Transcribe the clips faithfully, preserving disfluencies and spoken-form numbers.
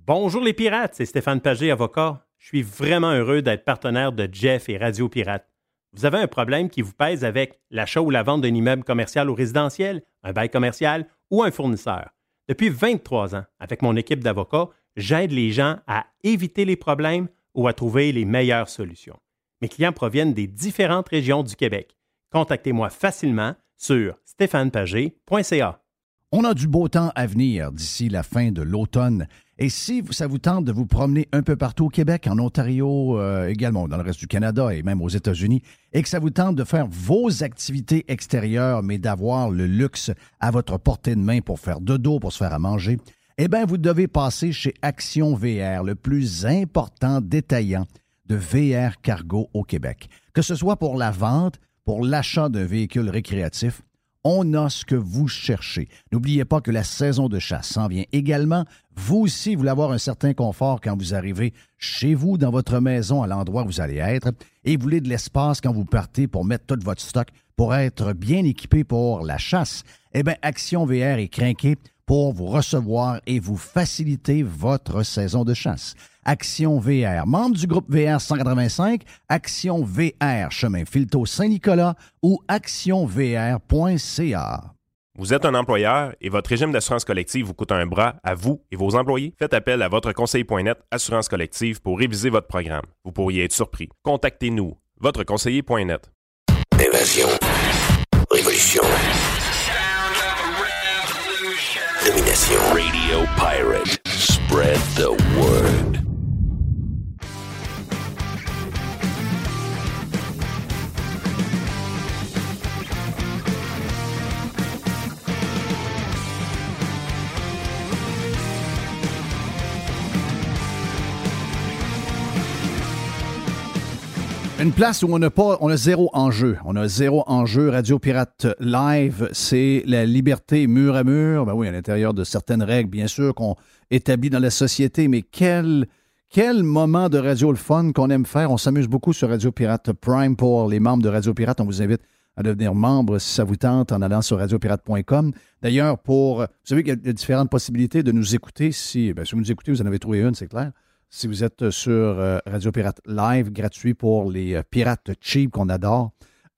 Bonjour les pirates, c'est Stéphane Pagé, avocat. Je suis vraiment heureux d'être partenaire de Jeff et Radio Pirate. Vous avez un problème qui vous pèse avec l'achat ou la vente d'un immeuble commercial ou résidentiel, un bail commercial ou un fournisseur. Depuis vingt-trois ans, avec mon équipe d'avocats, j'aide les gens à éviter les problèmes ou à trouver les meilleures solutions. Mes clients proviennent des différentes régions du Québec. Contactez-moi facilement sur stéphane pagé point c a. On a du beau temps à venir d'ici la fin de l'automne. Et si ça vous tente de vous promener un peu partout au Québec, en Ontario, euh, également dans le reste du Canada et même aux États-Unis, et que ça vous tente de faire vos activités extérieures, mais d'avoir le luxe à votre portée de main pour faire dodo, pour se faire à manger, eh bien, vous devez passer chez Action V R, le plus important détaillant de V R cargo au Québec. Que ce soit pour la vente, pour l'achat d'un véhicule récréatif, on a ce que vous cherchez. N'oubliez pas que la saison de chasse s'en vient également. Vous aussi, vous voulez avoir un certain confort quand vous arrivez chez vous, dans votre maison, à l'endroit où vous allez être, et vous voulez de l'espace quand vous partez pour mettre tout votre stock, pour être bien équipé pour la chasse. Eh bien, Action V R est crinqué pour vous recevoir et vous faciliter votre saison de chasse. Action V R, membre du groupe V R cent quatre-vingt-cinq, Action V R, chemin Filteau-Saint-Nicolas ou action v r point c a. Vous êtes un employeur et votre régime d'assurance collective vous coûte un bras à vous et vos employés? Faites appel à votre conseiller point net Assurance collective pour réviser votre programme. Vous pourriez être surpris. Contactez-nous, votre conseiller point net. Invasion. Révolution. Domination. Radio Pirate. Spread the word. Une place où on n'a pas, on a zéro enjeu. On a zéro enjeu. Radio Pirate Live, c'est la liberté mur à mur. Ben oui, à l'intérieur de certaines règles, bien sûr, qu'on établit dans la société. Mais quel, quel moment de radio le fun qu'on aime faire. On s'amuse beaucoup sur Radio Pirate Prime pour les membres de Radio Pirate. On vous invite à devenir membre si ça vous tente en allant sur radio pirate point com. D'ailleurs, pour, vous savez qu'il y a différentes possibilités de nous écouter. Si, ben, si vous nous écoutez, vous en avez trouvé une, c'est clair. Si vous êtes sur euh, Radio Pirate Live, gratuit pour les euh, pirates cheap qu'on adore,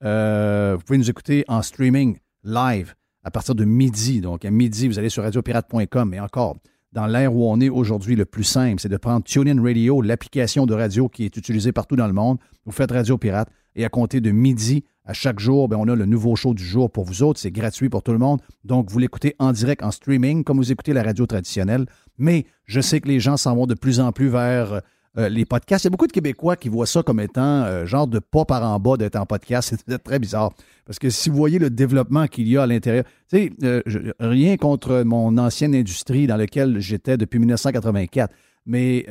euh, vous pouvez nous écouter en streaming live à partir de midi. Donc, à midi, vous allez sur radio pirate point com. Et encore, dans l'ère où on est aujourd'hui, le plus simple, c'est de prendre TuneIn Radio, l'application de radio qui est utilisée partout dans le monde. Vous faites Radio Pirate et à compter de midi à chaque jour, bien, on a le nouveau show du jour pour vous autres. C'est gratuit pour tout le monde. Donc, vous l'écoutez en direct, en streaming, comme vous écoutez la radio traditionnelle. Mais je sais que les gens s'en vont de plus en plus vers euh, les podcasts. Il y a beaucoup de Québécois qui voient ça comme étant euh, genre de pas par en bas d'être en podcast. C'est très bizarre. Parce que si vous voyez le développement qu'il y a à l'intérieur, tu sais, euh, rien contre mon ancienne industrie dans laquelle j'étais depuis dix-neuf cent quatre-vingt-quatre, mais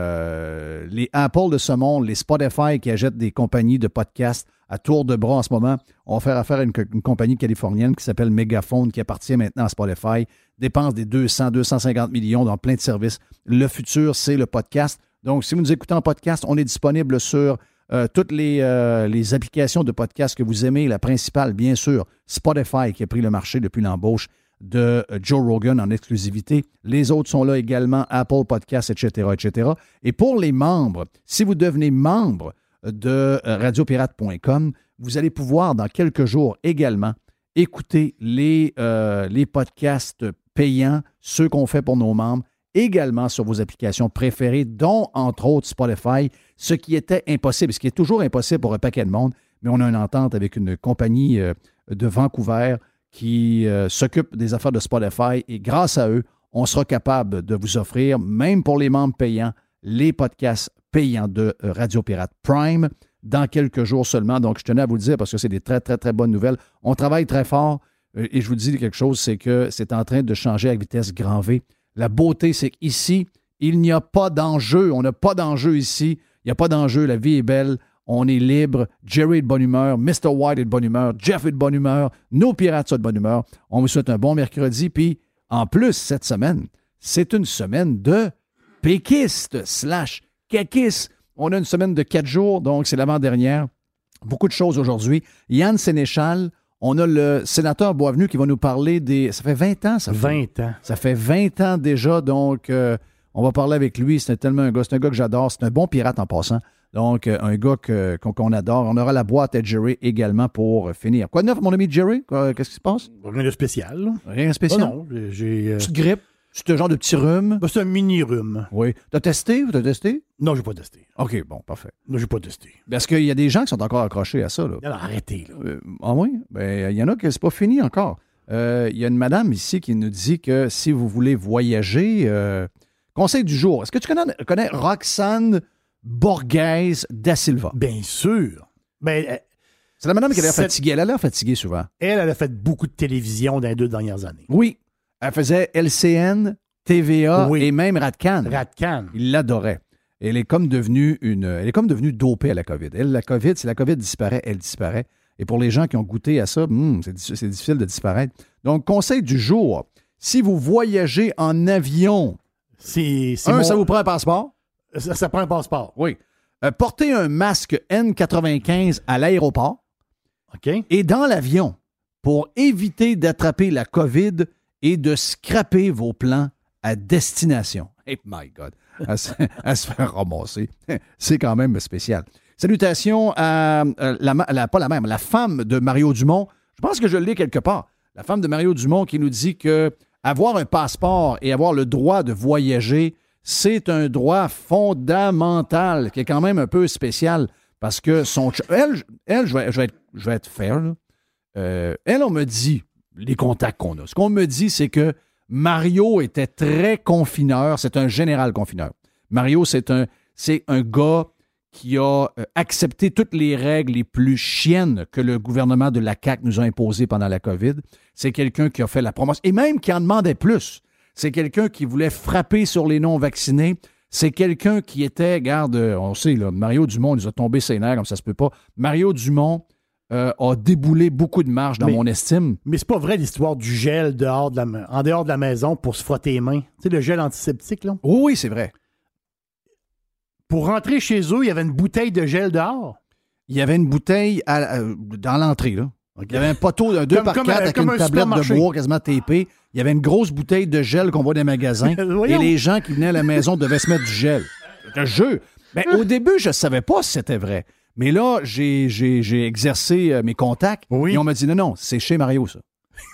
euh, les Apple de ce monde, les Spotify qui achètent des compagnies de podcasts à tour de bras en ce moment, on va faire affaire à une, une compagnie californienne qui s'appelle Megaphone, qui appartient maintenant à Spotify, dépense des deux cents à deux cent cinquante millions dans plein de services. Le futur, c'est le podcast. Donc, si vous nous écoutez en podcast, on est disponible sur euh, toutes les, euh, les applications de podcast que vous aimez. La principale, bien sûr, Spotify, qui a pris le marché depuis l'embauche de Joe Rogan en exclusivité. Les autres sont là également, Apple Podcasts, et cetera, et cetera. Et pour les membres, si vous devenez membre de radio pirate point com, vous allez pouvoir, dans quelques jours également, écouter les, euh, les podcasts payants, ceux qu'on fait pour nos membres, également sur vos applications préférées, dont, entre autres, Spotify, ce qui était impossible, ce qui est toujours impossible pour un paquet de monde, mais on a une entente avec une compagnie euh, de Vancouver qui euh, s'occupe des affaires de Spotify et grâce à eux, on sera capable de vous offrir, même pour les membres payants, les podcasts payants de Radio Pirate Prime dans quelques jours seulement. Donc, je tenais à vous le dire parce que c'est des très, très, très bonnes nouvelles. On travaille très fort euh, et je vous dis quelque chose, c'est que c'est en train de changer à vitesse grand V. La beauté, c'est qu'ici, il n'y a pas d'enjeu. On n'a pas d'enjeu ici. Il n'y a pas d'enjeu. La vie est belle. On est libre. Jerry est de bonne humeur. mister White est de bonne humeur. Jeff est de bonne humeur. Nos pirates sont de bonne humeur. On vous souhaite un bon mercredi. Puis, en plus, cette semaine, c'est une semaine de péquistes slash caquistes. On a une semaine de quatre jours, donc c'est l'avant-dernière. Beaucoup de choses aujourd'hui. Yann Sénéchal, on a le sénateur Boisvenu qui va nous parler des... Ça fait vingt ans, ça fait. vingt ans. Ça fait vingt ans déjà, donc... Euh, On va parler avec lui. C'est tellement un gars, c'est un gars que j'adore. C'est un bon pirate en passant. Donc, euh, un gars que, qu'on, qu'on adore. On aura la boîte à Jerry également pour euh, finir. Quoi de neuf, mon ami Jerry? Quoi, qu'est-ce qui se passe? Rien de spécial. Là. Rien de spécial? Ah non, j'ai... j'ai euh... Petite grippe? C'est un genre de petit rhume? Ben, c'est un mini-rhume. Oui. T'as testé ou t'as testé? Non, j'ai pas testé. OK, bon, parfait. Non, j'ai pas testé. Parce qu'il y a des gens qui sont encore accrochés à ça. Là. Alors, arrêtez. Là. Euh, ah oui? Ben, il y en a que c'est pas fini encore. Euh, il y a une madame ici qui nous dit que si vous voulez voyager, euh, conseil du jour. Est-ce que tu connais, connais Roxane Borghese da Silva? Bien sûr. Ben, euh, c'est la madame qui a l'air cette... fatiguée. Elle a l'air fatiguée souvent. Elle, elle a fait beaucoup de télévision dans les deux dernières années. Oui. Elle faisait L C N, T V A oui. et même Radcan. Radcan. Il l'adorait. Elle est comme devenue une, elle est comme devenue dopée à la COVID. Elle, la COVID, si la COVID disparaît, elle disparaît. Et pour les gens qui ont goûté à ça, hmm, c'est, c'est difficile de disparaître. Donc, conseil du jour, si vous voyagez en avion, c'est, c'est un, mon... ça vous prend un passeport? Ça, ça prend un passeport. Oui. Euh, portez un masque N quatre-vingt-quinze à l'aéroport. OK. Et dans l'avion, pour éviter d'attraper la COVID et de scraper vos plans à destination. Hey, my God! À se, à se faire ramasser. C'est quand même spécial. Salutations à, à la, la, pas la même, la femme de Mario Dumont. Je pense que je l'ai quelque part. La femme de Mario Dumont qui nous dit que avoir un passeport et avoir le droit de voyager, c'est un droit fondamental qui est quand même un peu spécial parce que son... Elle, elle je, vais, je, vais être, je vais être fair, là. Euh, elle, on me dit, les contacts qu'on a, ce qu'on me dit, c'est que Mario était très confineur. C'est un général confineur. Mario, c'est un, c'est un gars qui a accepté toutes les règles les plus chiennes que le gouvernement de la C A Q nous a imposées pendant la COVID. C'est quelqu'un qui a fait la promotion et même qui en demandait plus. C'est quelqu'un qui voulait frapper sur les non-vaccinés. C'est quelqu'un qui était, regarde, on sait, là, Mario Dumont nous a tombé ses nerfs comme ça se peut pas. Mario Dumont euh, a déboulé beaucoup de marge dans mais, mon estime. Mais c'est pas vrai l'histoire du gel dehors de la, en dehors de la maison pour se frotter les mains. Tu sais, le gel antiseptique, là? Oui, oui, c'est vrai. Pour rentrer chez eux, il y avait une bouteille de gel dehors. Il y avait une bouteille à, euh, dans l'entrée, là. Okay. Il y avait un poteau d'un deux par quatre avec une tablette de bois quasiment tapée. Il y avait une grosse bouteille de gel qu'on voit dans les magasins. Et les gens qui venaient à la maison devaient se mettre du gel. C'est un jeu. Ben, au début, je ne savais pas si c'était vrai. Mais là, j'ai, j'ai, j'ai exercé euh, mes contacts. Oui. Et on m'a dit, non, non, c'est chez Mario, ça.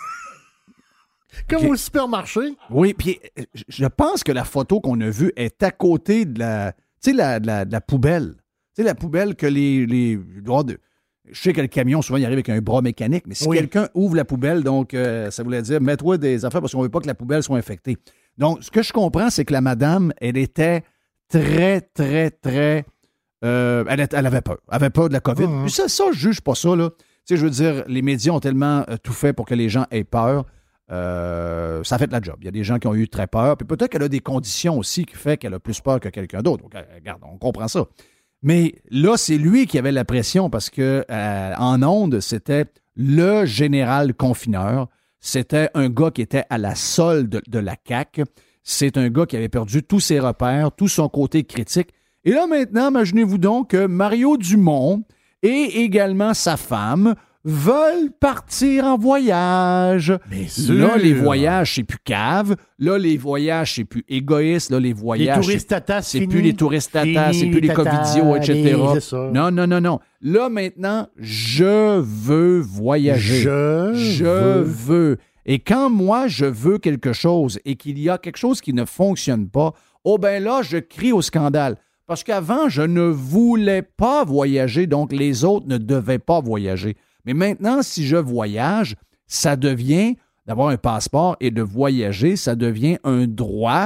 Comme okay. au supermarché. Oui, puis je pense que la photo qu'on a vue est à côté de la, tu sais, la, de la, de la poubelle. Tu sais, la poubelle que les... les de, je sais que le camion, souvent, il arrive avec un bras mécanique, mais si oui. quelqu'un ouvre la poubelle, donc euh, ça voulait dire, mets-toi des affaires parce qu'on ne veut pas que la poubelle soit infectée. Donc, ce que je comprends, c'est que la madame, elle était très, très, très... Euh, elle, elle avait peur. Elle avait peur de la COVID. Mmh. Puis ça, ça, je juge pas ça, là. Tu sais, je veux dire, les médias ont tellement euh, tout fait pour que les gens aient peur. Euh, ça a fait la job. Il y a des gens qui ont eu très peur. Puis peut-être qu'elle a des conditions aussi qui fait qu'elle a plus peur que quelqu'un d'autre. Donc, regarde, on comprend ça. Mais là, c'est lui qui avait la pression parce que euh, en ondes, c'était le général confineur. C'était un gars qui était à la solde de, de la C A Q. C'est un gars qui avait perdu tous ses repères, tout son côté critique. Et là, maintenant, imaginez-vous donc que Mario Dumont et également sa femme veulent partir en voyage. Bien sûr. Là, les voyages, c'est plus cave. Là, les voyages, c'est plus égoïste. Là, les voyages, les touristes tatas, c'est, c'est fini. plus les touristes tatas, c'est plus les covidios, et cetera. Non, non, non, non. Là, maintenant, je veux voyager. Je, je veux. veux. Et quand moi, je veux quelque chose et qu'il y a quelque chose qui ne fonctionne pas, oh ben là, je crie au scandale. Parce qu'avant, je ne voulais pas voyager, donc les autres ne devaient pas voyager. Mais maintenant, si je voyage, ça devient, d'avoir un passeport et de voyager, ça devient un droit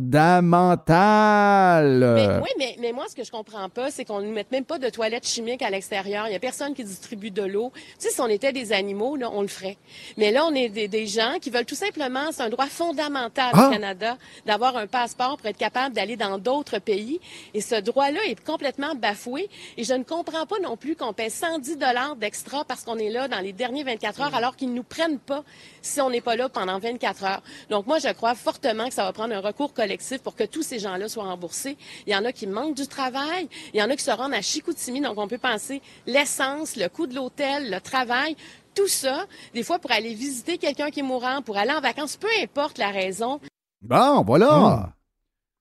fondamental. Mais, oui, mais, mais moi, ce que je comprends pas, c'est qu'on ne mette même pas de toilettes chimiques à l'extérieur. Il n'y a personne qui distribue de l'eau. Tu sais, si on était des animaux, là, on le ferait. Mais là, on est des, des gens qui veulent tout simplement, c'est un droit fondamental ah. au Canada, d'avoir un passeport pour être capable d'aller dans d'autres pays. Et ce droit-là est complètement bafoué. Et je ne comprends pas non plus qu'on paie cent dix dollars d'extra parce qu'on est là dans les derniers vingt-quatre heures, alors qu'ils ne nous prennent pas si on n'est pas là pendant vingt-quatre heures. Donc, moi, je crois fortement que ça va prendre un recours collectif pour que tous ces gens-là soient remboursés. Il y en a qui manquent du travail. Il y en a qui se rendent à Chicoutimi. Donc, on peut penser l'essence, le coût de l'hôtel, le travail, tout ça, des fois, pour aller visiter quelqu'un qui est mourant, pour aller en vacances, peu importe la raison. Bon, voilà. Mmh.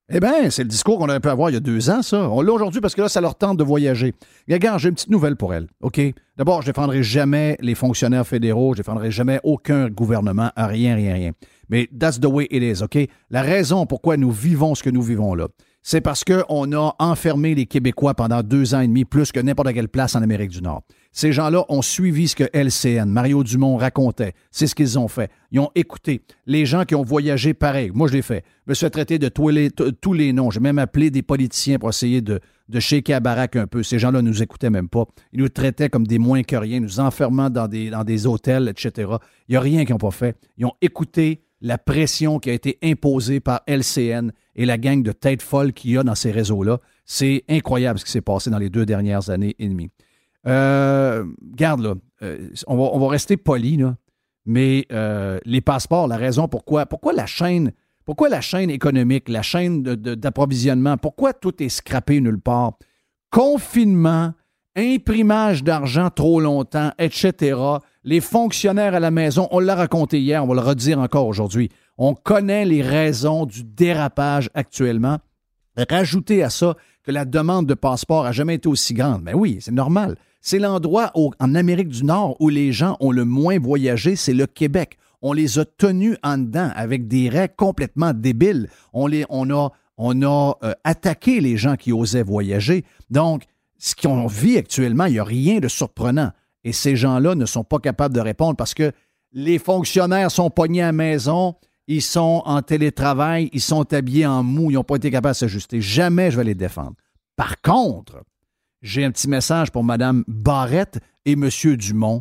Eh bien, c'est le discours qu'on aurait pu avoir il y a deux ans, ça. On l'a aujourd'hui parce que là, ça leur tente de voyager. Regarde, j'ai une petite nouvelle pour elle, OK? D'abord, je ne défendrai jamais les fonctionnaires fédéraux, je ne défendrai jamais aucun gouvernement, à rien, rien, rien. Mais that's the way it is, OK? La raison pourquoi nous vivons ce que nous vivons là, c'est parce qu'on a enfermé les Québécois pendant deux ans et demi, plus que n'importe quelle place en Amérique du Nord. Ces gens-là ont suivi ce que L C N, Mario Dumont racontait. C'est ce qu'ils ont fait. Ils ont écouté. Les gens qui ont voyagé, pareil. Moi, je l'ai fait. Je me suis traité de tous les, tous les noms. J'ai même appelé des politiciens pour essayer de, de shaker la baraque un peu. Ces gens-là ne nous écoutaient même pas. Ils nous traitaient comme des moins que rien, nous enfermant dans des, dans des hôtels, et cetera. Il n'y a rien qu'ils n'ont pas fait. Ils ont écouté la pression qui a été imposée par L C N et la gang de têtes folles qu'il y a dans ces réseaux-là. C'est incroyable ce qui s'est passé dans les deux dernières années et demie. Euh, regarde, là, euh, on, va, on va rester poli, là, mais euh, les passeports, la raison pourquoi, pourquoi la chaîne, pourquoi la chaîne économique, la chaîne de, de, d'approvisionnement, pourquoi tout est scrappé nulle part? Confinement, imprimage d'argent trop longtemps, et cetera. Les fonctionnaires à la maison, on l'a raconté hier, on va le redire encore aujourd'hui. On connaît les raisons du dérapage actuellement. Rajoutez à ça que la demande de passeport n'a jamais été aussi grande. Mais oui, c'est normal. C'est l'endroit au, en Amérique du Nord où les gens ont le moins voyagé, c'est le Québec. On les a tenus en dedans avec des règles complètement débiles. On, les, on a, on a euh, attaqué les gens qui osaient voyager. Donc, ce qu'on vit actuellement, il n'y a rien de surprenant. Et ces gens-là ne sont pas capables de répondre parce que les fonctionnaires sont pognés à la maison, ils sont en télétravail, ils sont habillés en mou, ils n'ont pas été capables de s'ajuster. Jamais je vais les défendre. Par contre, j'ai un petit message pour Mme Barrette et M. Dumont.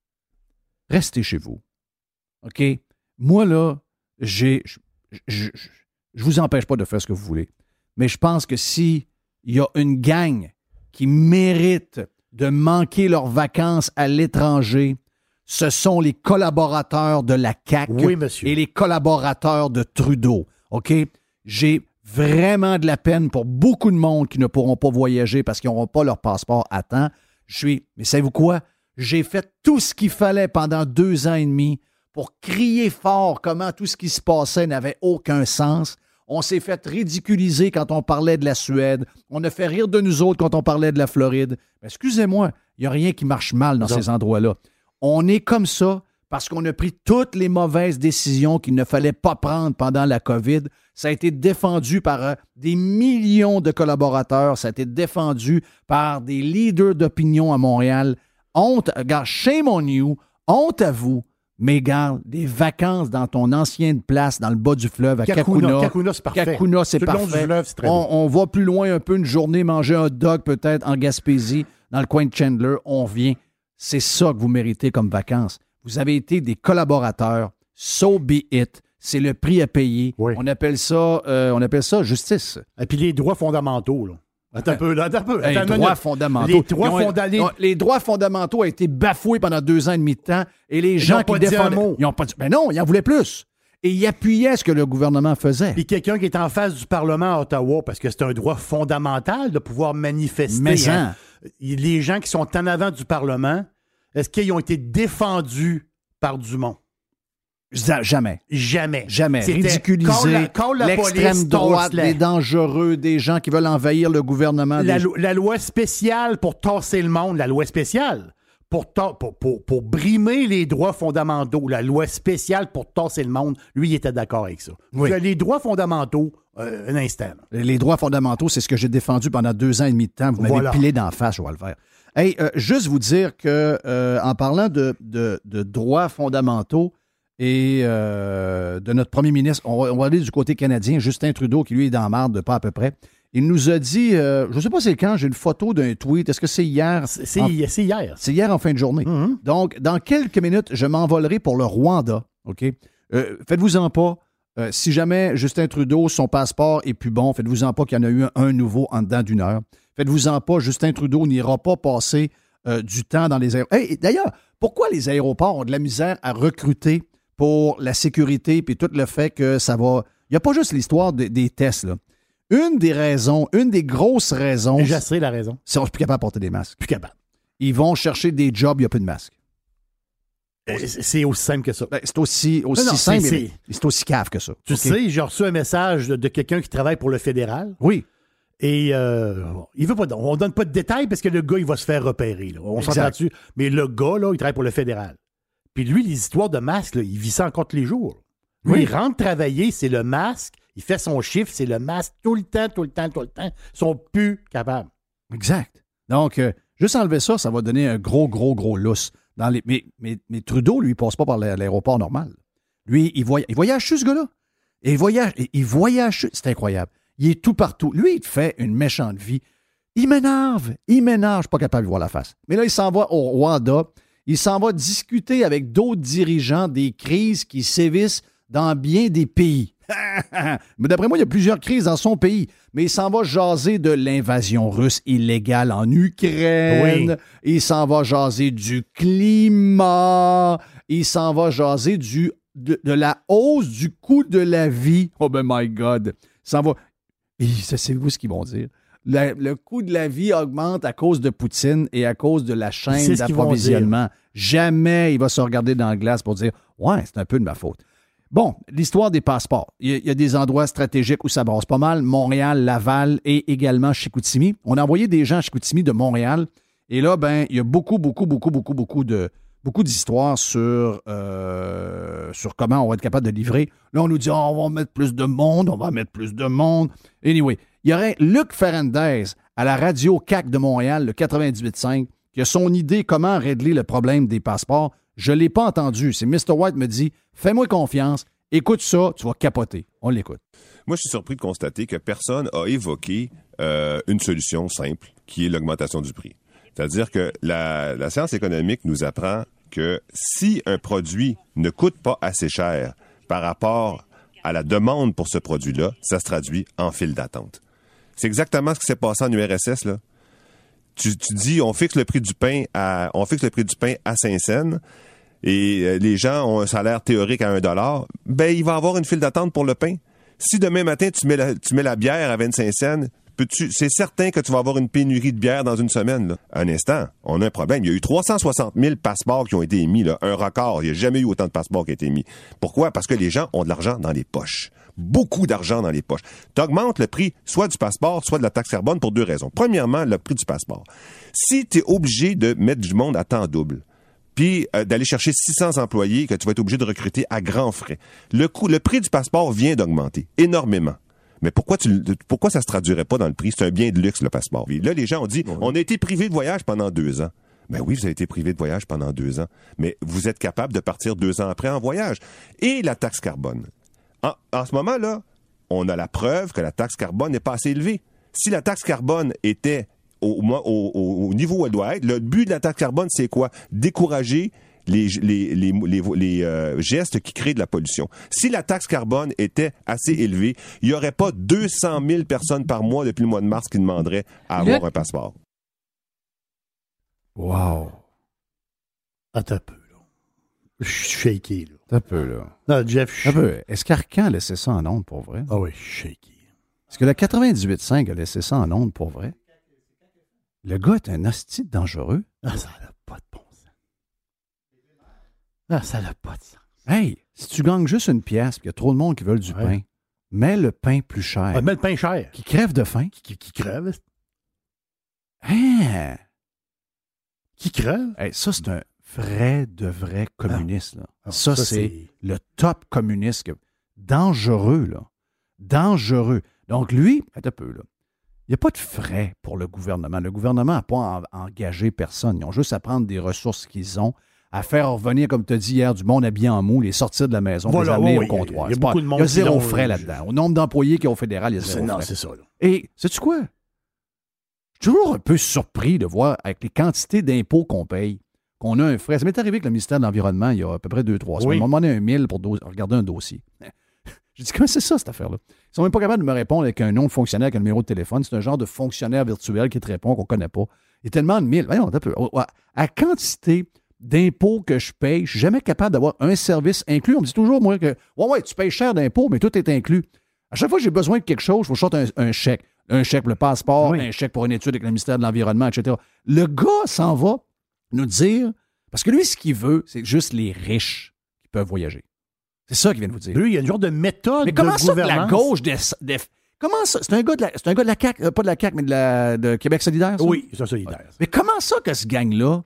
Restez chez vous. OK? Moi, là, j'ai, je, je, je, je vous empêche pas de faire ce que vous voulez. Mais je pense que s'il y a une gang qui mérite de manquer leurs vacances à l'étranger, ce sont les collaborateurs de la C A Q oui, monsieur. Et les collaborateurs de Trudeau. OK? J'ai vraiment de la peine pour beaucoup de monde qui ne pourront pas voyager parce qu'ils n'auront pas leur passeport à temps. Je suis, mais savez-vous quoi? J'ai fait tout ce qu'il fallait pendant deux ans et demi pour crier fort comment tout ce qui se passait n'avait aucun sens. On s'est fait ridiculiser quand on parlait de la Suède. On a fait rire de nous autres quand on parlait de la Floride. Mais excusez-moi, il n'y a rien qui marche mal dans non. ces endroits-là. On est comme ça parce qu'on a pris toutes les mauvaises décisions qu'il ne fallait pas prendre pendant la COVID. Ça a été défendu par euh, des millions de collaborateurs. Ça a été défendu par des leaders d'opinion à Montréal. Honte, regarde, shame on you, honte à vous. Mais garde, des vacances dans ton ancienne place, dans le bas du fleuve, à Kakuna. Kakuna. Kakuna, c'est parfait. Kakuna, c'est Tout parfait. le long du fleuve, c'est très on, beau. on va plus loin un peu, une journée, manger un hot dog peut-être en Gaspésie, dans le coin de Chandler. On revient. C'est ça que vous méritez comme vacances. Vous avez été des collaborateurs. So be it. C'est le prix à payer. Oui. On appelle ça, euh, on appelle ça justice. Et puis les droits fondamentaux, là. Attends un peu, là, attends un peu. Les Attends droits fondamentaux. Les droits, ont, fondamentaux. les droits fondamentaux ont été bafoués pendant deux ans et demi de temps et les ils gens qui défendaient... Ils n'ont pas dit... Ben non, ils en voulaient plus. Et ils appuyaient ce que le gouvernement faisait. Puis quelqu'un qui est en face du Parlement à Ottawa, parce que c'est un droit fondamental de pouvoir manifester. Mais hein. Les gens qui sont en avant du Parlement, est-ce qu'ils ont été défendus par Dumont? Jamais. Jamais. Jamais. C'était ridiculiser quand la, quand la l'extrême droite, la... les dangereux, des gens qui veulent envahir le gouvernement. La, des... lo- la loi spéciale pour tasser le monde, la loi spéciale pour, ta- pour, pour, pour brimer les droits fondamentaux, la loi spéciale pour tasser le monde, lui, il était d'accord avec ça. Oui. Les droits fondamentaux, euh, un instant. Là. Les droits fondamentaux, c'est ce que j'ai défendu pendant deux ans et demi de temps. Vous m'avez Voilà. pilé d'en face, je vais le faire. Hey, euh, juste vous dire que euh, en parlant de, de, de droits fondamentaux, et euh, de notre premier ministre, on va, on va aller du côté canadien, Justin Trudeau, qui lui est dans la marde de pas à peu près. Il nous a dit, euh, je ne sais pas c'est quand, j'ai une photo d'un tweet, est-ce que c'est hier? C'est, c'est, en, c'est hier. C'est hier en fin de journée. Mm-hmm. Donc, dans quelques minutes, je m'envolerai pour le Rwanda. OK? Euh, faites-vous-en pas. Euh, si jamais Justin Trudeau, son passeport est plus bon, faites-vous-en pas qu'il y en a eu un, un nouveau en dedans d'une heure. Faites-vous-en pas, Justin Trudeau n'ira pas passer euh, du temps dans les aéroports. Hey, d'ailleurs, pourquoi les aéroports ont de la misère à recruter pour la sécurité, puis tout le fait que ça va... Il n'y a pas juste l'histoire de, des tests, là. Une des raisons, une des grosses raisons... Je sais la raison. C'est qu'on n'est plus capable de porter des masques. Plus capable. Ils vont chercher des jobs, il n'y a plus de masques. C'est aussi simple que ça. Ben, c'est aussi, aussi non, non, simple, c'est, mais, mais c'est aussi cave que ça. Tu okay? sais, j'ai reçu un message de, de quelqu'un qui travaille pour le fédéral. Oui. Et euh, il veut pas, on donne pas de détails parce que le gars, il va se faire repérer. Là. On Exact. s'entend dessus. Mais le gars, là, il travaille pour le fédéral. Puis lui, les histoires de masques, là, il vit ça encore tous les jours. Lui, Oui. il rentre travailler, c'est le masque. Il fait son chiffre, c'est le masque tout le temps, tout le temps, tout le temps. Ils sont plus capables. Exact. Donc, euh, juste enlever ça, ça va donner un gros, gros, gros lousse. Dans les... mais, mais, mais Trudeau, lui, il passe pas par l'aéroport normal. Lui, il, voy... il voyage ce gars-là. Et il voyage, il voyage, c'est incroyable. Il est tout partout. Lui, il te fait une méchante vie. Il m'énerve. Il m'énerve. Je suis pas capable de voir la face. Mais là, il s'en va au Rwanda. Il s'en va discuter avec d'autres dirigeants des crises qui sévissent dans bien des pays. Mais d'après moi, il y a plusieurs crises dans son pays. Mais il s'en va jaser de l'invasion russe illégale en Ukraine. Oui. Il s'en va jaser du climat. Il s'en va jaser du, de, de la hausse du coût de la vie. Oh ben my God. Il s'en va... Et savez-vous ce qu'ils vont dire? Le, le coût de la vie augmente à cause de Poutine et à cause de la chaîne d'approvisionnement. Jamais il va se regarder dans la glace pour dire « Ouais, c'est un peu de ma faute ». Bon, l'histoire des passeports. Il y, a, il y a des endroits stratégiques où ça brasse pas mal. Montréal, Laval et également Chicoutimi. On a envoyé des gens à Chicoutimi de Montréal. Et là, ben, il y a beaucoup, beaucoup, beaucoup, beaucoup, beaucoup de beaucoup d'histoires sur, euh, sur comment on va être capable de livrer. Là, on nous dit oh, on va mettre plus de monde, on va mettre plus de monde. Anyway, il y aurait Luc Ferrandez à la radio C A Q de Montréal, le quatre-vingt-dix-huit cinq, qui a son idée comment régler le problème des passeports. Je ne l'ai pas entendu. C'est mister White me dit « Fais-moi confiance, écoute ça, tu vas capoter. » On l'écoute. Moi, je suis surpris de constater que personne n'a évoqué euh, une solution simple, qui est l'augmentation du prix. C'est-à-dire que la, la science économique nous apprend que si un produit ne coûte pas assez cher par rapport à la demande pour ce produit-là, ça se traduit en file d'attente. C'est exactement ce qui s'est passé en U R S S, là. Tu, tu dis, on fixe le prix du pain à, on fixe le prix du pain à cinq cents et euh, les gens ont un salaire théorique à un dollar. Ben, il va y avoir une file d'attente pour le pain. Si demain matin, tu mets la, tu mets la bière à vingt-cinq cents, peux-tu, c'est certain que tu vas avoir une pénurie de bière dans une semaine, là. Un instant, on a un problème. Il y a eu trois cent soixante mille passeports qui ont été émis, là. Un record. Il n'y a jamais eu autant de passeports qui ont été émis. Pourquoi? Parce que les gens ont de l'argent dans les poches. Beaucoup d'argent dans les poches. Tu augmentes le prix soit du passeport, soit de la taxe carbone pour deux raisons. Premièrement, le prix du passeport. Si tu es obligé de mettre du monde à temps double, puis euh, d'aller chercher six cents employés que tu vas être obligé de recruter à grands frais, le coût, le prix du passeport vient d'augmenter énormément. Mais pourquoi tu, pourquoi ça se traduirait pas dans le prix? C'est un bien de luxe, le passeport. Là, les gens ont dit, on a été privé de voyage pendant deux ans. Ben oui, vous avez été privé de voyage pendant deux ans. Mais vous êtes capable de partir deux ans après en voyage. Et la taxe carbone. En, en ce moment-là, on a la preuve que la taxe carbone n'est pas assez élevée. Si la taxe carbone était au, au, au, au niveau où elle doit être, le but de la taxe carbone, c'est quoi? Décourager les, les, les, les, les euh, gestes qui créent de la pollution. Si la taxe carbone était assez élevée, il n'y aurait pas deux cent mille personnes par mois depuis le mois de mars qui demanderaient à avoir le... un passeport. Wow! Attends un peu, là. Je suis shaké, là. Attends un peu, là. Non, Jeff, je Un peu. Est-ce qu'Arcan a laissé ça en ondes pour vrai? Ah oui, je suis shaké. Est-ce que le quatre-vingt-dix-huit cinq a laissé ça en ondes pour vrai? Le gars est un hostie dangereux. Ah, ça n'a pas de bon sens. Ah, ça n'a pas de sens. Hey, si tu gagnes juste une pièce et qu'il y a trop de monde qui veulent du Ouais. pain, mets le pain plus cher. Ah, mets le pain cher. Qui crève de faim. Qui, qui, qui crève? Hein? Qui crève? Hey, ça, c'est un vrai de vrai communiste. Là. Ah, ça, ça, c'est, c'est- le top communiste. que- Dangereux, là. Dangereux. Donc, lui, attends un peu, là. Il n'y a pas de frais pour le gouvernement. Le gouvernement n'a pas en- engagé personne. Ils ont juste à prendre des ressources qu'ils ont, à faire revenir, comme tu as dit hier, du monde habillé en mou, les sortir de la maison, Voilà, les amener oui, au comptoir. il y a C'est pas- beaucoup de monde Il y a qui zéro l'ont, frais euh, là-dedans. Au nombre d'employés qu'il y a au fédéral, il y a C'est- zéro non, frais. c'est ça, là. Et sais-tu quoi? Je suis toujours un peu surpris de voir, avec les quantités d'impôts qu'on paye, qu'on a un frais. Ça m'est arrivé avec le ministère de l'Environnement il y a à peu près deux, trois semaines. Oui. Ils m'ont demandé un mille pour do- regarder un dossier. J'ai dit, comment c'est ça, cette affaire-là? Ils sont même pas capables de me répondre avec un nom de fonctionnaire, avec un numéro de téléphone. C'est un genre de fonctionnaire virtuel qui te répond, qu'on ne connaît pas. Il y a tellement de mille. Voyons, un peu. À quantité d'impôts que je paye, je suis jamais capable d'avoir un service inclus. On me dit toujours, moi, que ouais, ouais, tu payes cher d'impôts, mais tout est inclus. À chaque fois que j'ai besoin de quelque chose, il faut que je sorte un, un chèque. Un chèque pour le passeport, Oui. un chèque pour une étude avec le ministère de l'Environnement, et cetera. Le gars s'en va nous dire, Parce que lui, ce qu'il veut, c'est juste les riches qui peuvent voyager. C'est ça qu'il vient de vous dire. Lui, il y a une genre de méthode Mais comment de ça que la gouvernance. gauche... Des, des, comment ça? C'est un gars de la, c'est un gars de la C A Q, euh, pas de la C A Q, mais de, la, de Québec solidaire, ça? Oui, c'est solidaire. Ouais. Mais comment ça que ce gang-là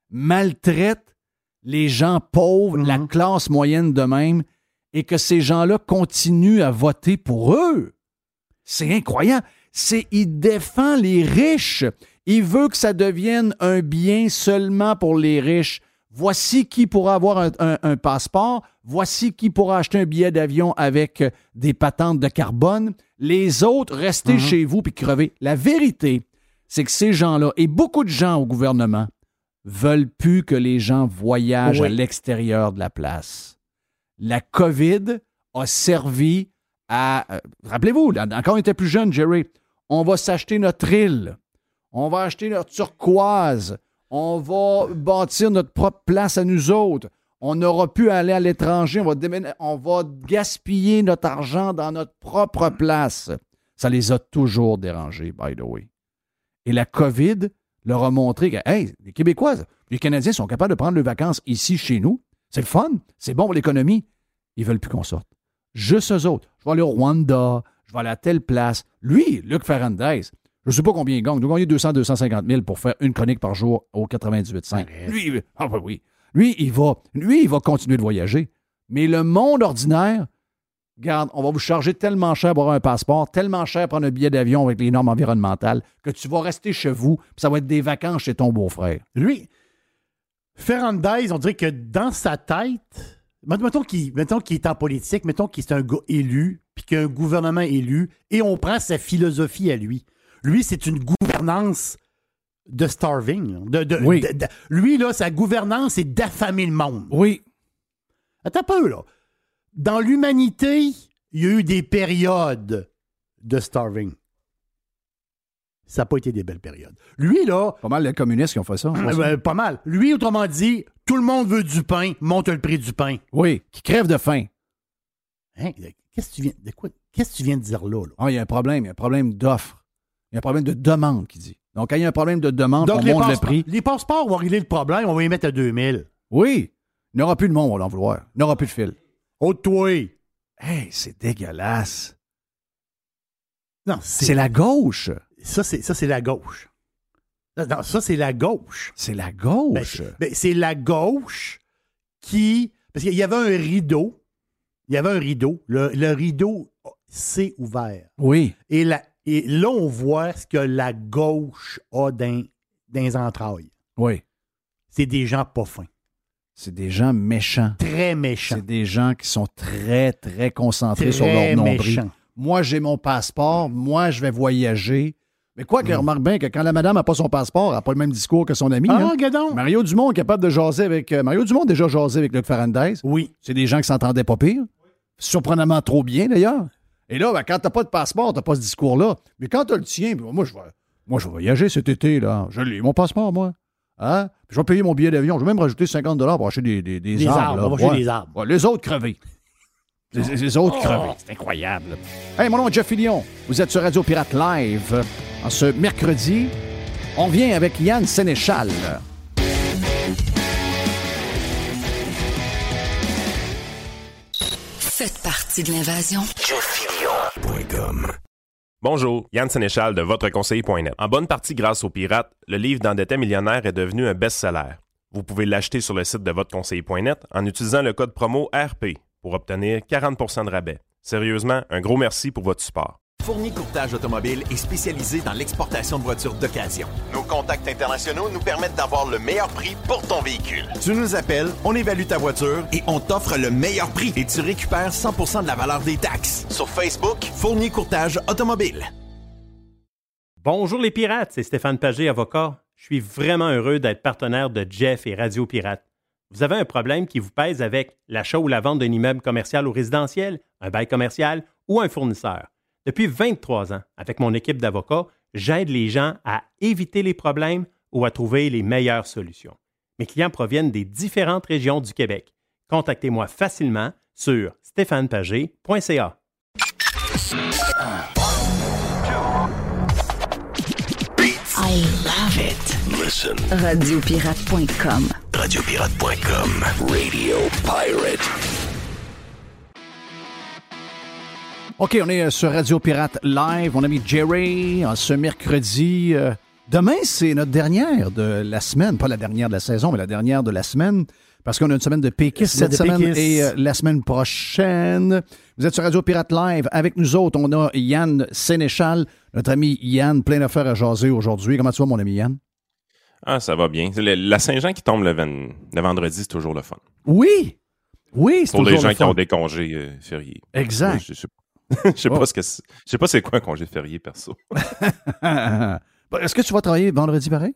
maltraite les gens pauvres, Mm-hmm. la classe moyenne de même, et que ces gens-là continuent à voter pour eux? C'est incroyable. C'est, il défend les riches. Il veut que ça devienne un bien seulement pour les riches. Voici qui pourra avoir un, un, un passeport. Voici qui pourra acheter un billet d'avion avec des patentes de carbone. Les autres, restez Mm-hmm. chez vous puis crevez. La vérité, c'est que ces gens-là, et beaucoup de gens au gouvernement, veulent plus que les gens voyagent Oui. à l'extérieur de la place. La COVID a servi à... euh, rappelez-vous, là, quand on était plus jeune, Jerry, on va s'acheter notre île. On va acheter notre turquoise. On va bâtir notre propre place à nous autres. On n'aura pu aller à l'étranger. On va, déménager, on va gaspiller notre argent dans notre propre place. Ça les a toujours dérangés, by the way. Et la COVID leur a montré que, hey, les Québécois, les Canadiens sont capables de prendre leurs vacances ici, chez nous. C'est le fun. C'est bon pour l'économie. Ils veulent plus qu'on sorte. Juste eux autres. Je vais aller au Rwanda. Je vais aller à telle place. Lui, Luc Ferrandez, je ne sais pas combien il gagne. Il doit gagner deux cents à deux cent cinquante mille pour faire une chronique par jour au quatre-vingt-dix-huit cinq. Lui, ah ben oui. Lui, il va, lui, il va continuer de voyager. Mais le monde ordinaire, regarde, on va vous charger tellement cher pour avoir un passeport, tellement cher pour prendre un billet d'avion avec les normes environnementales, que tu vas rester chez vous, puis ça va être des vacances chez ton beau-frère. Lui, Ferrandez, on dirait que dans sa tête, mettons qu'il, mettons qu'il est en politique, mettons qu'il est un gars élu, puis qu'il y a un gouvernement élu, et on prend sa philosophie à lui. Lui, c'est une gouvernance de starving. De, de, Oui. de, de, lui, là, sa gouvernance, c'est d'affamer le monde. Oui. Attends un peu, là. Dans l'humanité, il y a eu des périodes de starving. Ça n'a pas été des belles périodes. Lui, là... Pas mal de communistes qui ont fait ça. Euh, ben, pas mal. Lui, autrement dit, tout le monde veut du pain, monte le prix du pain. Oui, qui crèvent de faim. Hein? Qu'est-ce que tu viens de quoi? Qu'est-ce que tu viens de dire là? là? Ah, il y a un problème, il y a un problème d'offre. Il y a un problème de demande, qui dit. Donc, quand il y a un problème de demande, Donc, on les, monte le passeports- prix. les passeports vont régler le problème, on va les mettre à deux mille. Oui. Il n'y aura plus de monde, on va l'en vouloir. Il n'y aura plus de fil. Oh, toi! Hey, c'est dégueulasse. Non, C'est, c'est, la gauche. ça, c'est, ça, c'est la gauche. Non, non, ça, c'est la gauche. C'est la Ben, gauche. c'est, ben, c'est la gauche qui... Parce qu'il y avait un rideau. Il y avait un rideau. Le, le rideau s'est ouvert. Oui. Et, la, et là, on voit ce que la gauche a dans, dans les entrailles. Oui. C'est des gens pas fins. C'est des gens méchants. Très méchants. C'est des gens qui sont très, très concentrés Très sur leur nombril. méchants. Moi, j'ai mon passeport. Moi, je vais voyager. Mais quoi que, remarque bien que quand la madame n'a pas son passeport, elle n'a pas le même discours que son ami. Ah, hein. gadon! Mario Dumont est capable de jaser avec... euh, Mario Dumont a déjà jasé avec Luc Ferrandez. Oui. C'est des gens qui s'entendaient pas pire. Surprenamment trop bien, d'ailleurs. Et là, ben, quand t'as pas de passeport, t'as pas ce discours-là. Mais quand t'as le tien, ben, moi, je vais, moi, je vais voyager cet été, là. Je l'ai, mon passeport, moi. Hein? Puis je vais payer mon billet d'avion. Je vais même rajouter cinquante dollars pour acheter des, des, des, Des arbres. arbres, là. on va acheter Ouais. des arbres. Ouais, les autres crevés. Les, les- les autres crevés. C'est incroyable. Hey, mon nom est Jeff Fillion. Vous êtes sur Radio Pirate Live. En ce mercredi, on vient avec Yann Sénéchal. Faites partie de l'invasion. jeff fillion point com. Bonjour, Yann Sénéchal de votre conseiller point net. En bonne partie grâce aux pirates, le livre d'Endetté millionnaire est devenu un best-seller. Vous pouvez l'acheter sur le site de votre conseiller point net en utilisant le code promo R P pour obtenir quarante pour cent de rabais. Sérieusement, un gros merci pour votre support. Fournier Courtage Automobile est spécialisé dans l'exportation de voitures d'occasion. Nos contacts internationaux nous permettent d'avoir le meilleur prix pour ton véhicule. Tu nous appelles, on évalue ta voiture et on t'offre le meilleur prix. Et tu récupères cent pour cent de la valeur des taxes. Sur Facebook, Fournier Courtage Automobile. Bonjour les pirates, c'est Stéphane Pagé, avocat. Je suis vraiment heureux d'être partenaire de Jeff et Radio Pirate. Vous avez un problème qui vous pèse avec l'achat ou la vente d'un immeuble commercial ou résidentiel, un bail commercial ou un fournisseur. Depuis vingt-trois ans, avec mon équipe d'avocats, j'aide les gens à éviter les problèmes ou à trouver les meilleures solutions. Mes clients proviennent des différentes régions du Québec. Contactez-moi facilement sur stéphane pagé point c a. I love it. Listen. radio pirate point com. radio pirate point com. Radio Pirate. OK, on est sur Radio Pirate Live. Mon ami Jerry, en ce mercredi. Euh, demain, c'est notre dernière de la semaine. Pas la dernière de la saison, mais la dernière de la semaine. Parce qu'on a une semaine de péquistes cette semaine péquistes. et euh, la semaine prochaine. Vous êtes sur Radio Pirate Live. Avec nous autres, on a Yann Sénéchal, notre ami Yann, plein d'affaires à jaser aujourd'hui. Comment tu vas, mon ami Yann? Ah, ça va bien. Le- la Saint-Jean qui tombe le, vingt le vendredi, c'est toujours le fun. Oui! Oui, c'est Pour les toujours gens le qui fun. ont des congés euh, fériés. Exact. Moi, Je, je sais- je sais Oh. pas ce que c'est. Je sais pas c'est quoi un congé férié, perso. Bon, est-ce que tu vas travailler vendredi pareil?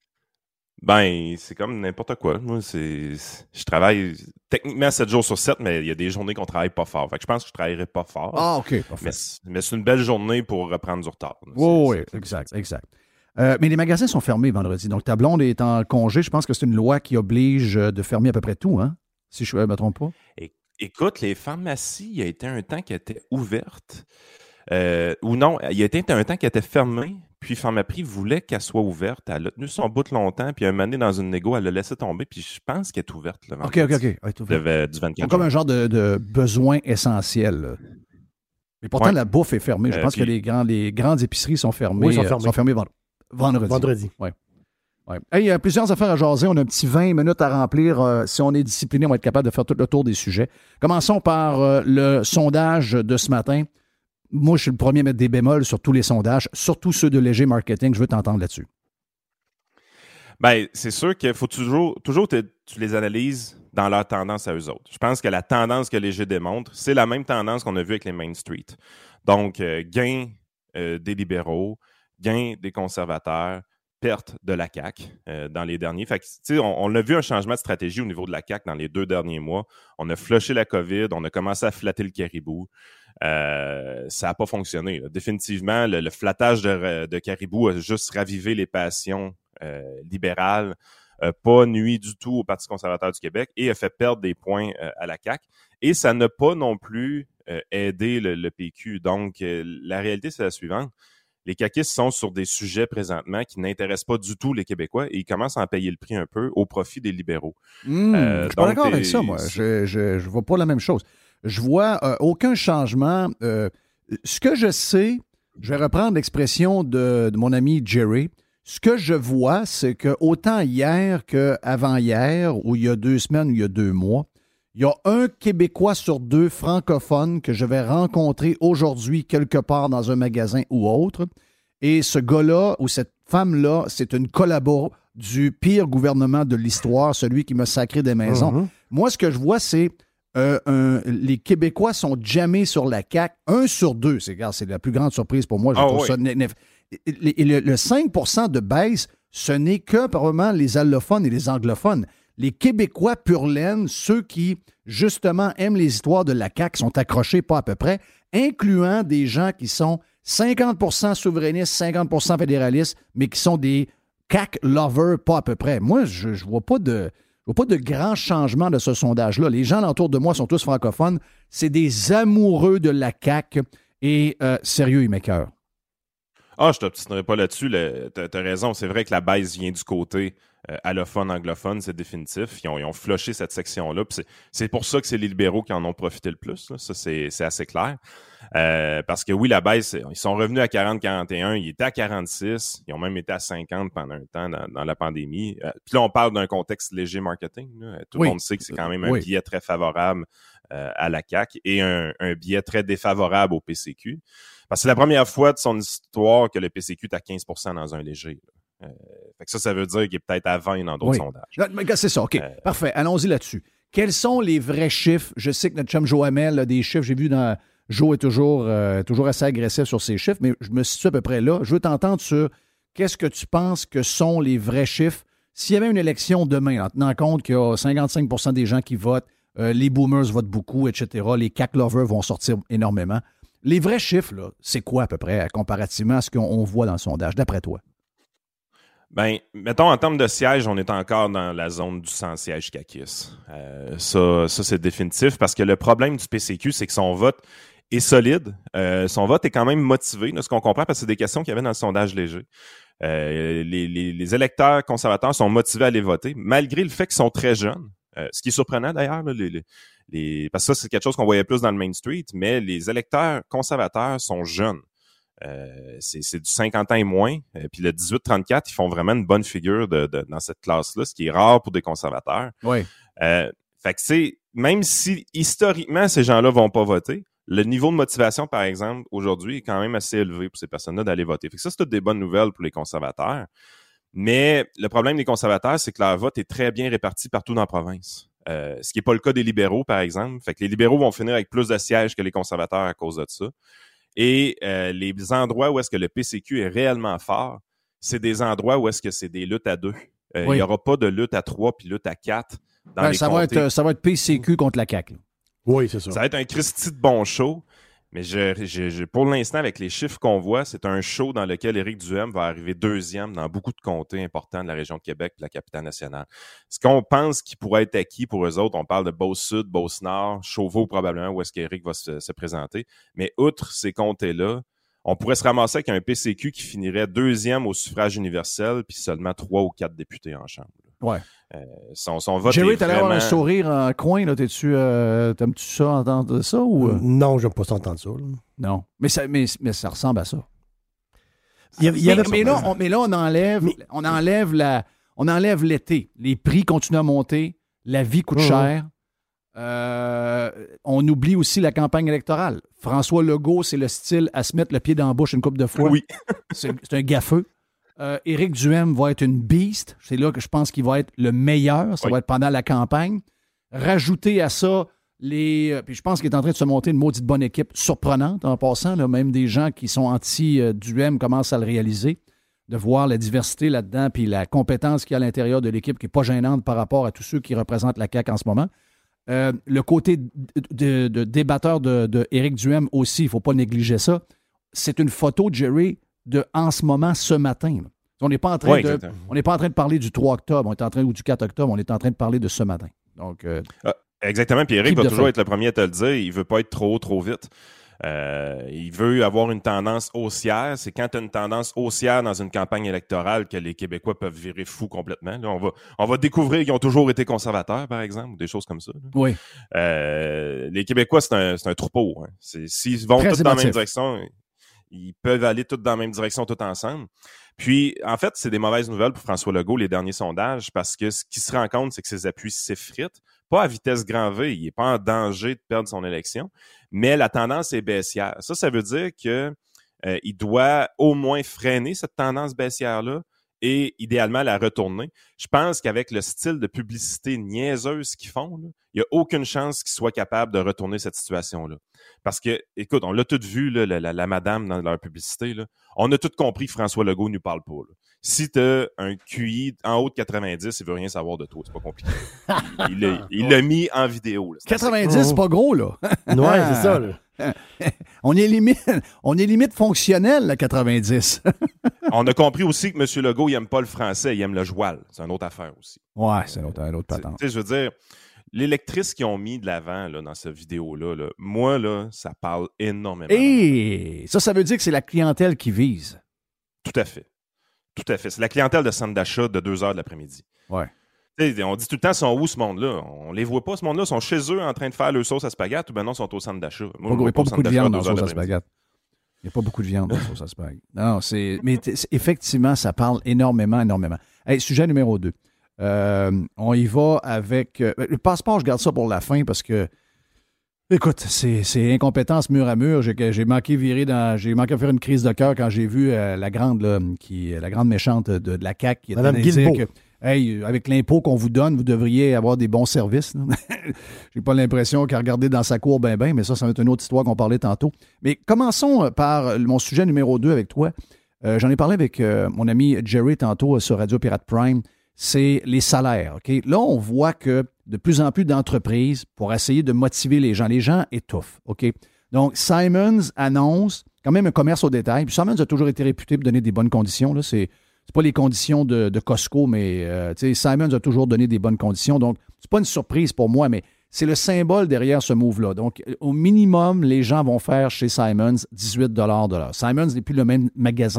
Ben, c'est comme n'importe quoi. Moi, c'est. Je travaille techniquement sept jours sur sept, mais il y a des journées qu'on travaille pas fort. Fait que je pense que je travaillerai pas fort. Ah, OK, parfait. Mais, c'est- mais c'est une belle journée pour reprendre du retard. là. Oui, C'est- oui, c'est- exact, exact. Euh, mais les magasins sont fermés vendredi. Donc, ta blonde est en congé. Je pense que c'est une loi qui oblige euh, de fermer à peu près tout, hein? Si je ne me trompe pas. É- Écoute, les pharmacies, il y a été un temps qui étaient ouvertes. Euh, ou non, il y a été un temps qui était fermé, puis Pharmaprix voulait qu'elle soit ouverte. Elle a tenu son bout longtemps, puis un moment donné, dans une négo, elle l'a laissé tomber, puis je pense qu'elle est ouverte le OK, vendredi. OK, OK. Ouais, tout de- fait. du C'est vingt-quatre comme un juin. genre de, de besoin essentiel. là. Mais pourtant, Ouais. la bouffe est fermée. Je Euh, pense puis- que les, grands, les grandes épiceries sont fermées. Oui, sont euh, fermées. sont fermées vend- vendredi. Vendredi. Ouais. Hey, il y a plusieurs affaires à jaser. On a un petit vingt minutes à remplir. Euh, si on est discipliné, on va être capable de faire tout le tour des sujets. Commençons par euh, le sondage de ce matin. Moi, je suis le premier à mettre des bémols sur tous les sondages, surtout ceux de Léger Marketing. Je veux t'entendre là-dessus. Ben, c'est sûr qu'il faut toujours, toujours te- tu les analyses dans leur tendance à eux autres. Je pense que la tendance que Léger démontre, c'est la même tendance qu'on a vue avec les Main Street. Donc, euh, gain euh, des libéraux, gain des conservateurs, perte de la C A Q euh, dans les derniers. Fait que, tu sais, on, on a vu un changement de stratégie au niveau de la C A Q dans les deux derniers mois. On a flushé la COVID, on a commencé à flatter le caribou. Euh, ça n'a pas fonctionné. Là. Définitivement, le, le flattage de, de caribou a juste ravivé les passions euh, libérales, euh, pas nuit du tout au Parti conservateur du Québec et a fait perdre des points euh, à la C A Q. Et ça n'a pas non plus euh, aidé le, le P Q. Donc, euh, la réalité, c'est la suivante. Les caquistes sont sur des sujets présentement qui n'intéressent pas du tout les Québécois et ils commencent à en payer le prix un peu au profit des libéraux. Mmh, Euh, je suis pas donc, d'accord avec t'es- ça, moi. Je je, je vois pas la même chose. Je vois euh, aucun changement. Euh, ce que je sais, je vais reprendre l'expression de, de mon ami Jerry. Ce que je vois, c'est que autant hier qu'avant-hier, ou il y a deux semaines, ou il y a deux mois, il y a un Québécois sur deux francophones que je vais rencontrer aujourd'hui quelque part dans un magasin ou autre. Et ce gars-là ou cette femme-là, c'est une collabo du pire gouvernement de l'histoire, celui qui m'a sacré des maisons. Mhm. Moi, ce que je vois, c'est euh, un- les Québécois sont jammés sur la C A Q. Un sur deux, c'est, regarde, c'est la plus grande surprise pour moi. Je Ah trouve oui. ça ne- ne- et le, le cinq pour cent de baisse, ce n'est que probablement les allophones et les anglophones. Les Québécois pur laine, ceux qui, justement, aiment les histoires de la C A Q, sont accrochés pas à peu près, incluant des gens qui sont cinquante pour cent souverainistes, cinquante pour cent fédéralistes, mais qui sont des C A Q lovers pas à peu près. Moi, je ne vois pas de... Je vois pas de grands changements de ce sondage-là. Les gens autour de moi sont tous francophones. C'est des amoureux de la C A Q et euh, sérieux, ils m'écœurent. Ah, je t'obstinerai pas là-dessus. Le, t'as, t'as raison. C'est vrai que la baisse vient du côté euh, allophone, anglophone, c'est définitif. Ils ont, ils ont flushé cette section-là. Puis c'est, c'est pour ça que c'est les libéraux qui en ont profité le plus. Là. Ça, c'est, c'est assez clair. Euh, parce que oui, la baisse, ils sont revenus à quarante quarante et un. Ils étaient à quarante-six. Ils ont même été à cinquante pendant un temps dans, dans la pandémie. Euh, puis là, on parle d'un contexte léger marketing. Là. Tout Oui. le monde sait que c'est quand même un Oui. biais très favorable euh, à la C A Q et un, un biais très défavorable au P C Q. Parce que c'est la première fois de son histoire que le P C Q est à quinze pour cent dans un léger. Euh, fait que ça, ça veut dire qu'il est peut-être à vingt dans d'autres Oui. sondages. Là, mais gars, c'est ça, OK. Euh, Parfait. Allons-y là-dessus. Quels sont les vrais chiffres? Je sais que notre chum Joe Hamel a des chiffres. J'ai vu dans... Joe est toujours, euh, toujours assez agressif sur ses chiffres, mais je me situe à peu près là. Je veux t'entendre sur qu'est-ce que tu penses que sont les vrais chiffres. S'il y avait une élection demain, en tenant compte qu'il y a cinquante-cinq pour cent des gens qui votent, euh, les boomers votent beaucoup, et cetera, les C A Q lovers vont sortir énormément. Les vrais chiffres, là, c'est quoi à peu près, comparativement à ce qu'on on voit dans le sondage, d'après toi? Ben, mettons, en termes de sièges, on est encore dans la zone du cent sièges caquistes. Euh, ça, ça c'est définitif parce que le problème du P C Q, c'est que son vote est solide. Euh, son vote est quand même motivé, de ce qu'on comprend, parce que c'est des questions qu'il y avait dans le sondage léger. Euh, les, les, les électeurs conservateurs sont motivés à aller voter, malgré le fait qu'ils sont très jeunes. Euh, ce qui est surprenant d'ailleurs, là, les, les, les, parce que ça, c'est quelque chose qu'on voyait plus dans le Main Street, mais les électeurs conservateurs sont jeunes. Euh, c'est, c'est du cinquante ans et moins. Euh, puis le dix-huit trente-quatre, ils font vraiment une bonne figure de, de, dans cette classe-là, ce qui est rare pour des conservateurs. Oui. Euh, fait que c'est, même si historiquement ces gens-là vont pas voter, le niveau de motivation, par exemple, aujourd'hui, est quand même assez élevé pour ces personnes-là d'aller voter. Fait que ça, c'est toutes des bonnes nouvelles pour les conservateurs. Mais le problème des conservateurs, c'est que leur vote est très bien réparti partout dans la province. Euh, ce qui n'est pas le cas des libéraux, par exemple. Fait que les libéraux vont finir avec plus de sièges que les conservateurs à cause de ça. Et euh, les endroits où est-ce que le P C Q est réellement fort, c'est des endroits où est-ce que c'est des luttes à deux. Euh, oui. Il n'y aura pas de lutte à trois puis lutte à quatre dans ben, les ça comtés. va être, ça va être P C Q contre la C A Q. Là. Oui, c'est ça. Ça va être un Christy de bon show. Mais je, je, je, pour l'instant, avec les chiffres qu'on voit, c'est un show dans lequel Éric Duhem va arriver deuxième dans beaucoup de comtés importants de la région de Québec et de la capitale nationale. Ce qu'on pense qui pourrait être acquis pour eux autres, on parle de Beauce-Sud, Beauce-Nord, Chauveau probablement, où est-ce qu'Éric va se, se présenter. Mais outre ces comtés-là, on pourrait se ramasser avec un P C Q qui finirait deuxième au suffrage universel puis seulement trois ou quatre députés en chambre. Ouais. Euh, son, son vote Jerry, est t'allais vraiment... avoir un sourire en coin, là. T'es-tu, euh, t'aimes-tu ça, entendre ça? Ou... Non, j'aime pas ça entendre ça. Là. Non. Mais ça, mais, mais ça ressemble à ça. Il y avait, il y avait mais, mais, là, on, mais là, on enlève, mais... on enlève la, on enlève l'été. Les prix continuent à monter. La vie coûte mmh. cher. Euh, on oublie aussi la campagne électorale. François Legault, c'est le style à se mettre le pied dans la bouche une couple de fois. Oui. c'est, c'est un gaffeux. Euh, Éric Duhem va être une beast. C'est là que je pense qu'il va être le meilleur. Ça oui. va être pendant la campagne. Rajouter à ça les... Euh, puis je pense qu'il est en train de se monter une maudite bonne équipe surprenante en passant. Là, même des gens qui sont anti-Duhem commencent à le réaliser. De voir la diversité là-dedans puis la compétence qu'il y a à l'intérieur de l'équipe qui n'est pas gênante par rapport à tous ceux qui représentent la C A Q en ce moment. Euh, le côté de, de, de débatteur de, de Éric Duhem aussi, il ne faut pas négliger ça. C'est une photo, Jerry, de en ce moment, ce matin. On n'est pas en train oui, de, on n'est pas en train de parler du trois octobre, on est en train, ou du quatre octobre, on est en train de parler de ce matin. Donc, euh, ah, exactement, puis Éric va toujours fait. être le premier à te le dire, il ne veut pas être trop haut, trop vite. Euh, il veut avoir une tendance haussière. C'est quand tu as une tendance haussière dans une campagne électorale que les Québécois peuvent virer fous complètement. Là, on va, on va découvrir qu'ils ont toujours été conservateurs, par exemple, ou des choses comme ça. Là. Oui. Euh, les Québécois, c'est un, c'est un troupeau. Hein. C'est, s'ils vont Très tous émotif. dans la même direction, ils peuvent aller tous dans la même direction, tous ensemble. Puis, en fait, c'est des mauvaises nouvelles pour François Legault, les derniers sondages, parce que ce qui se rend compte, c'est que ses appuis s'effritent. Pas à vitesse grand V, il n'est pas en danger de perdre son élection, mais la tendance est baissière. Ça, ça veut dire que euh, il doit au moins freiner cette tendance baissière-là et idéalement la retourner. Je pense qu'avec le style de publicité niaiseuse qu'ils font, là, il n'y a aucune chance qu'ils soient capables de retourner cette situation-là. Parce que, écoute, on l'a tout vu, là, la, la, la madame dans leur publicité, là. On a tout compris que François Legault ne nous parle pas. Là. Si tu as un Q I en haut de quatre-vingt-dix, il veut rien savoir de toi. C'est pas compliqué. Il l'a, il l'a mis en vidéo. Là. C'est quatre-vingt-dix, assez... c'est pas gros, là. Ouais, c'est ça. Là. on, est limite, on est limite fonctionnel, à quatre-vingt-dix. On a compris aussi que M. Legault, il n'aime pas le français, il aime le joual. C'est une autre affaire aussi. Ouais, c'est une autre, une autre patente. Tu sais, je veux dire, les lectrices qu'ils ont mis de l'avant là, dans cette vidéo-là, là, moi, là, ça parle énormément. Et ça, ça veut dire que c'est la clientèle qui vise. Tout à fait. Tout à fait. C'est la clientèle de centre d'achat de deux heures de l'après-midi. Ouais. T'sais, on dit tout le temps, ils sont où ce monde-là? On les voit pas, ce monde-là. Ils sont chez eux en train de faire leur sauce à spaghette ou ben non, ils sont au centre d'achat. Moi, il n'y a pas beaucoup de viande dans la sauce à spaghette. Il n'y a pas beaucoup de viande dans la sauce à spaghette. Non, c'est... Mais effectivement, ça parle énormément, énormément. Hey, sujet numéro deux. Euh, on y va avec... Euh, le passeport, je garde ça pour la fin parce que écoute, c'est, c'est incompétence mur à mur. J'ai, j'ai manqué virer dans, j'ai manqué faire une crise de cœur quand j'ai vu euh, la grande là, qui, la grande méchante de, de la C A Q qui Madame était Guilbeault. dire que hey, avec l'impôt qu'on vous donne, vous devriez avoir des bons services. J'ai pas l'impression qu'à regarder dans sa cour ben ben, mais ça, ça va être une autre histoire qu'on parlait tantôt. Mais commençons par mon sujet numéro deux avec toi. Euh, j'en ai parlé avec euh, mon ami Jerry tantôt euh, sur Radio Pirate Prime. C'est les salaires. Okay? Là, on voit que de plus en plus d'entreprises, pour essayer de motiver les gens, les gens étouffent. Okay? Donc, Simons annonce quand même un commerce au détail. Puis Simons a toujours été réputé pour donner des bonnes conditions. Là. C'est, c'est pas les conditions de, de Costco, mais euh, Simons a toujours donné des bonnes conditions. Donc, c'est pas une surprise pour moi, mais c'est le symbole derrière ce move-là. Donc, au minimum, les gens vont faire chez Simons dix-huit dollars de l'heure. Simons n'est plus le même magasin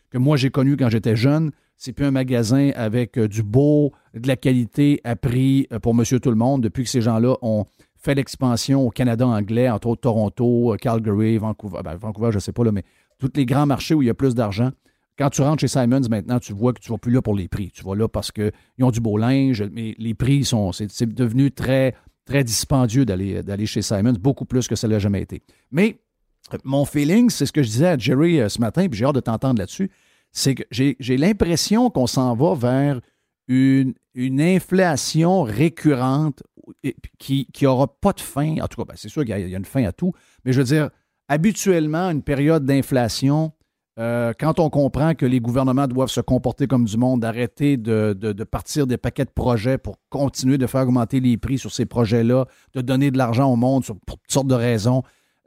que moi j'ai connu quand j'étais jeune. C'est plus un magasin avec euh, du beau, de la qualité à prix euh, pour monsieur tout le monde. Depuis que ces gens-là ont fait l'expansion au Canada anglais, entre autres Toronto, euh, Calgary, Vancouver, ben, Vancouver, je ne sais pas, là, mais tous les grands marchés où il y a plus d'argent. Quand tu rentres chez Simons maintenant, tu vois que tu ne vas plus là pour les prix. Tu vas là parce qu'ils ont du beau linge, mais les prix sont. C'est, c'est devenu très, très dispendieux d'aller, d'aller chez Simons, beaucoup plus que ça ne l'a jamais été. Mais mon feeling, c'est ce que je disais à Jerry euh, ce matin, puis j'ai hâte de t'entendre là-dessus. C'est que j'ai, j'ai l'impression qu'on s'en va vers une, une inflation récurrente qui n'aura pas de fin. En tout cas, ben c'est sûr qu'il y a, il y a une fin à tout, mais je veux dire, habituellement, une période d'inflation, euh, quand on comprend que les gouvernements doivent se comporter comme du monde, arrêter de, de, de partir des paquets de projets pour continuer de faire augmenter les prix sur ces projets-là, de donner de l'argent au monde sur, pour toutes sortes de raisons,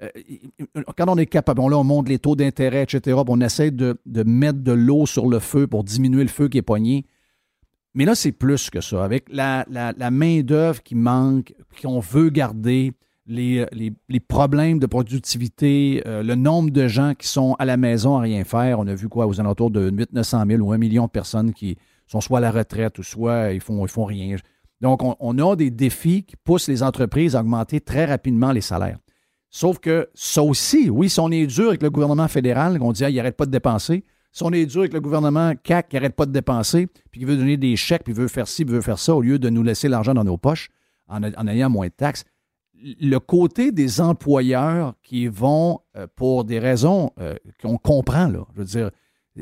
quand on est capable, on, là, on monte les taux d'intérêt, et cetera, puis on essaie de, de mettre de l'eau sur le feu pour diminuer le feu qui est pogné. Mais là, c'est plus que ça. Avec la, la, la main-d'œuvre qui manque, qu'on veut garder, les, les, les problèmes de productivité, euh, le nombre de gens qui sont à la maison à rien faire. On a vu quoi, aux alentours de huit cent à neuf cent mille ou un million de personnes qui sont soit à la retraite ou soit ils font, ils font rien. Donc, on, on a des défis qui poussent les entreprises à augmenter très rapidement les salaires. Sauf que ça aussi, oui, si on est dur avec le gouvernement fédéral, qu'on dit ah, il n'arrête pas de dépenser, si on est dur avec le gouvernement C A Q qui n'arrête pas de dépenser, puis qui veut donner des chèques, puis veut faire ci, puis veut faire ça, au lieu de nous laisser l'argent dans nos poches en, en ayant moins de taxes, le côté des employeurs qui vont, euh, pour des raisons euh, qu'on comprend, là, je veux dire,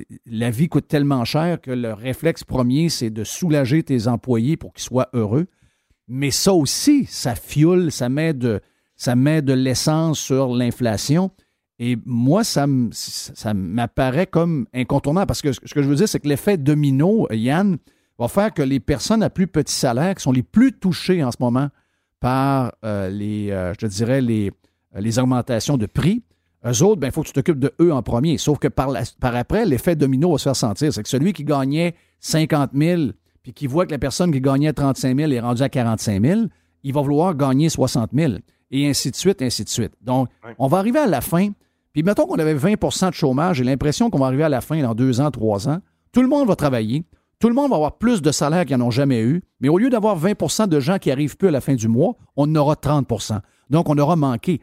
la vie coûte tellement cher que le réflexe premier, c'est de soulager tes employés pour qu'ils soient heureux. Mais ça aussi, ça fioule, ça met de... Ça met de l'essence sur l'inflation. Et moi, ça, m- ça m'apparaît comme incontournable. Parce que ce que je veux dire, c'est que l'effet domino, Yann, va faire que les personnes à plus petit salaire, qui sont les plus touchées en ce moment par euh, les, euh, je te dirais, les, les augmentations de prix, eux autres, il faut que tu t'occupes de eux en premier. Sauf que par, la, par après, l'effet domino va se faire sentir. C'est que celui qui gagnait cinquante mille puis qui voit que la personne qui gagnait trente-cinq mille est rendue à quarante-cinq mille, il va vouloir gagner soixante mille. Et ainsi de suite, ainsi de suite. Donc, ouais. On va arriver à la fin, puis mettons qu'on avait vingt pour cent de chômage, j'ai l'impression qu'on va arriver à la fin dans deux ans, trois ans. Tout le monde va travailler, tout le monde va avoir plus de salaire qu'ils n'en ont jamais eu, mais au lieu d'avoir vingt pour cent de gens qui n'arrivent plus à la fin du mois, on en aura trente pour cent. Donc, on aura manqué.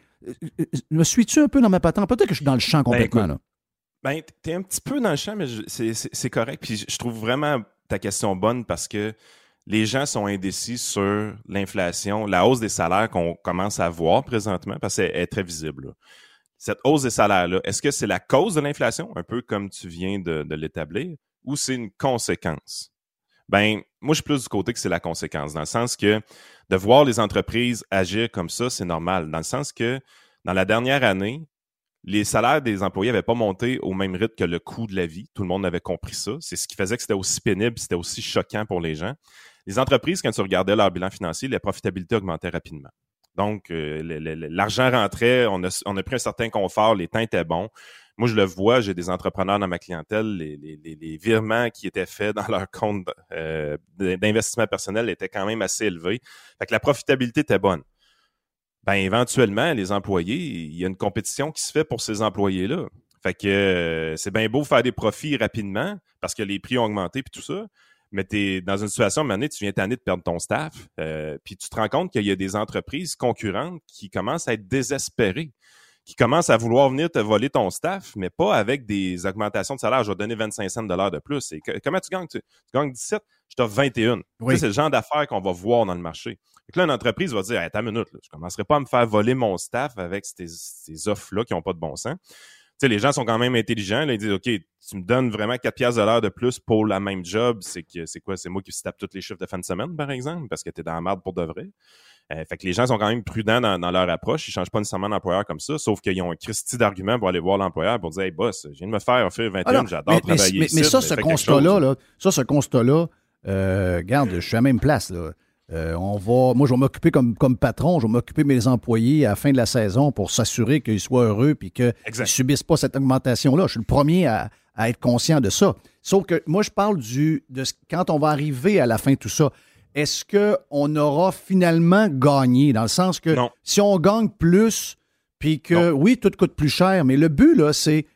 Me suis-tu un peu dans ma patente? Peut-être que je suis dans le champ complètement. Ben, écoute, là. Ben, t'es un petit peu dans le champ, mais je, c'est, c'est, c'est correct. Puis je trouve vraiment ta question bonne parce que les gens sont indécis sur l'inflation, la hausse des salaires qu'on commence à voir présentement, parce qu'elle est très visible. Là. Cette hausse des salaires-là, est-ce que c'est la cause de l'inflation, un peu comme tu viens de, de l'établir, ou c'est une conséquence? Ben, moi, je suis plus du côté que c'est la conséquence, dans le sens que de voir les entreprises agir comme ça, c'est normal. Dans le sens que, dans la dernière année, les salaires des employés n'avaient pas monté au même rythme que le coût de la vie. Tout le monde avait compris ça. C'est ce qui faisait que c'était aussi pénible, c'était aussi choquant pour les gens. Les entreprises, quand tu regardais leur bilan financier, la profitabilité augmentait rapidement. Donc, euh, le, le, l'argent rentrait, on a, on a pris un certain confort, les temps étaient bons. Moi, je le vois, j'ai des entrepreneurs dans ma clientèle, les, les, les virements qui étaient faits dans leur compte euh, d'investissement personnel étaient quand même assez élevés. Fait que la profitabilité était bonne. Ben, éventuellement, les employés, il y a une compétition qui se fait pour ces employés-là. Fait que euh, c'est bien beau faire des profits rapidement parce que les prix ont augmenté puis tout ça. Mais tu es dans une situation, à un moment donné, tu viens t'année de perdre ton staff, euh, puis tu te rends compte qu'il y a des entreprises concurrentes qui commencent à être désespérées, qui commencent à vouloir venir te voler ton staff, mais pas avec des augmentations de salaire. Je vais te donner vingt-cinq cents de dollars de plus. Et que, comment tu gagnes? Tu, tu gagnes dix-sept, je t'offre vingt et un. Oui. Ça, c'est le genre d'affaires qu'on va voir dans le marché. Donc là, une entreprise va dire, hey, attends une minute, là, je ne commencerai pas à me faire voler mon staff avec ces, ces offres-là qui n'ont pas de bon sens. Tu sais, les gens sont quand même intelligents. Là, ils disent, OK, tu me donnes vraiment quatre piastres de l'heure de plus pour la même job. C'est que c'est quoi? C'est moi qui se tape tous les chiffres de fin de semaine, par exemple, parce que tu es dans la merde pour de vrai. Euh, fait que les gens sont quand même prudents dans, dans leur approche. Ils changent pas nécessairement d'employeur comme ça, sauf qu'ils ont un Christy d'arguments pour aller voir l'employeur pour dire, hey boss, je viens de me faire offrir vingt et un, alors, j'adore mais, travailler mais, ici. Mais ça, ce constat-là, là, ça, ce constat-là, euh, regarde, je suis à la même place, là. Euh, on va, moi, je vais m'occuper comme, comme patron, je vais m'occuper de mes employés à la fin de la saison pour s'assurer qu'ils soient heureux et qu'ils ne subissent pas cette augmentation-là. Je suis le premier à, à être conscient de ça. Sauf que moi, je parle du de quand on va arriver à la fin de tout ça. Est-ce qu'on aura finalement gagné? Dans le sens que non. Si on gagne plus, puis que, non. oui, tout coûte plus cher, mais le but, là, c'est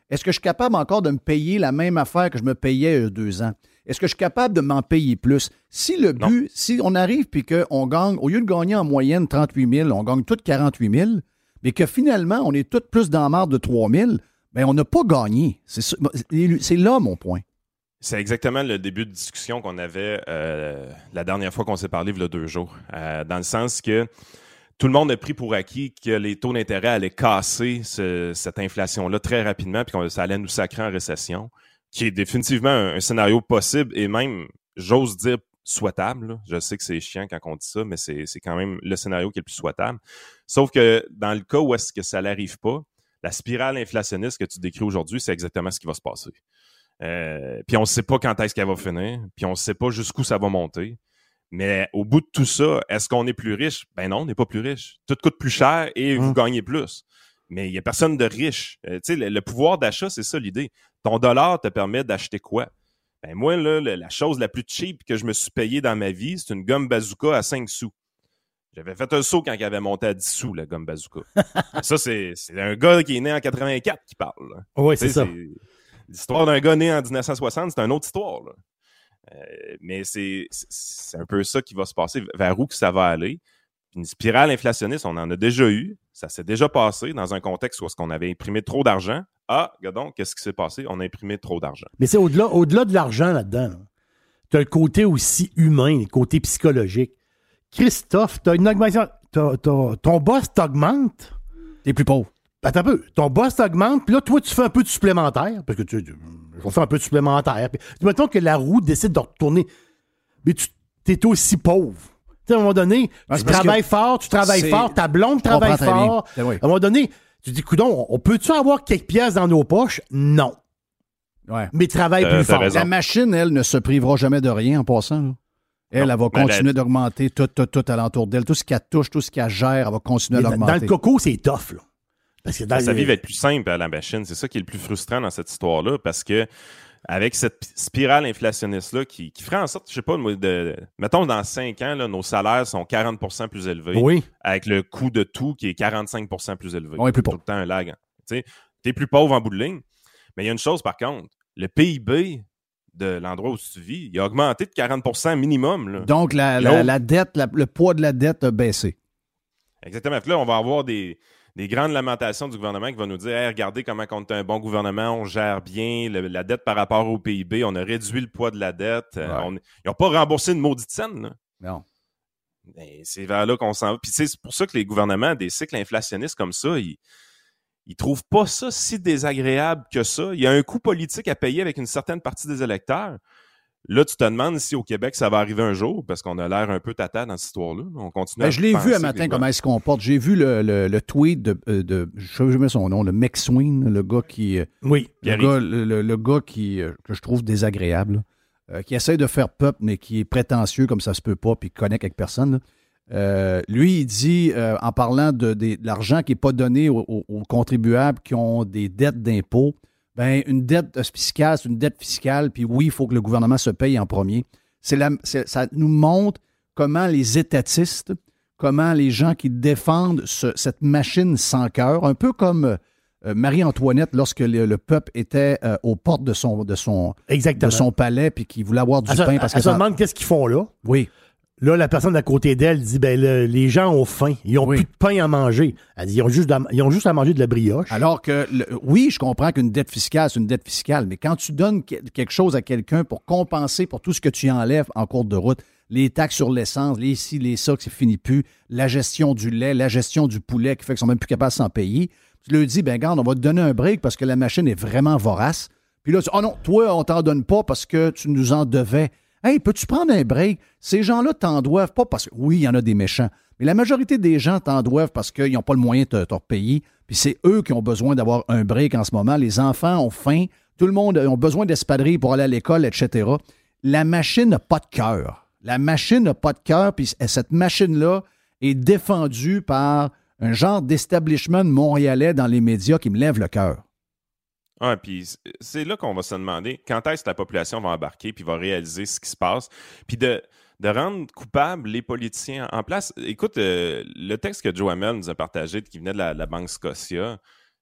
Est-ce que je suis capable encore de me payer la même affaire que je me payais il y a deux ans? Est-ce que je suis capable de m'en payer plus? Si le but, non. si on arrive puis qu'on gagne, au lieu de gagner en moyenne trente-huit mille, on gagne tous quarante-huit mille, mais que finalement, on est tous plus dans la marde de trois mille, bien, on n'a pas gagné. C'est, c'est là mon point. C'est exactement le début de discussion qu'on avait euh, la dernière fois qu'on s'est parlé, il y a deux jours. Euh, dans le sens que tout le monde a pris pour acquis que les taux d'intérêt allaient casser ce, cette inflation-là très rapidement puis que ça allait nous sacrer en récession, qui est définitivement un, un scénario possible et même, j'ose dire, souhaitable. Là. Je sais que c'est chiant quand on dit ça, mais c'est, c'est quand même le scénario qui est le plus souhaitable. Sauf que dans le cas où est-ce que ça n'arrive pas, la spirale inflationniste que tu décris aujourd'hui, c'est exactement ce qui va se passer. Euh, puis on ne sait pas quand est-ce qu'elle va finir, puis on ne sait pas jusqu'où ça va monter. Mais au bout de tout ça, est-ce qu'on est plus riche? Ben non, on n'est pas plus riche. Tout coûte plus cher et mmh. vous gagnez plus. Mais il n'y a personne de riche. Euh, tu sais, le, le pouvoir d'achat, c'est ça l'idée. Ton dollar te permet d'acheter quoi? Ben moi, là, le, la chose la plus cheap que je me suis payée dans ma vie, c'est une gomme bazooka à cinq sous. J'avais fait un saut quand il avait monté à dix sous, la gomme bazooka. Ça, c'est, c'est un gars qui est né en quatre-vingt-quatre qui parle. Oui, c'est ça. C'est, l'histoire d'un gars né en dix-neuf cent soixante, c'est une autre histoire. Là. Euh, mais c'est, c'est, c'est un peu ça qui va se passer. Vers où que ça va aller? Une spirale inflationniste, on en a déjà eu. Ça s'est déjà passé dans un contexte où est-ce qu'on avait imprimé trop d'argent. Ah, regardons, qu'est-ce qui s'est passé? On a imprimé trop d'argent. Mais c'est au-delà, au-delà de l'argent là-dedans. Là. Tu as le côté aussi humain, le côté psychologique. Christophe, tu as une augmentation. T'as, t'as, ton boss t'augmente. T'es plus pauvre. Attends un peu. Ton boss t'augmente, puis là, toi, tu fais un peu de supplémentaire. Parce que tu je vais faire un peu de supplémentaire. Puis, mettons que la roue décide de retourner. Mais tu es aussi pauvre. À un moment donné, ah, tu travailles que fort, tu travailles c'est... fort, ta blonde travaille fort. Oui. À un moment donné, tu te dis, coudonc, on peut-tu avoir quelques pièces dans nos poches? Non. Ouais. Mais travaille euh, plus fort. Raison. La machine, elle, ne se privera jamais de rien en passant. Là. Elle, non, elle va continuer la... d'augmenter tout, tout, tout alentour d'elle. Tout ce qu'elle touche, tout ce qu'elle gère, elle va continuer mais d'augmenter. Dans le coco, c'est tough, là. Parce que dans Sa les... vie va être plus simple à la machine. C'est ça qui est le plus frustrant dans cette histoire-là, parce que avec cette spirale inflationniste-là qui, qui ferait en sorte, je sais pas, de, mettons dans cinq ans, là, nos salaires sont quarante pour cent plus élevés. Oui. Avec le coût de tout qui est quarante-cinq pour cent plus élevé. On est plus pauvre. Tout le temps un lag. Tu es plus pauvre en bout de ligne. Mais il y a une chose par contre, le P I B de l'endroit où tu vis, il a augmenté de quarante pour cent minimum. Là. Donc la, la, la dette, la, le poids de la dette a baissé. Exactement. Puis là, on va avoir des... des grandes lamentations du gouvernement qui va nous dire hey, regardez comment on est un bon gouvernement, on gère bien le, la dette par rapport au P I B, on a réduit le poids de la dette. Ouais. Euh, on, ils n'ont pas remboursé une maudite scène. Là. Non. Et c'est vers là qu'on s'en va. Puis c'est pour ça que les gouvernements, des cycles inflationnistes comme ça, ils ils trouvent pas ça si désagréable que ça. Il y a un coût politique à payer avec une certaine partie des électeurs. Là, tu te demandes si au Québec, ça va arriver un jour, parce qu'on a l'air un peu tata dans cette histoire-là. On continue ben, à Je l'ai vu un matin, comment il se comporte. J'ai vu le, le, le tweet de, de je sais jamais son nom, le McSween, le gars qui... Oui. Le gars, le, le, le gars qui, que je trouve désagréable, euh, qui essaie de faire peuple, mais qui est prétentieux comme ça se peut pas, puis qui connecte avec personne. Euh, lui, il dit, euh, en parlant de, de, de l'argent qui n'est pas donné aux, aux, aux contribuables qui ont des dettes d'impôts, ben, une dette fiscale, c'est une dette fiscale, puis oui, il faut que le gouvernement se paye en premier. C'est la, c'est, ça nous montre comment les étatistes, comment les gens qui défendent ce, cette machine sans cœur, un peu comme euh, Marie-Antoinette lorsque le, le peuple était euh, aux portes de son, de son, de son palais, puis qui voulait avoir du elle pain. Se, parce elle que se ça... demande qu'est-ce qu'ils font là. Oui. Là, la personne à côté d'elle dit, ben le, les gens ont faim. Ils ont oui. plus de pain à manger. Elle dit, ils ont juste à, ils ont juste à manger de la brioche. Alors que, le, oui, je comprends qu'une dette fiscale, c'est une dette fiscale, mais quand tu donnes que, quelque chose à quelqu'un pour compenser pour tout ce que tu enlèves en cours de route, les taxes sur l'essence, les ci, les ça, que ça finit plus, la gestion du lait, la gestion du poulet qui fait qu'ils sont même plus capables de s'en payer, tu leur dis, ben garde, on va te donner un break parce que la machine est vraiment vorace. Puis là, tu dis, oh non, toi, on t'en donne pas parce que tu nous en devais. Hey, peux-tu prendre un break? Ces gens-là t'en doivent pas parce que, oui, il y en a des méchants, mais la majorité des gens t'en doivent parce qu'ils n'ont pas le moyen de te, te repayer. Puis c'est eux qui ont besoin d'avoir un break en ce moment. Les enfants ont faim, tout le monde a besoin d'espadrilles pour aller à l'école, et cetera. La machine n'a pas de cœur. La machine n'a pas de cœur, puis cette machine-là est défendue par un genre d'establishment montréalais dans les médias qui me lève le cœur. Ah, puis c'est là qu'on va se demander quand est-ce que la population va embarquer puis va réaliser ce qui se passe. Puis de, de rendre coupables les politiciens en place. Écoute, euh, le texte que Joe Hamel nous a partagé qui venait de la, la Banque Scotia,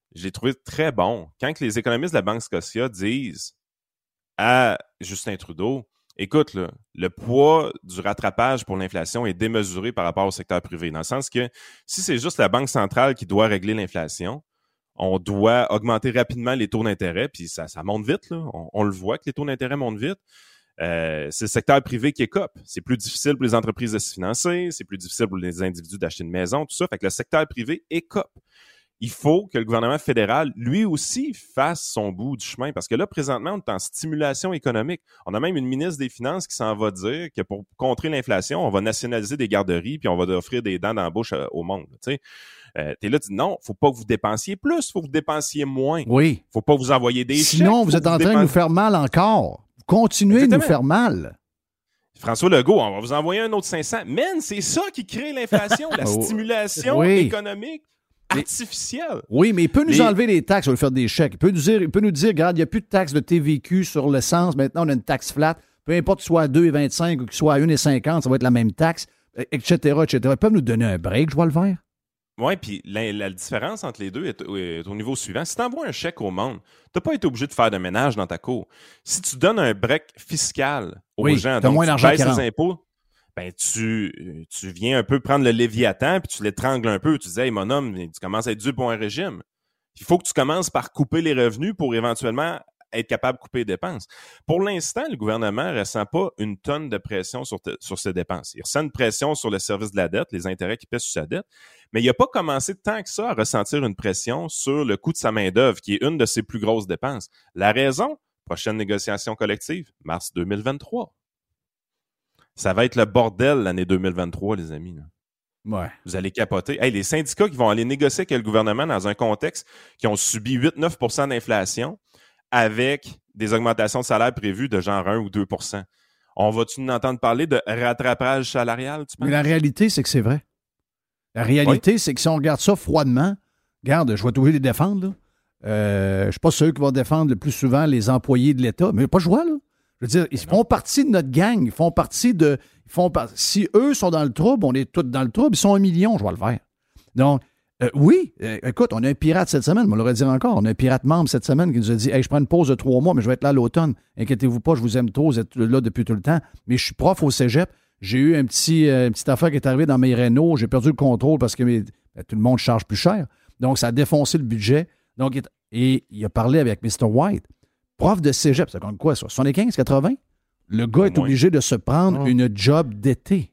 je l'ai trouvé très bon. Quand que les économistes de la Banque Scotia disent à Justin Trudeau, écoute, là, le poids du rattrapage pour l'inflation est démesuré par rapport au secteur privé, dans le sens que si c'est juste la Banque centrale qui doit régler l'inflation, on doit augmenter rapidement les taux d'intérêt, puis ça, ça monte vite, là. On, on le voit que les taux d'intérêt montent vite. Euh, c'est le secteur privé qui écope. C'est plus difficile pour les entreprises de se financer, c'est plus difficile pour les individus d'acheter une maison, tout ça. Fait que le secteur privé écope. Il faut que le gouvernement fédéral, lui aussi, fasse son bout du chemin. Parce que là, présentement, on est en stimulation économique. On a même une ministre des Finances qui s'en va dire que pour contrer l'inflation, on va nationaliser des garderies puis on va offrir des dents d'embauche au monde. Tu sais, euh, t'es là, tu dis non, faut pas que vous dépensiez plus, faut que vous dépensiez moins. Oui. Faut pas vous envoyer des chèques. Sinon, vous êtes en train dépenser... de nous faire mal encore. Vous continuez Exactement. de nous faire mal. François Legault, on va vous envoyer un autre cinq cents. Man, c'est ça qui crée l'inflation, la stimulation oui. économique. Artificiel. Oui, mais il peut nous les... enlever les taxes, on va lui faire des chèques. Il peut nous dire, il peut nous dire, regarde, il n'y a plus de taxe de T V Q sur l'essence. Maintenant, on a une taxe flat. Peu importe que ce soit à deux virgule vingt-cinq ou que ce soit à un virgule cinquante, ça va être la même taxe, et cetera, et cetera. Ils peuvent nous donner un break, je vois le vert. Oui, puis la, la différence entre les deux est, est au niveau suivant. Si tu envoies un chèque au monde, tu n'as pas été obligé de faire de ménage dans ta cour. Si tu donnes un break fiscal aux oui, gens, donc moins tu baisses les impôts, ben tu, tu viens un peu prendre le Léviathan puis tu l'étrangles un peu. Tu dis, hey, mon homme, tu commences à être dû pour un régime. Il faut que tu commences par couper les revenus pour éventuellement être capable de couper les dépenses. Pour l'instant, le gouvernement ne ressent pas une tonne de pression sur, te, sur ses dépenses. Il ressent une pression sur le service de la dette, les intérêts qui pèsent sur sa dette, mais il n'a pas commencé tant que ça à ressentir une pression sur le coût de sa main-d'œuvre, qui est une de ses plus grosses dépenses. La raison, prochaine négociation collective, mars deux mille vingt-trois. Ça va être le bordel l'année deux mille vingt-trois, les amis. Là. Ouais. Vous allez capoter. Hey, les syndicats qui vont aller négocier avec le gouvernement dans un contexte qui ont subi huit à neuf pour cent d'inflation avec des augmentations de salaire prévues de genre un ou deux pour cent. On va-tu nous entendre parler de rattrapage salarial, tu penses? Mais la réalité, c'est que c'est vrai. La réalité, oui. c'est que si on regarde ça froidement, regarde, je vais trouver les défendre. Là. Euh, je ne suis pas sûr qui va défendre le plus souvent les employés de l'État, mais pas de joie, là. Je veux dire, ils font partie de notre gang. Ils font partie de. Ils font par... Si eux sont dans le trouble, on est tous dans le trouble. Ils sont un million, je vois le faire. Donc, euh, oui, euh, écoute, on a un pirate cette semaine, on l'aurait dit encore. On a un pirate membre cette semaine qui nous a dit hey, je prends une pause de trois mois, mais je vais être là à l'automne. Inquiétez-vous pas, je vous aime trop, vous êtes là depuis tout le temps. Mais je suis prof au cégep. J'ai eu un petit, euh, une petite affaire qui est arrivée dans mes rénaux. J'ai perdu le contrôle parce que mes... ben, tout le monde charge plus cher. Donc, ça a défoncé le budget. Donc, il... Et il a parlé avec mister White. Prof de cégep, ça compte quoi, ça? soixante-quinze, quatre-vingts? Le gars est obligé de se prendre oh. une job d'été.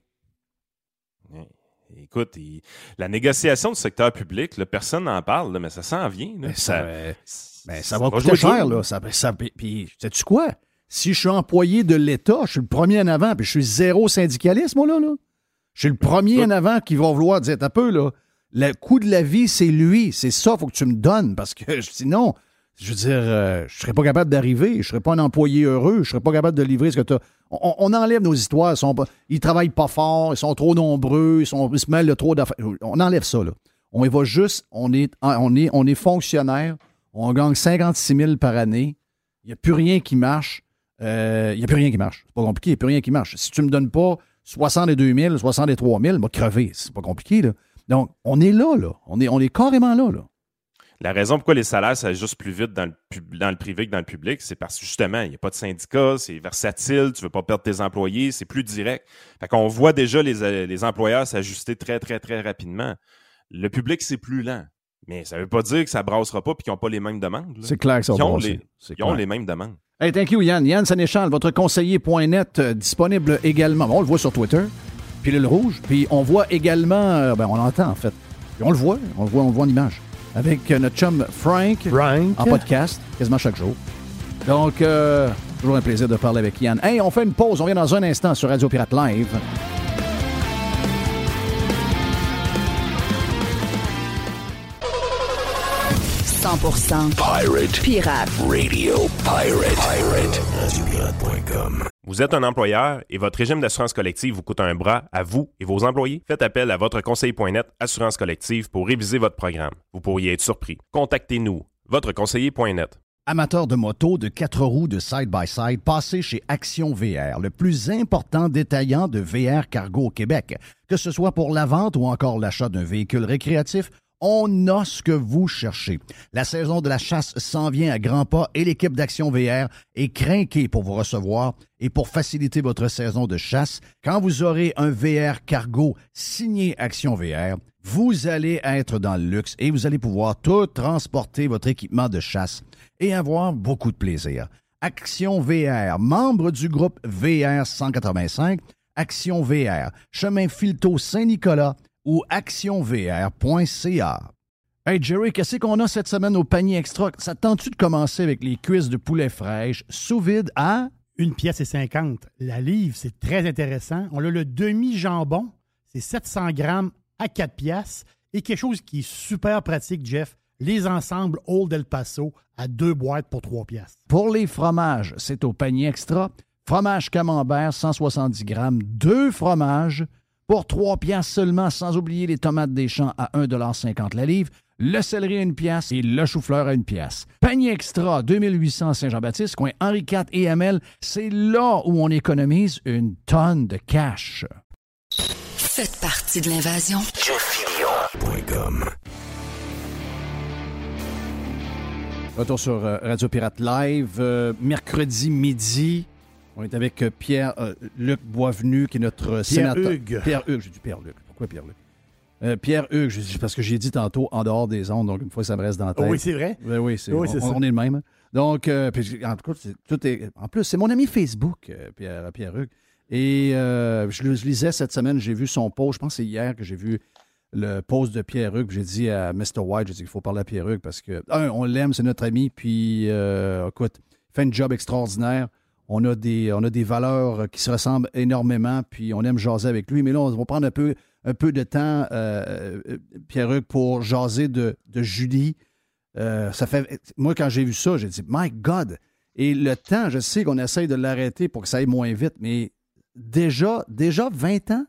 Écoute, il... la négociation du secteur public, là, personne n'en parle, là, mais ça s'en vient. Là. Mais ça, euh, ben, ça, ça va coûter cher. Là. Ça, ça, puis, sais-tu quoi? Si je suis employé de l'État, je suis le premier en avant, puis je suis zéro syndicaliste, moi, là. là. Je suis le premier en avant qui va vouloir dire, un peu, là, le coût de la vie, c'est lui. C'est ça, il faut que tu me donnes, parce que sinon... Je veux dire, euh, je ne serais pas capable d'arriver, je ne serais pas un employé heureux, je ne serais pas capable de livrer ce que tu as. On, on enlève nos histoires, ils, sont pas, ils travaillent pas fort, ils sont trop nombreux, ils, sont, ils se mêlent de trop d'affaires. On enlève ça, là. On y va juste, on est, on est, on est fonctionnaire, on gagne cinquante-six mille par année, il n'y a plus rien qui marche, euh, il n'y a plus rien qui marche. C'est pas compliqué, il n'y a plus rien qui marche. Si tu ne me donnes pas soixante-deux mille, soixante-trois mille, je vais crever, c'est pas compliqué, là. Donc, on est là, là. On est, on est carrément là, là. La raison pourquoi les salaires s'ajustent plus vite dans le, pub- dans le privé que dans le public, c'est parce que justement, il n'y a pas de syndicat, c'est versatile, tu ne veux pas perdre tes employés, c'est plus direct. Fait qu'on voit déjà les, les employeurs s'ajuster très, très, très rapidement. Le public, c'est plus lent. Mais ça ne veut pas dire que ça ne brassera pas et qu'ils n'ont pas les mêmes demandes. Là. C'est clair que ça va Ils ont, brasser. les, c'est ils ont les mêmes demandes. Hey, thank you, Yann. Yann Sénéchal, votre conseiller point net, euh, disponible également. Bon, on le voit sur Twitter, Pilule Rouge. Puis on voit également, euh, ben on l'entend en fait. Puis on le voit, on le voit, on le voit en image. Avec notre chum Frank, Frank, en podcast, quasiment chaque jour. Donc, euh, toujours un plaisir de parler avec Yann. Hey, on fait une pause, on revient dans un instant sur Radio Pirate Live. cent pour cent Pirate. Pirate. Radio Pirate. Pirate. radio pirate point com. Vous êtes un employeur et votre régime d'assurance collective vous coûte un bras à vous et vos employés? Faites appel à votre conseiller point net Assurance collective pour réviser votre programme. Vous pourriez être surpris. Contactez-nous. votre conseiller point net. Amateurs de moto, de quatre roues, de side-by-side, passez chez Action V R, le plus important détaillant de V R cargo au Québec. Que ce soit pour la vente ou encore l'achat d'un véhicule récréatif, on a ce que vous cherchez. La saison de la chasse s'en vient à grands pas et l'équipe d'Action V R est crinquée pour vous recevoir et pour faciliter votre saison de chasse. Quand vous aurez un V R cargo signé Action V R, vous allez être dans le luxe et vous allez pouvoir tout transporter votre équipement de chasse et avoir beaucoup de plaisir. Action V R, membre du groupe V R cent quatre-vingt-cinq, Action V R, chemin Filteau Saint-Nicolas ou action v r point c a. Hey Jerry, qu'est-ce qu'on a cette semaine au panier extra? Ça te tente-tu de commencer avec les cuisses de poulet fraîches sous vide à... Une pièce et cinquante. La livre, c'est très intéressant. On a le demi-jambon, c'est sept cents grammes à quatre piastres. Et quelque chose qui est super pratique, Jeff, les ensembles Old El Paso à deux boîtes pour trois piastres. Pour les fromages, c'est au panier extra. Fromage camembert, cent soixante-dix grammes, deux fromages pour trois piastres seulement, sans oublier les tomates des champs à un dollar cinquante la livre, le céleri à une pièce et le chou-fleur à une pièce. Panier extra, deux mille huit cents Saint-Jean-Baptiste, coin Henri quatre et M L, c'est là où on économise une tonne de cash. Faites partie de l'invasion. jeff fillion point com. Retour sur euh, Radio Pirate Live, euh, mercredi midi. On est avec euh, Pierre-Luc euh, Boisvenu, qui est notre sénateur. Pierre-Hugues. Pierre-Hugues, j'ai dit Pierre-Luc. Pourquoi Pierre-Luc? Euh, Pierre-Hugues, je- parce que j'ai dit tantôt en dehors des ondes, donc une fois ça me reste dans la tête. Oui, c'est vrai. Ben oui, c'est, Oui, on, c'est ça. on est le même. Donc, euh, puis, en tout cas, c'est- tout est, en plus, c'est mon ami Facebook, euh, Pierre, Pierre-Hugues. Et euh, je, le- je lisais cette semaine, j'ai vu son post, je pense que c'est hier que j'ai vu le post de Pierre-Hugues. J'ai dit à mister White, j'ai dit qu'il faut parler à Pierre-Hugues parce que, un, on l'aime, c'est notre ami, puis, euh, écoute, il fait un job extraordinaire. On a, des, on a des valeurs qui se ressemblent énormément, puis on aime jaser avec lui. Mais là, on va prendre un peu, un peu de temps, euh, Pierre-Hugues, pour jaser de, de Julie. Euh, ça fait, moi, quand j'ai vu ça, j'ai dit « My God! » Et le temps, je sais qu'on essaye de l'arrêter pour que ça aille moins vite, mais déjà, déjà vingt ans?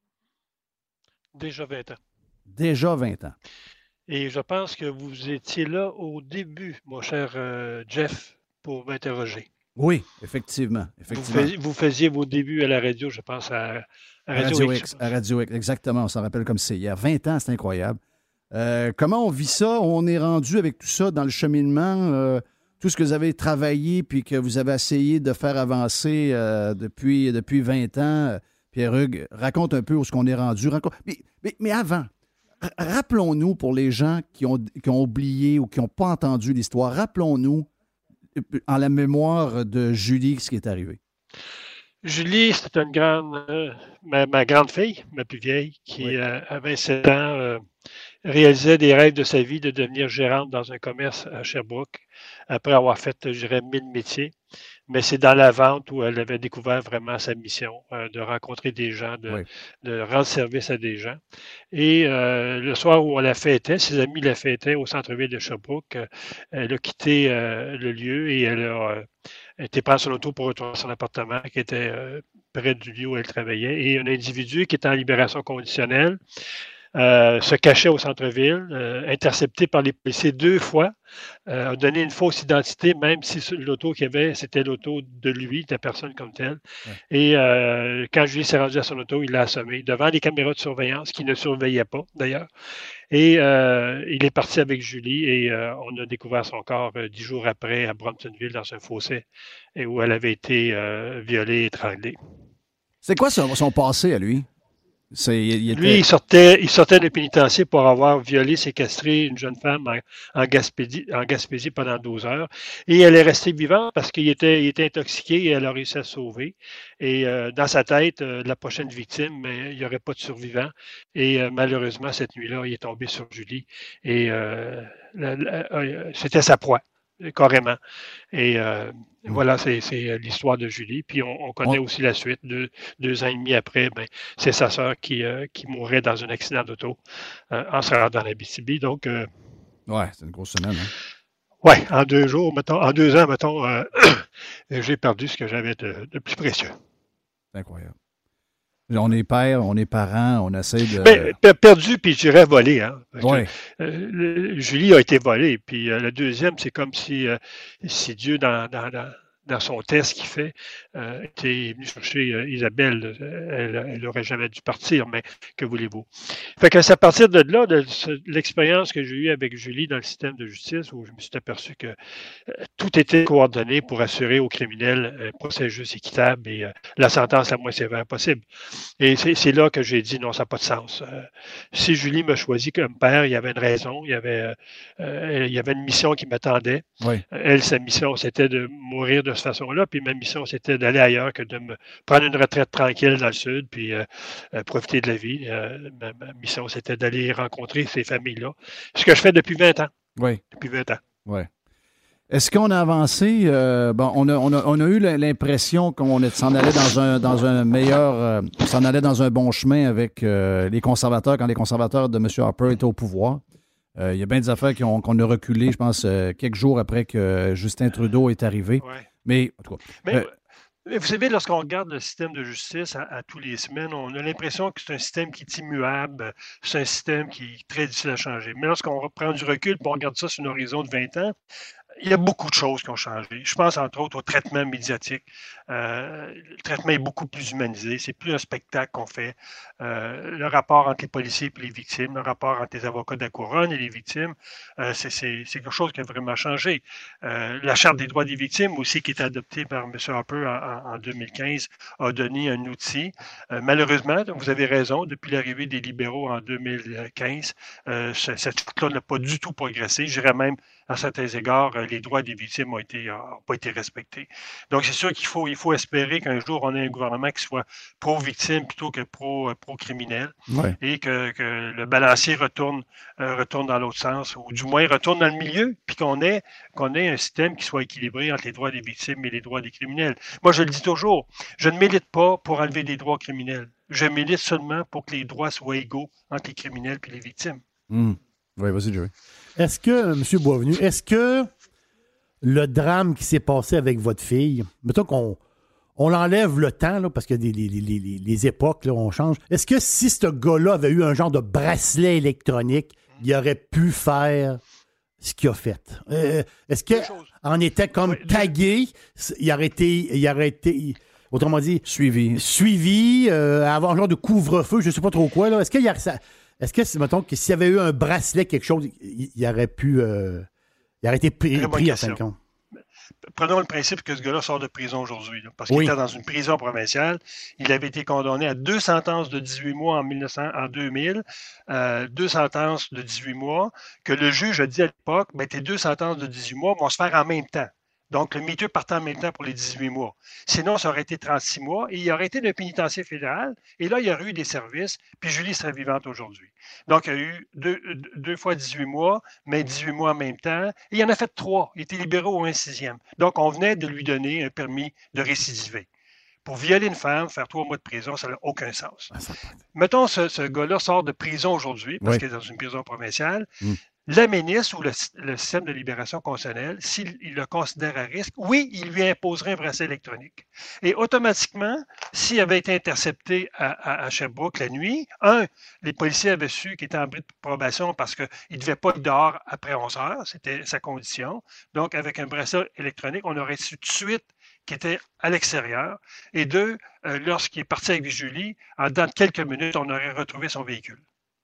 Déjà vingt ans. Déjà vingt ans. Et je pense que vous étiez là au début, mon cher euh, Jeff, pour m'interroger. Oui, effectivement. Vous, effectivement. faisiez, vous faisiez vos débuts à la radio, je pense, à, à Radio, Radio X. X. À Radio X, exactement. On s'en rappelle comme c'est hier. vingt ans, c'est incroyable. Euh, comment on vit ça? On est rendu avec tout ça dans le cheminement, euh, tout ce que vous avez travaillé puis que vous avez essayé de faire avancer euh, depuis, depuis vingt ans. Pierre-Hugues, raconte un peu où est-ce qu'on est rendu. Raconte... Mais, mais, mais avant, r- rappelons-nous pour les gens qui ont, qui ont oublié ou qui n'ont pas entendu l'histoire, rappelons-nous en la mémoire de Julie ce qui est arrivé. Julie, c'était une grande, euh, ma, ma grande fille, ma plus vieille, qui Oui. euh, à vingt-sept ans euh, réalisait des rêves de sa vie de devenir gérante dans un commerce à Sherbrooke, après avoir fait, je dirais, mille métiers. Mais c'est dans la vente où elle avait découvert vraiment sa mission, euh, de rencontrer des gens, de, Oui. de rendre service à des gens. Et euh, le soir où on la fêtait, ses amis la fêtaient au centre-ville de Sherbrooke, euh, elle a quitté euh, le lieu et elle a euh, été prendre son auto pour retourner à son appartement qui était euh, près du lieu où elle travaillait. Et un individu qui était en libération conditionnelle euh, se cachait au centre-ville, euh, intercepté par les policiers deux fois, euh, a donné une fausse identité, même si l'auto qu'il y avait, c'était l'auto de lui, de la personne comme telle. Ouais. Et euh, quand Julie s'est rendue à son auto, il l'a assommé devant les caméras de surveillance qui ne surveillaient pas, d'ailleurs. Et euh, il est parti avec Julie et euh, on a découvert son corps euh, dix jours après à Bromptonville dans un fossé et où elle avait été euh, violée et étranglée. C'est quoi son, son passé à lui? C'est, il, il était... Lui, il sortait, il sortait de pénitencier pour avoir violé, séquestré une jeune femme en, en, Gaspésie, en Gaspésie pendant douze heures. Et elle est restée vivante parce qu'il était, il était intoxiqué et elle a réussi à se sauver. Et euh, dans sa tête, euh, la prochaine victime, mais il n'y aurait pas de survivant. Et euh, malheureusement, cette nuit-là, il est tombé sur Julie. Et euh, la, la, euh, c'était sa proie, carrément. Et euh, mmh. voilà, c'est, c'est l'histoire de Julie. Puis on, on connaît on... aussi la suite. Deux, deux ans et demi après, ben, c'est sa sœur qui, euh, qui mourrait dans un accident d'auto euh, en se rendant en Abitibi. Donc, euh, ouais, c'est une grosse semaine. Hein? Oui, en deux jours, mettons, en deux ans, mettons, euh, j'ai perdu ce que j'avais de, de plus précieux. C'est incroyable. On est père, on est parents, on essaie de... Ben, perdu, puis je dirais volé. Hein, oui. Que, euh, le, Julie a été volée. Puis euh, le deuxième, c'est comme si, euh, si Dieu, dans, dans, dans, dans son test qu'il fait, euh, était venu chercher euh, Isabelle. Elle n'aurait jamais dû partir, mais que voulez-vous? Fait que c'est à partir de là, de, de l'expérience que j'ai eue avec Julie dans le système de justice, où je me suis aperçu que euh, tout était coordonné pour assurer aux criminels un procès juste, équitable et euh, la sentence la moins sévère possible. Et c'est, c'est là que j'ai dit non, ça n'a pas de sens. Euh, si Julie me choisit comme père, il y avait une raison, il y avait, euh, il y avait une mission qui m'attendait. Oui. Elle, sa mission, c'était de mourir de cette façon-là, puis ma mission, c'était d'aller ailleurs que de me prendre une retraite tranquille dans le sud, puis euh, euh, profiter de la vie. Euh, ma, ma mission, c'était d'aller rencontrer ces familles-là. Ce que je fais depuis vingt ans. Oui. Depuis vingt ans. Oui. Est-ce qu'on a avancé? Euh, bon, on a, on, a, on a eu l'impression qu'on s'en allait dans un, dans un meilleur... Euh, on s'en allait dans un bon chemin avec euh, les conservateurs, quand les conservateurs de M. Harper étaient au pouvoir. Euh, il y a bien des affaires qui ont, qu'on a reculé, je pense, euh, quelques jours après que Justin Trudeau est arrivé. Ouais. Mais, en tout cas... Mais, euh, mais vous savez, lorsqu'on regarde le système de justice à, à tous les semaines, on a l'impression que c'est un système qui est immuable, c'est un système qui est très difficile à changer. Mais lorsqu'on reprend du recul et on regarde ça sur un horizon de vingt ans, il y a beaucoup de choses qui ont changé. Je pense entre autres au traitement médiatique. Euh, le traitement est beaucoup plus humanisé. C'est plus un spectacle qu'on fait. Euh, le rapport entre les policiers et les victimes, le rapport entre les avocats de la couronne et les victimes, euh, c'est, c'est, c'est quelque chose qui a vraiment changé. Euh, la Charte des droits des victimes aussi, qui est adoptée par M. Harper en, en deux mille quinze, a donné un outil. Euh, malheureusement, vous avez raison, depuis l'arrivée des libéraux en deux mille quinze, euh, cette charte-là n'a pas du tout progressé. Je dirais même, à certains égards, les droits des victimes n'ont pas été respectés. Donc, c'est sûr qu'il faut, il faut espérer qu'un jour, on ait un gouvernement qui soit pro-victime plutôt que pro, pro-criminel ouais. et que, que le balancier retourne, euh, retourne dans l'autre sens, ou du moins retourne dans le milieu, puis qu'on ait, qu'on ait un système qui soit équilibré entre les droits des victimes et les droits des criminels. Moi, je le dis toujours, je ne milite pas pour enlever des droits criminels. Je milite seulement pour que les droits soient égaux entre les criminels et les victimes. Mmh. Oui, vas-y, Joey. Est-ce que, M. Boisvenu, est-ce que le drame qui s'est passé avec votre fille, mettons qu'on on l'enlève le temps, là, parce que les, les, les, les, les époques, là, on change. Est-ce que si ce gars-là avait eu un genre de bracelet électronique, il aurait pu faire ce qu'il a fait? Euh, est-ce qu'en était comme oui, tagué, il aurait été... Il aurait été autrement dit... Suivi. Suivi, euh, avoir un genre de couvre-feu, je ne sais pas trop quoi. Là. Est-ce qu'il y a ça... Est-ce que, mettons, que s'il y avait eu un bracelet, quelque chose, il, il aurait pu... Euh, il aurait été pris, pris en fin de compte? Prenons le principe que ce gars-là sort de prison aujourd'hui, là, parce qu'il oui. était dans une prison provinciale. Il avait été condamné à deux sentences de dix-huit mois en, mille neuf cents, en deux mille, euh, deux sentences de dix-huit mois, que le juge a dit à l'époque, ben, tes deux sentences de dix-huit mois vont se faire en même temps. Donc, le miteux partant en même temps pour les dix-huit mois. Sinon, ça aurait été trente-six mois et il aurait été le pénitencier fédéral. Et là, il y aurait eu des services, puis Julie serait vivante aujourd'hui. Donc, il y a eu deux, deux fois dix-huit mois, mais dix-huit mois en même temps. Et il en a fait trois. Il était libéré au un sixième. Donc, on venait de lui donner un permis de récidiver. Pour violer une femme, faire trois mois de prison, ça n'a aucun sens. Ah, Mettons, ce, ce gars-là sort de prison aujourd'hui, parce oui. qu'il est dans une prison provinciale. Mm. La ministre ou le, le système de libération constitutionnelle, s'il le considère à risque, oui, il lui imposerait un bracelet électronique. Et automatiquement, s'il avait été intercepté à, à, à Sherbrooke la nuit, un, les policiers avaient su qu'il était en bris de probation parce qu'il ne devait pas être dehors après onze heures, c'était sa condition. Donc, avec un bracelet électronique, on aurait su tout de suite qu'il était à l'extérieur. Et deux, euh, lorsqu'il est parti avec Julie, en dans quelques minutes, on aurait retrouvé son véhicule.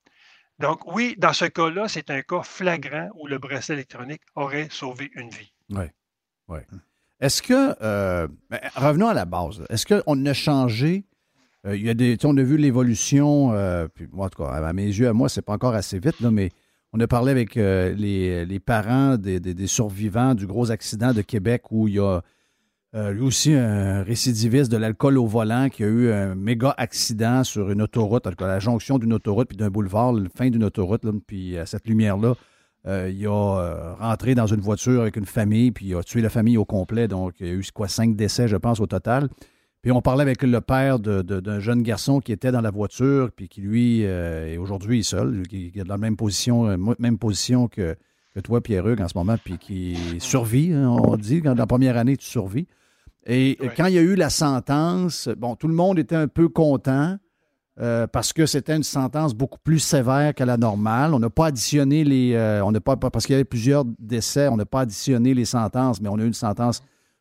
Donc, oui, dans ce cas-là, c'est un cas flagrant où le bracelet électronique aurait sauvé une vie. Oui, oui. Est-ce que, euh, revenons à la base, est-ce qu'on a changé, euh, il y a des, on a vu l'évolution, euh, puis moi, en tout cas, à mes yeux, à moi, c'est pas encore assez vite, là, mais on a parlé avec euh, les, les parents des, des, des survivants du gros accident de Québec où il y a Euh, lui aussi, un récidiviste de l'alcool au volant qui a eu un méga accident sur une autoroute, à la jonction d'une autoroute puis d'un boulevard, la fin d'une autoroute, là, puis à cette lumière-là, euh, il a euh, rentré dans une voiture avec une famille, puis il a tué la famille au complet. Donc, il y a eu quoi, cinq décès, je pense, au total. Puis on parlait avec le père de, de, d'un jeune garçon qui était dans la voiture, puis qui, lui, euh, est aujourd'hui seul, qui, qui est dans la même position, même position que, que toi, Pierre-Hugues, en ce moment, puis qui survit, hein, on dit, dans la première année, tu survis. Et ouais. Quand il y a eu la sentence, bon, tout le monde était un peu content euh, parce que c'était une sentence beaucoup plus sévère qu'à la normale. On n'a pas additionné les... Euh, on n'a pas, parce qu'il y avait plusieurs décès, on n'a pas additionné les sentences, mais on a eu une sentence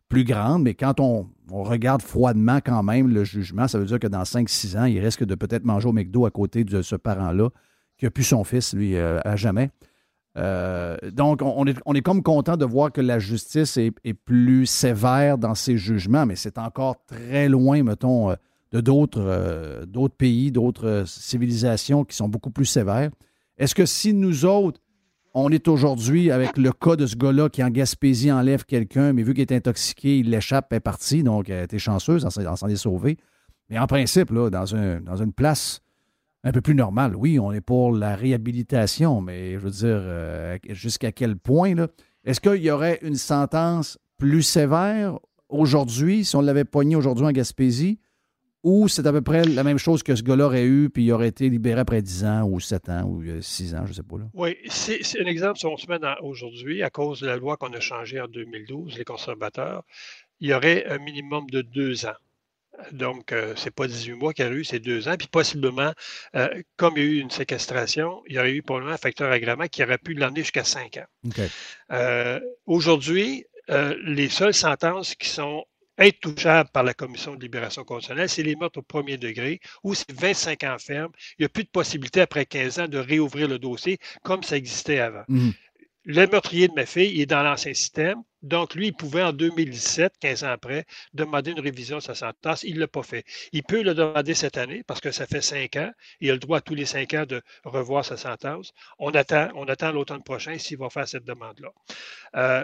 plus grande, mais quand on, on regarde froidement quand même le jugement, ça veut dire que dans cinq six ans, il risque de peut-être manger au McDo à côté de ce parent-là qui n'a plus son fils, lui, euh, à jamais. Euh, donc, on est, on est comme content de voir que la justice est, est plus sévère dans ses jugements, mais c'est encore très loin, mettons, de d'autres, euh, d'autres pays, d'autres civilisations qui sont beaucoup plus sévères. Est-ce que si nous autres, on est aujourd'hui avec le cas de ce gars-là qui en Gaspésie enlève quelqu'un, mais vu qu'il est intoxiqué, il l'échappe, est parti, donc elle était chanceuse, on s'en est sauvé. Mais en principe, là, dans, un, dans une place un peu plus normale, oui, on est pour la réhabilitation, mais je veux dire, euh, jusqu'à quel point, là? Est-ce qu'il y aurait une sentence plus sévère aujourd'hui, si on l'avait poigné aujourd'hui en Gaspésie, ou c'est à peu près la même chose que ce gars-là aurait eu, puis il aurait été libéré après dix ans, ou sept ans, ou six ans, je ne sais pas. Là. Oui, c'est, c'est un exemple, si on se met dans, aujourd'hui, à cause de la loi qu'on a changée en deux mille douze, les conservateurs, il y aurait un minimum de deux ans. Donc, euh, c'est pas dix-huit mois qu'il y a eu, c'est deux ans. Puis possiblement, euh, comme il y a eu une séquestration, il y aurait eu probablement un facteur aggravant qui aurait pu l'emmener jusqu'à cinq ans. Okay. Euh, aujourd'hui, euh, les seules sentences qui sont intouchables par la Commission de libération conditionnelle, c'est les meurtres au premier degré, où c'est vingt-cinq ans ferme. Il n'y a plus de possibilité après quinze ans de réouvrir le dossier comme ça existait avant. Mm. Le meurtrier de ma fille il est dans l'ancien système. Donc, lui, il pouvait, en deux mille dix-sept, quinze ans après, demander une révision de sa sentence. Il ne l'a pas fait. Il peut le demander cette année parce que ça fait cinq ans. Il a le droit à tous les cinq ans de revoir sa sentence. On attend, on attend l'automne prochain s'il va faire cette demande-là. Euh,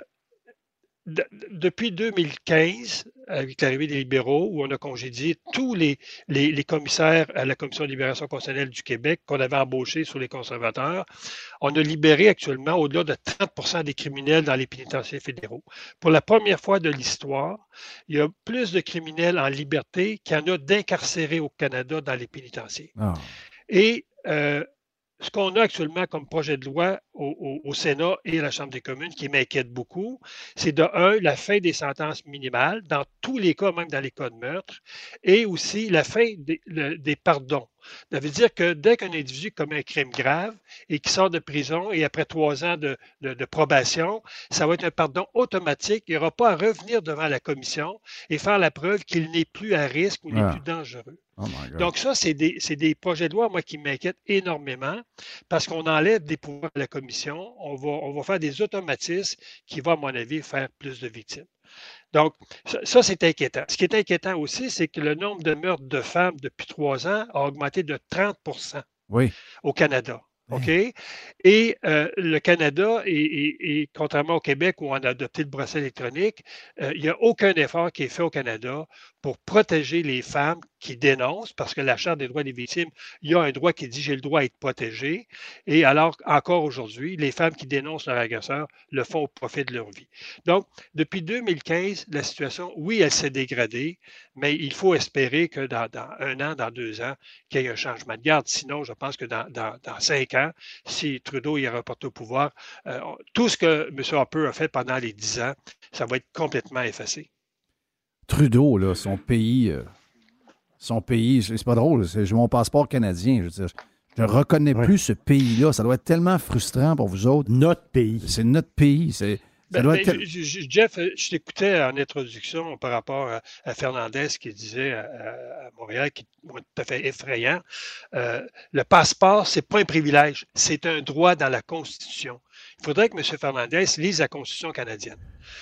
de, depuis deux mille quinze, avec l'arrivée des libéraux, où on a congédié tous les, les, les commissaires à la Commission de libération constitutionnelle du Québec qu'on avait embauchés sur les conservateurs, on a libéré actuellement au-delà de trente pour cent des criminels dans les pénitenciers fédéraux. Pour la première fois de l'histoire, il y a plus de criminels en liberté qu'il y en a d'incarcérés au Canada dans les pénitenciers. Oh. Et euh, ce qu'on a actuellement comme projet de loi au, au, au Sénat et à la Chambre des communes qui m'inquiète beaucoup, c'est de un, la fin des sentences minimales, dans tous les cas, même dans les cas de meurtre, et aussi la fin des, le, des pardons. Ça veut dire que dès qu'un individu commet un crime grave et qui sort de prison et après trois ans de, de, de probation, ça va être un pardon automatique. Il n'y aura pas à revenir devant la commission et faire la preuve qu'il n'est plus à risque ou n'est ah. plus dangereux. Oh Donc ça, c'est des, c'est des projets de loi, moi, qui m'inquiètent énormément parce qu'on enlève des pouvoirs à la commission. On va, on va faire des automatismes qui vont, à mon avis, faire plus de victimes. Donc, ça, ça, c'est inquiétant. Ce qui est inquiétant aussi, c'est que le nombre de meurtres de femmes depuis trois ans a augmenté de trente pour cent oui. au Canada. OK? Et euh, le Canada, et, et, et contrairement au Québec où on a adopté le bracelet électronique, euh, il n'y a aucun effort qui est fait au Canada pour protéger les femmes qui dénoncent, parce que la Charte des droits des victimes, il y a un droit qui dit « j'ai le droit à être protégé ». Et alors, encore aujourd'hui, les femmes qui dénoncent leur agresseur le font au profit de leur vie. Donc, depuis deux mille quinze, la situation, oui, elle s'est dégradée, mais il faut espérer que dans, dans un an, dans deux ans, qu'il y ait un changement de garde. Sinon, je pense que dans, dans, dans cinq ans, si Trudeau y est reporté au pouvoir, euh, tout ce que M. Harper a fait pendant les dix ans, ça va être complètement effacé. Trudeau, là, son pays, euh, son pays, c'est pas drôle, c'est, j'ai mon passeport canadien, je veux dire, je ne reconnais ouais. plus ce pays-là. Ça doit être tellement frustrant pour vous autres. Notre pays. C'est notre pays. C'est, ça ben, doit ben, être... je, je, Jeff, je t'écoutais en introduction par rapport à, à Fernandez qui disait à, à Montréal, qui est tout à fait effrayant, euh, le passeport, c'est pas un privilège, c'est un droit dans la Constitution. Il faudrait que M. Fernandez lise la Constitution canadienne.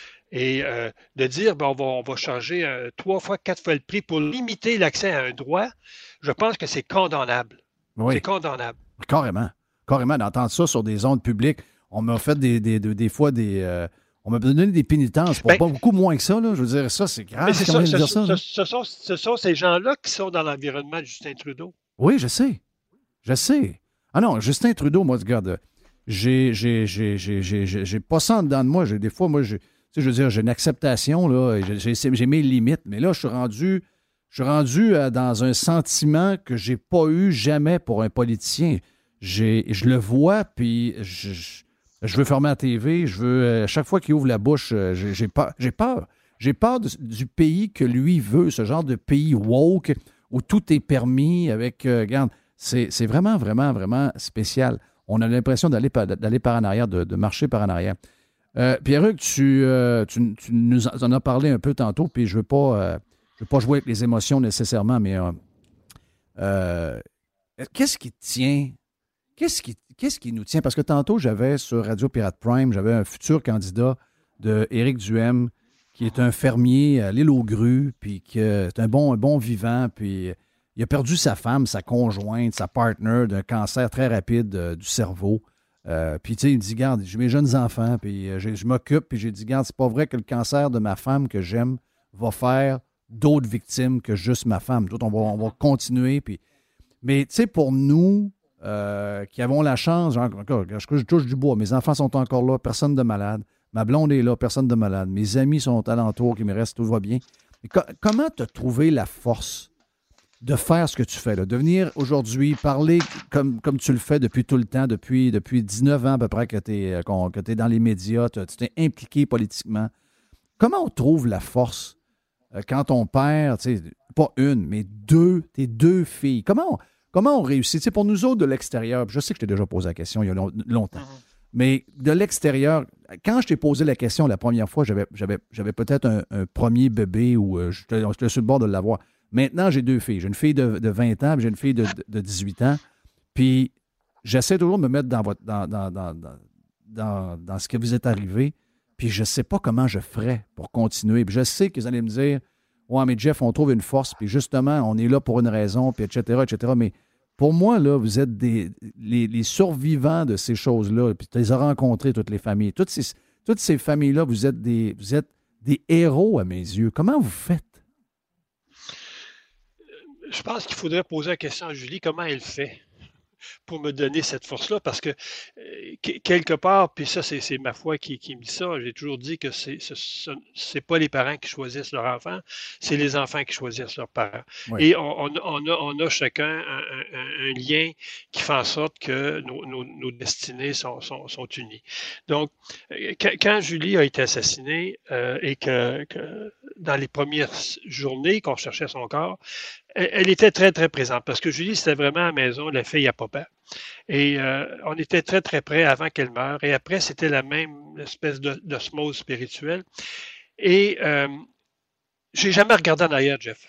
Et euh, de dire, ben, on, va, on va changer euh, trois fois, quatre fois le prix pour limiter l'accès à un droit, je pense que c'est condamnable. Oui. C'est condamnable. Carrément. Carrément, d'entendre ça sur des ondes publiques. On m'a fait des, des, des, des fois des... Euh, on m'a donné des pénitences pour ben, pas beaucoup moins que ça. Là. Je veux dire, ça, c'est grave. C'est ça, ça, ce, dire ça, ce, ce, sont, ce sont ces gens-là qui sont dans l'environnement de Justin Trudeau. Oui, je sais. Je sais. Ah non, Justin Trudeau, moi, regarde, j'ai, j'ai, j'ai, j'ai, j'ai, j'ai, j'ai pas ça en dedans de moi. J'ai, des fois, moi, j'ai... Tu sais, je veux dire, j'ai une acceptation, là, j'ai, j'ai, j'ai mes limites, mais là, je suis rendu, je suis rendu à, dans un sentiment que j'ai pas eu jamais pour un politicien. J'ai, je le vois, puis je, je, je veux fermer la T V, je veux, à chaque fois qu'il ouvre la bouche, j'ai, j'ai peur. J'ai peur. J'ai peur de, du pays que lui veut, ce genre de pays woke où tout est permis avec, euh, regarde, c'est, c'est vraiment, vraiment, vraiment spécial. On a l'impression d'aller par, d'aller par en arrière, de, de marcher par en arrière. Euh, Pierre-Hugues, tu, euh, tu, tu nous en as parlé un peu tantôt, puis je ne veux pas, euh, je veux pas jouer avec les émotions nécessairement, mais euh, euh, qu'est-ce qui te tient? Qu'est-ce qui, qu'est-ce qui nous tient? Parce que tantôt, j'avais sur Radio Pirate Prime, j'avais un futur candidat de Éric Duhem, qui est un fermier à l'île aux grues, puis qui est un bon, un bon vivant, puis il a perdu sa femme, sa conjointe, sa partner d'un cancer très rapide euh, du cerveau. Euh, puis, tu sais, il me dit, garde, j'ai mes jeunes enfants, puis euh, je m'occupe, puis j'ai dit, garde, c'est pas vrai que le cancer de ma femme que j'aime va faire d'autres victimes que juste ma femme. D'autres, on va, on va continuer, puis... Mais, tu sais, pour nous, euh, qui avons la chance, genre, je, je touche du bois, mes enfants sont encore là, personne de malade, ma blonde est là, personne de malade, mes amis sont alentours, qui me restent, tout va bien. Mais co- comment tu as trouvé la force de faire ce que tu fais, là, de venir aujourd'hui parler comme, comme tu le fais depuis tout le temps, depuis, depuis dix-neuf ans à peu près que tu es que dans les médias, tu t'es impliqué politiquement. Comment on trouve la force euh, quand on perd, tu sais, pas une, mais deux, tes deux filles? Comment on, comment on réussit? Tu sais, pour nous autres de l'extérieur, je sais que je t'ai déjà posé la question il y a long, longtemps, mm-hmm. mais de l'extérieur, quand je t'ai posé la question la première fois, j'avais, j'avais, j'avais peut-être un, un premier bébé ou euh, j'étais, j'étais sur le bord de l'avoir. Maintenant, j'ai deux filles. J'ai une fille de, de vingt ans et j'ai une fille de, de dix-huit ans. Puis, j'essaie toujours de me mettre dans, votre, dans, dans, dans, dans, dans ce que vous êtes arrivé. Puis, je ne sais pas comment je ferais pour continuer. Puis, je sais que vous allez me dire, « Ouais, mais Jeff, on trouve une force. Puis, justement, on est là pour une raison, puis et cetera, et cetera » Mais pour moi, là, vous êtes des, les, les survivants de ces choses-là. Puis, tu les as rencontrés, toutes les familles. Toutes ces, toutes ces familles-là, vous êtes des, vous êtes des héros à mes yeux. Comment vous faites? Je pense qu'il faudrait poser la question à Julie, comment elle fait pour me donner cette force-là, parce que euh, quelque part, puis ça, c'est, c'est ma foi qui, qui me dit ça, j'ai toujours dit que c'est, ce n'est pas les parents qui choisissent leurs enfants, c'est les enfants qui choisissent leurs parents. Oui. Et on, on, on, a, on a chacun un, un, un lien qui fait en sorte que nos, nos, nos destinées sont, sont, sont unies. Donc, quand, quand Julie a été assassinée euh, et que, que dans les premières journées qu'on cherchait son corps, elle était très, très présente parce que Julie, c'était vraiment à la maison, la fille à papa. Et euh, on était très, très près avant qu'elle meure. Et après, c'était la même espèce de, d'osmose spirituelle. Et euh, j'ai jamais regardé en arrière, Jeff.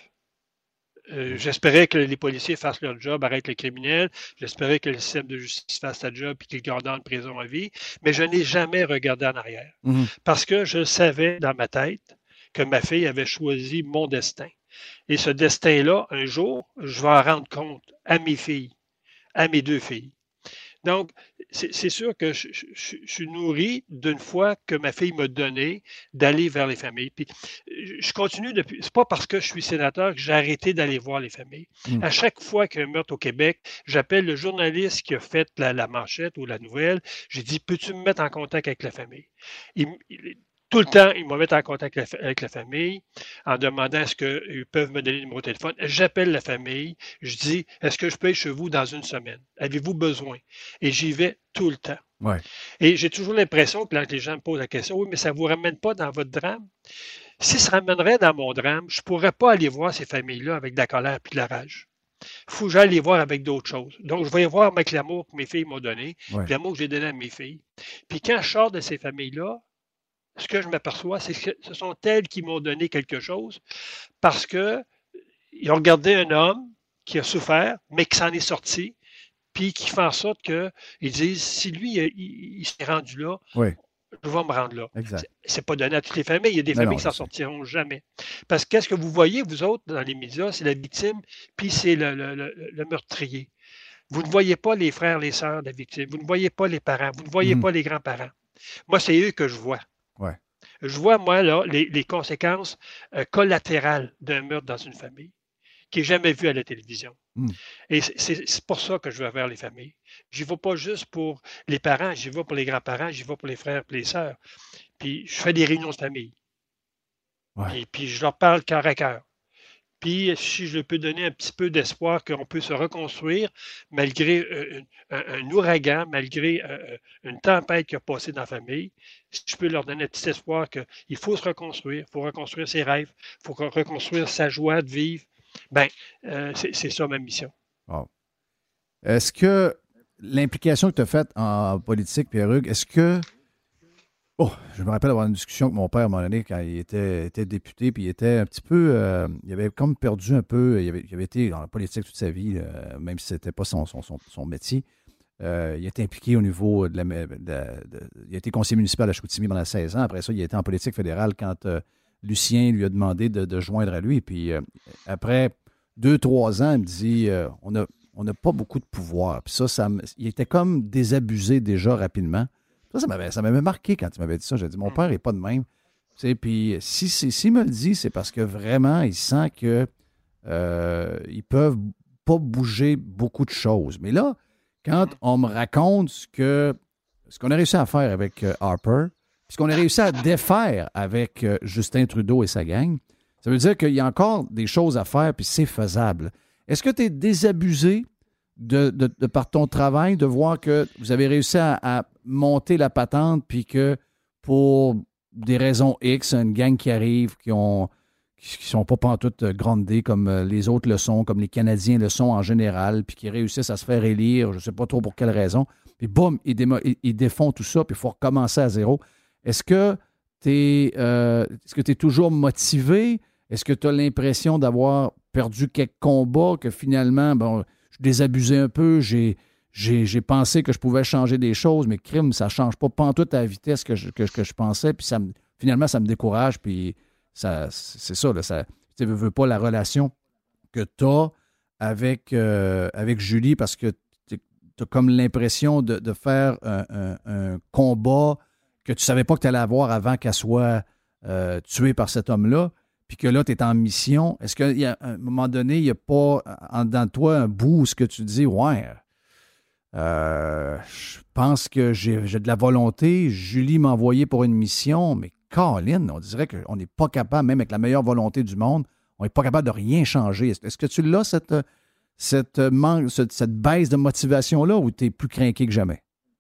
Euh, j'espérais que les policiers fassent leur job, arrêtent les criminels. J'espérais que le système de justice fasse sa job et qu'ils gardent en prison à vie. Mais je n'ai jamais regardé en arrière. Mm-hmm. Parce que je savais dans ma tête que ma fille avait choisi mon destin. Et ce destin-là, un jour, je vais en rendre compte à mes filles, à mes deux filles. Donc, c'est, c'est sûr que je, je, je, je suis nourri d'une foi que ma fille m'a donnée d'aller vers les familles. Puis, je continue depuis. C'est pas parce que je suis sénateur que j'ai arrêté d'aller voir les familles. Mmh. À chaque fois qu'il y a un meurtre au Québec, j'appelle le journaliste qui a fait la, la manchette ou la nouvelle. J'ai dit, peux-tu me mettre en contact avec la famille? Il, il, Tout le temps, ils me mettent en contact avec la, avec la famille en demandant est-ce qu'ils peuvent me donner le numéro de téléphone. J'appelle la famille, je dis est-ce que je peux être chez vous dans une semaine? Avez-vous besoin? Et j'y vais tout le temps. Ouais. Et j'ai toujours l'impression que quand les gens me posent la question, oui, mais ça ne vous ramène pas dans votre drame? Si ça ramènerait dans mon drame, je ne pourrais pas aller voir ces familles-là avec de la colère et de la rage. Il faut que j'aille les voir avec d'autres choses. Donc, je vais y voir avec l'amour que mes filles m'ont donné, ouais. L'amour que j'ai donné à mes filles. Puis quand je sors de ces familles-là, ce que je m'aperçois, c'est que ce sont elles qui m'ont donné quelque chose parce qu'ils ont regardé un homme qui a souffert, mais qui s'en est sorti, puis qui fait en sorte qu'ils disent, si lui, il, il, il s'est rendu là, oui. je vais me rendre là. Exact. C'est, c'est pas donné à toutes les familles. Il y a des mais familles non, qui s'en sortiront jamais. Parce que qu'est-ce que vous voyez, vous autres, dans les médias, c'est la victime, puis c'est le, le, le, le meurtrier. Vous ne voyez pas les frères, les sœurs de la victime. Vous ne voyez pas les parents. Vous ne voyez mmh. pas les grands-parents. Moi, c'est eux que je vois. Ouais. Je vois, moi, là, les, les conséquences euh, collatérales d'un meurtre dans une famille qui n'est jamais vu à la télévision. Mm. Et c'est, c'est pour ça que je vais vers les familles. Je n'y vais pas juste pour les parents, j'y vais pour les grands-parents, j'y vais pour les frères et les sœurs. Puis je fais des réunions de famille. Ouais. Et puis je leur parle cœur à cœur. Puis, si je peux donner un petit peu d'espoir qu'on peut se reconstruire malgré euh, un, un ouragan, malgré euh, une tempête qui a passé dans la famille, si je peux leur donner un petit espoir qu'il faut se reconstruire, il faut reconstruire ses rêves, il faut reconstruire sa joie de vivre, bien, euh, c'est, c'est ça ma mission. Wow. Est-ce que l'implication que tu as faite en politique, Pierre-Hugues, est-ce que Oh, je me rappelle avoir une discussion avec mon père à un moment donné quand il était, était député, puis il était un petit peu. Euh, il avait comme perdu un peu. Il avait, il avait été dans la politique toute sa vie, euh, même si c'était pas son, son, son, son métier. Euh, il était impliqué au niveau de la. De la de, il a été conseiller municipal à Chicoutimi pendant seize ans. Après ça, il a été en politique fédérale quand euh, Lucien lui a demandé de, de joindre à lui. Puis euh, après deux, trois ans, il me dit euh, on n'a on a pas beaucoup de pouvoir. Puis ça, ça, il était comme désabusé déjà rapidement. Ça, ça m'avait, ça m'avait marqué quand tu m'avais dit ça. J'ai dit, mon père n'est pas de même. Tu sais, puis si, si, s'il me le dit, c'est parce que vraiment, il sent que euh, ils peuvent pas bouger beaucoup de choses. Mais là, quand on me raconte ce, que, ce qu'on a réussi à faire avec euh, Harper, puis ce qu'on a réussi à défaire avec euh, Justin Trudeau et sa gang, ça veut dire qu'il y a encore des choses à faire, puis c'est faisable. Est-ce que tu es désabusé de, de, de par ton travail, de voir que vous avez réussi à, à monter la patente, puis que pour des raisons X, une gang qui arrive, qui ont qui sont pas pantoute grandés comme les autres le sont, comme les Canadiens le sont en général, puis qui réussissent à se faire élire, je ne sais pas trop pour quelle raison, puis boum, ils, démo- ils défont tout ça, puis il faut recommencer à zéro. Est-ce que tu es euh, est-ce que tu es toujours motivé? Est-ce que tu as l'impression d'avoir perdu quelques combats, que finalement, bon, je désabusais un peu, j'ai, j'ai, j'ai pensé que je pouvais changer des choses, mais crime, ça ne change pas pantoute à la vitesse que je, que, que je pensais, puis ça me, finalement, ça me décourage, puis ça, c'est ça, là, ça, tu ne veux pas la relation que tu as avec, euh, avec Julie, parce que tu as comme l'impression de, de faire un, un, un combat que tu ne savais pas que tu allais avoir avant qu'elle soit euh, tuée par cet homme-là, puis que là, tu es en mission. Est-ce qu'à un moment donné, il n'y a pas en dedans de toi un bout où ce que tu dis, ouais, euh, je pense que j'ai, j'ai de la volonté, Julie m'a envoyé pour une mission, mais Colin, on dirait qu'on n'est pas capable, même avec la meilleure volonté du monde, on n'est pas capable de rien changer. Est-ce, est-ce que tu l'as, cette, cette, manque, cette, cette baisse de motivation-là, ou tu es plus craqué que jamais?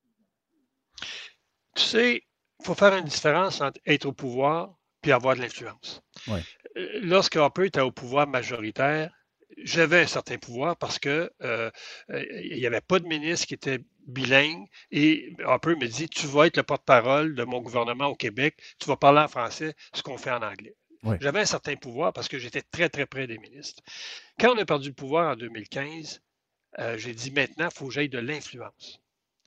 Tu sais, il faut faire une différence entre être au pouvoir puis avoir de l'influence. Ouais. Lorsque Harper était au pouvoir majoritaire, j'avais un certain pouvoir parce que euh, il n'y avait pas de ministre qui était bilingue et Harper me dit, tu vas être le porte-parole de mon gouvernement au Québec, tu vas parler en français, ce qu'on fait en anglais. Ouais. J'avais un certain pouvoir parce que j'étais très, très près des ministres. Quand on a perdu le pouvoir en deux mille quinze, euh, j'ai dit, maintenant, il faut que j'aille de l'influence.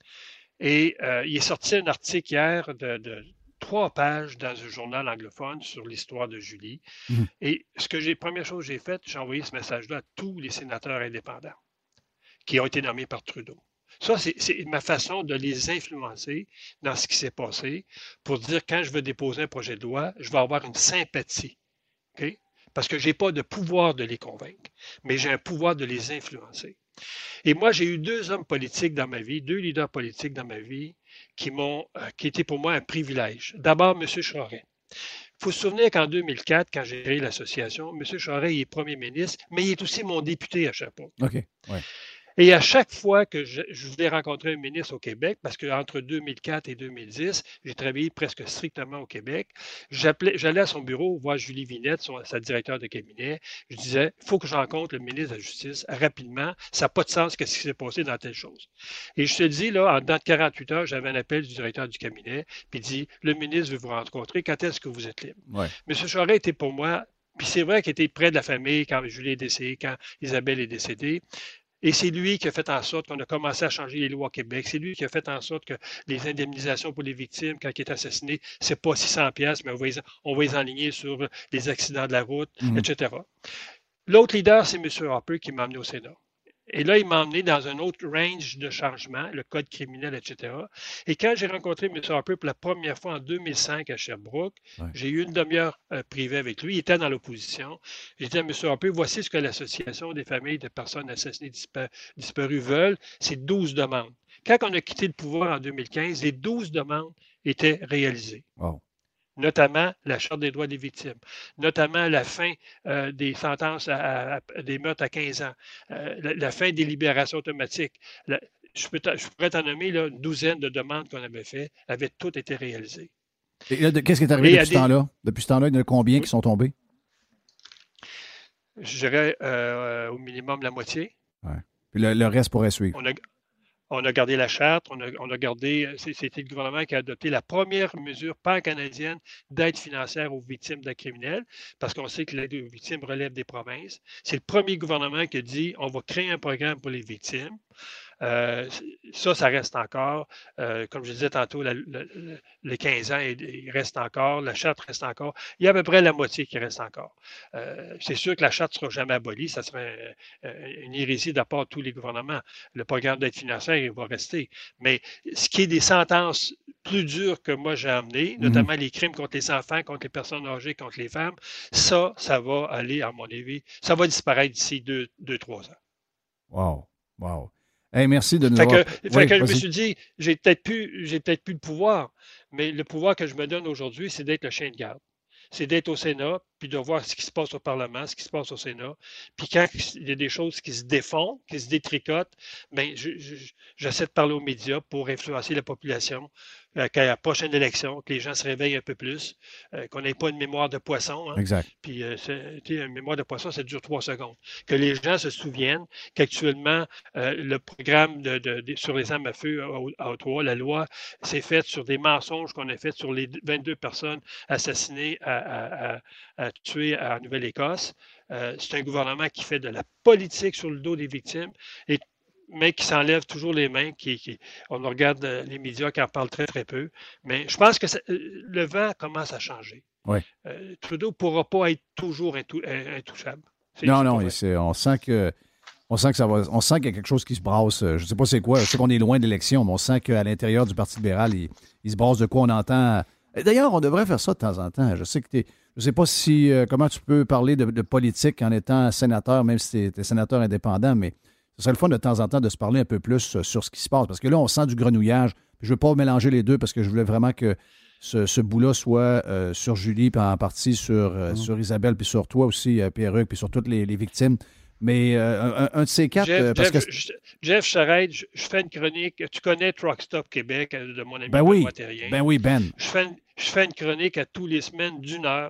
Et euh, il est sorti un article hier de, de trois pages dans un journal anglophone sur l'histoire de Julie. Mmh. Et ce que j'ai, première chose que j'ai faite, j'ai envoyé ce message-là à tous les sénateurs indépendants qui ont été nommés par Trudeau. Ça, c'est, c'est ma façon de les influencer dans ce qui s'est passé pour dire quand je veux déposer un projet de loi, je vais avoir une sympathie. Okay? Parce que je n'ai pas de pouvoir de les convaincre, mais j'ai un pouvoir de les influencer. Et moi, j'ai eu deux hommes politiques dans ma vie, deux leaders politiques dans ma vie qui m'ont, euh, qui étaient pour moi un privilège. D'abord, M. Charest. Il faut se souvenir qu'en deux mille quatre, quand j'ai créé l'association, M. Charest il est premier ministre, mais il est aussi mon député à Sherbrooke. OK, ouais. Et à chaque fois que je, je voulais rencontrer un ministre au Québec, parce qu'entre deux mille quatre et deux mille dix, j'ai travaillé presque strictement au Québec, j'appelais, j'allais à son bureau voir Julie Vinette, son, sa directeure de cabinet. Je disais, il faut que je rencontre le ministre de la Justice rapidement. Ça n'a pas de sens qu'est-ce qui s'est passé dans telle chose. Et je te dis, là, en dedans de quarante-huit heures, j'avais un appel du directeur du cabinet, puis il dit, le ministre veut vous rencontrer, quand est-ce que vous êtes libre? Ouais. M. Charest était pour moi, puis c'est vrai qu'il était près de la famille quand Julie est décédée, quand Isabelle est décédée. Et c'est lui qui a fait en sorte qu'on a commencé à changer les lois au Québec. C'est lui qui a fait en sorte que les indemnisations pour les victimes, quand ils étaient assassinés, c'est pas six cents piastres, mais on va, les, on va les enligner sur les accidents de la route, mmh. et cetera. L'autre leader, c'est M. Harper qui m'a emmené au Sénat. Et là, il m'a emmené dans un autre range de changement, le code criminel, et cetera. Et quand j'ai rencontré M. Harper pour la première fois en deux mille cinq à Sherbrooke, ouais. j'ai eu une demi-heure euh, privée avec lui. Il était dans l'opposition. J'ai dit à M. Harper, voici ce que l'Association des familles de personnes assassinées dispa- disparues veulent. C'est douze demandes. Quand on a quitté le pouvoir en deux mille quinze, les douze demandes étaient réalisées. Wow. Notamment la Charte des droits des victimes, notamment la fin euh, des sentences à, à, à des meurtres à quinze ans, euh, la, la fin des libérations automatiques. La, je, peux je pourrais t'en nommer là, une douzaine de demandes qu'on avait faites, avaient toutes été réalisées. Et là, de, qu'est-ce qui est arrivé Et depuis ce des... temps-là? Depuis ce temps-là, il y en a combien oui. qui sont tombés? Je dirais euh, au minimum la moitié. Ouais. Puis le, le reste pourrait suivre. On a, On a gardé la charte, on a, on a gardé, c'était le gouvernement qui a adopté la première mesure pan-canadienne d'aide financière aux victimes d'actes criminels, parce qu'on sait que l'aide aux victimes relève des provinces. C'est le premier gouvernement qui a dit on va créer un programme pour les victimes. Euh, ça, ça reste encore. Euh, comme je disais tantôt, la, la, les quinze ans, il, il reste encore. La charte reste encore. Il y a à peu près la moitié qui reste encore. Euh, c'est sûr que la charte ne sera jamais abolie. Ça serait euh, une hérésie de la part de tous les gouvernements. Le programme d'aide financière, il va rester. Mais ce qui est des sentences plus dures que moi j'ai amenées, mm-hmm. notamment les crimes contre les enfants, contre les personnes âgées, contre les femmes, ça, ça va aller, à mon avis, ça va disparaître d'ici deux, deux, trois ans. Wow. Wow. Hey, merci de nous fait avoir... que, oui, fait que je vas-y. me suis dit, j'ai peut-être plus, j'ai peut-être plus le pouvoir, mais le pouvoir que je me donne aujourd'hui, c'est d'être le chien de garde. C'est d'être au Sénat, puis de voir ce qui se passe au Parlement, ce qui se passe au Sénat. Puis quand il y a des choses qui se défont, qui se détricotent, bien, je, je, j'essaie de parler aux médias pour influencer la population, euh, qu'à la prochaine élection, que les gens se réveillent un peu plus, euh, qu'on n'ait pas une mémoire de poisson. Hein. Exact. Puis, euh, c'est, une mémoire de poisson, ça dure trois secondes. Que les gens se souviennent qu'actuellement, euh, le programme de, de, de, sur les armes à feu à, à Ottawa, la loi, c'est fait sur des mensonges qu'on a fait sur les vingt-deux personnes assassinées à, à, à, à tuer en Nouvelle-Écosse. Euh, c'est un gouvernement qui fait de la politique sur le dos des victimes, et, mais qui s'enlève toujours les mains. Qui, qui, on regarde les médias qui en parlent très, très peu. Mais je pense que ça, le vent commence à changer. Oui. Euh, Trudeau ne pourra pas être toujours intou, intouchable. C'est non, non, c'est, on sent que... On sent que ça va. On sent qu'il y a quelque chose qui se brasse. Je ne sais pas c'est quoi. Je sais qu'on est loin de l'élection, mais on sent qu'à l'intérieur du Parti libéral, il, il se brasse de quoi on entend. D'ailleurs, on devrait faire ça de temps en temps. Je sais que t'es. Je ne sais pas si euh, comment tu peux parler de, de politique en étant sénateur, même si tu es sénateur indépendant, mais ce serait le fun de temps en temps de se parler un peu plus sur ce qui se passe. Parce que là, on sent du grenouillage. Je ne veux pas mélanger les deux parce que je voulais vraiment que ce, ce bout-là soit euh, sur Julie, puis en partie sur, euh, mmh. sur Isabelle, puis sur toi aussi, euh, Pierre-Hugues, puis sur toutes les, les victimes. Mais euh, un, un de ces quatre... Jeff, euh, parce Jeff, que... je, Jeff Charette, je, je fais une chronique. Tu connais Truck Stop Québec de mon ami ben oui, Benoît Terrien. Ben oui, Ben. Je fais, une, je fais une chronique à tous les semaines d'une heure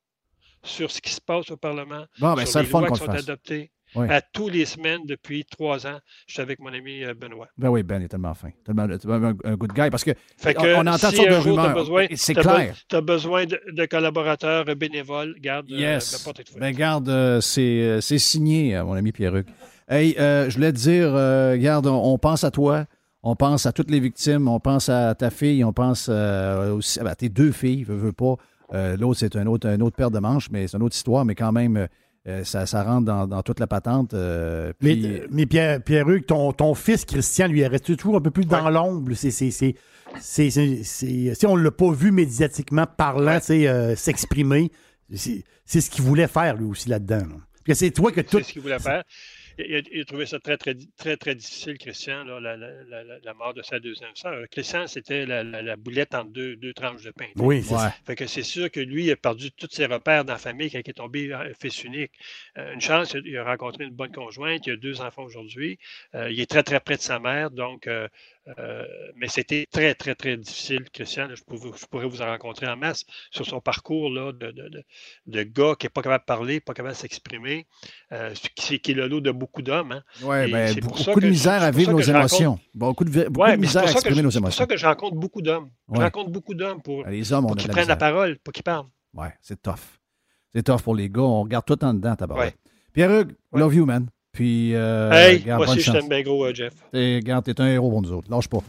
sur ce qui se passe au Parlement, bon, ben, sur les le lois qui sont adoptées. Oui. À tous les semaines depuis trois ans, je suis avec mon ami Benoît. Ben oui, Ben est tellement fin. Tellement, tellement un, un good guy. Parce que, fait que on, on entend si toutes sortes de rumeurs. rumeurs. C'est clair. Tu as besoin de, de collaborateurs bénévoles. Garde yes. euh, la porte est ouverte. Ben garde, euh, c'est, c'est signé, mon ami Pierre-Hugues. Hey, euh, je voulais te dire, euh, garde, on, on pense à toi. On pense à toutes les victimes. On pense à ta fille. On pense euh, aussi à tes deux filles, veux, veux pas. Euh, l'autre, c'est un autre, un autre paire de manches, mais c'est une autre histoire. Mais quand même... Euh, ça, ça rentre dans, dans toute la patente. Euh, puis... Mais, mais Pierre, Pierre-Hugues, ton, ton fils Christian, lui, il reste toujours un peu plus dans ouais. l'ombre. C'est, c'est, c'est, c'est, c'est, c'est, c'est, on ne l'a pas vu médiatiquement parlant, ouais. euh, s'exprimer. C'est, c'est ce qu'il voulait faire, lui aussi, là-dedans. Là. Parce que c'est toi que tout... C'est ce qu'il voulait faire. Il a, il a trouvé ça très, très, très, très difficile, Christian, là, la, la, la, la mort de sa deuxième sœur. Christian, c'était la, la, la boulette entre deux, deux tranches de pain. Oui, c'est ouais. ça. Fait que c'est sûr que lui, il a perdu tous ses repères dans la famille quand il est tombé fils unique. Euh, une chance, il a rencontré une bonne conjointe, il a deux enfants aujourd'hui. Euh, il est très, très près de sa mère, donc... Euh, Euh, mais c'était très, très, très difficile, Christian. Là, je, pourrais, je pourrais vous en rencontrer en masse sur son parcours là, de, de, de, de gars qui n'est pas capable de parler, pas capable de s'exprimer, euh, qui, qui est le lot de beaucoup d'hommes. Hein. Oui, ben, beaucoup, beaucoup de misère à vivre nos émotions. Rencontre... Beaucoup de, beaucoup ouais, de misère à exprimer je, nos émotions. C'est pour ça que je rencontre beaucoup d'hommes. Ouais. Je rencontre beaucoup d'hommes pour, les hommes, pour qu'ils prennent la parole, pour qu'ils parlent. Oui, c'est tough. C'est tough pour les gars. On regarde tout en dedans, ta parole. Ouais. Pierre-Hugues, ouais. love you, man. Puis, euh, hey, garde, moi aussi, je t'aime bien gros, euh, Jeff. Et, regarde, t'es un héros pour nous autres. Lâche pas.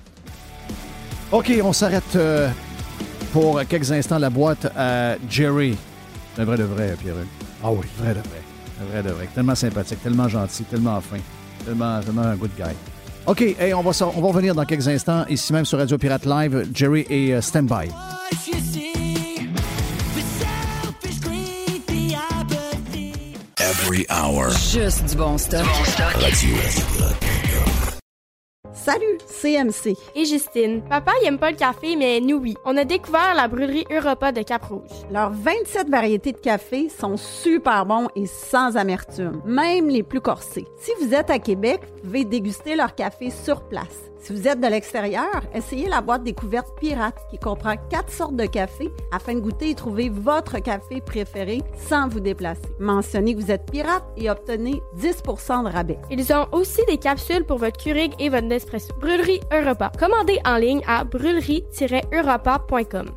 OK, on s'arrête euh, pour quelques instants la boîte à Jerry. C'est un vrai de vrai, Pierre-Hugues. Ah oui, vrai de vrai. Un vrai de vrai. Tellement sympathique, tellement gentil, tellement fin. Tellement, tellement un good guy. OK, hey, on, va, on va revenir dans quelques instants, ici même sur Radio Pirate Live. Jerry est uh, stand-by. Every hour. Juste du bon stock. Bon stock. Radio. Salut, c'est M C. Et Justine. Papa, il aime pas le café, mais nous, oui. On a découvert la brûlerie Europa de Cap-Rouge. Leurs vingt-sept variétés de café sont super bons et sans amertume, même les plus corsés. Si vous êtes à Québec, vous pouvez déguster leur café sur place. Si vous êtes de l'extérieur, essayez la boîte découverte Pirate qui comprend quatre sortes de café afin de goûter et trouver votre café préféré sans vous déplacer. Mentionnez que vous êtes pirate et obtenez dix pour cent de rabais. Ils ont aussi des capsules pour votre Keurig et votre Nespresso. Brûlerie Europa. Commandez en ligne à brûlerie tiret europa point com.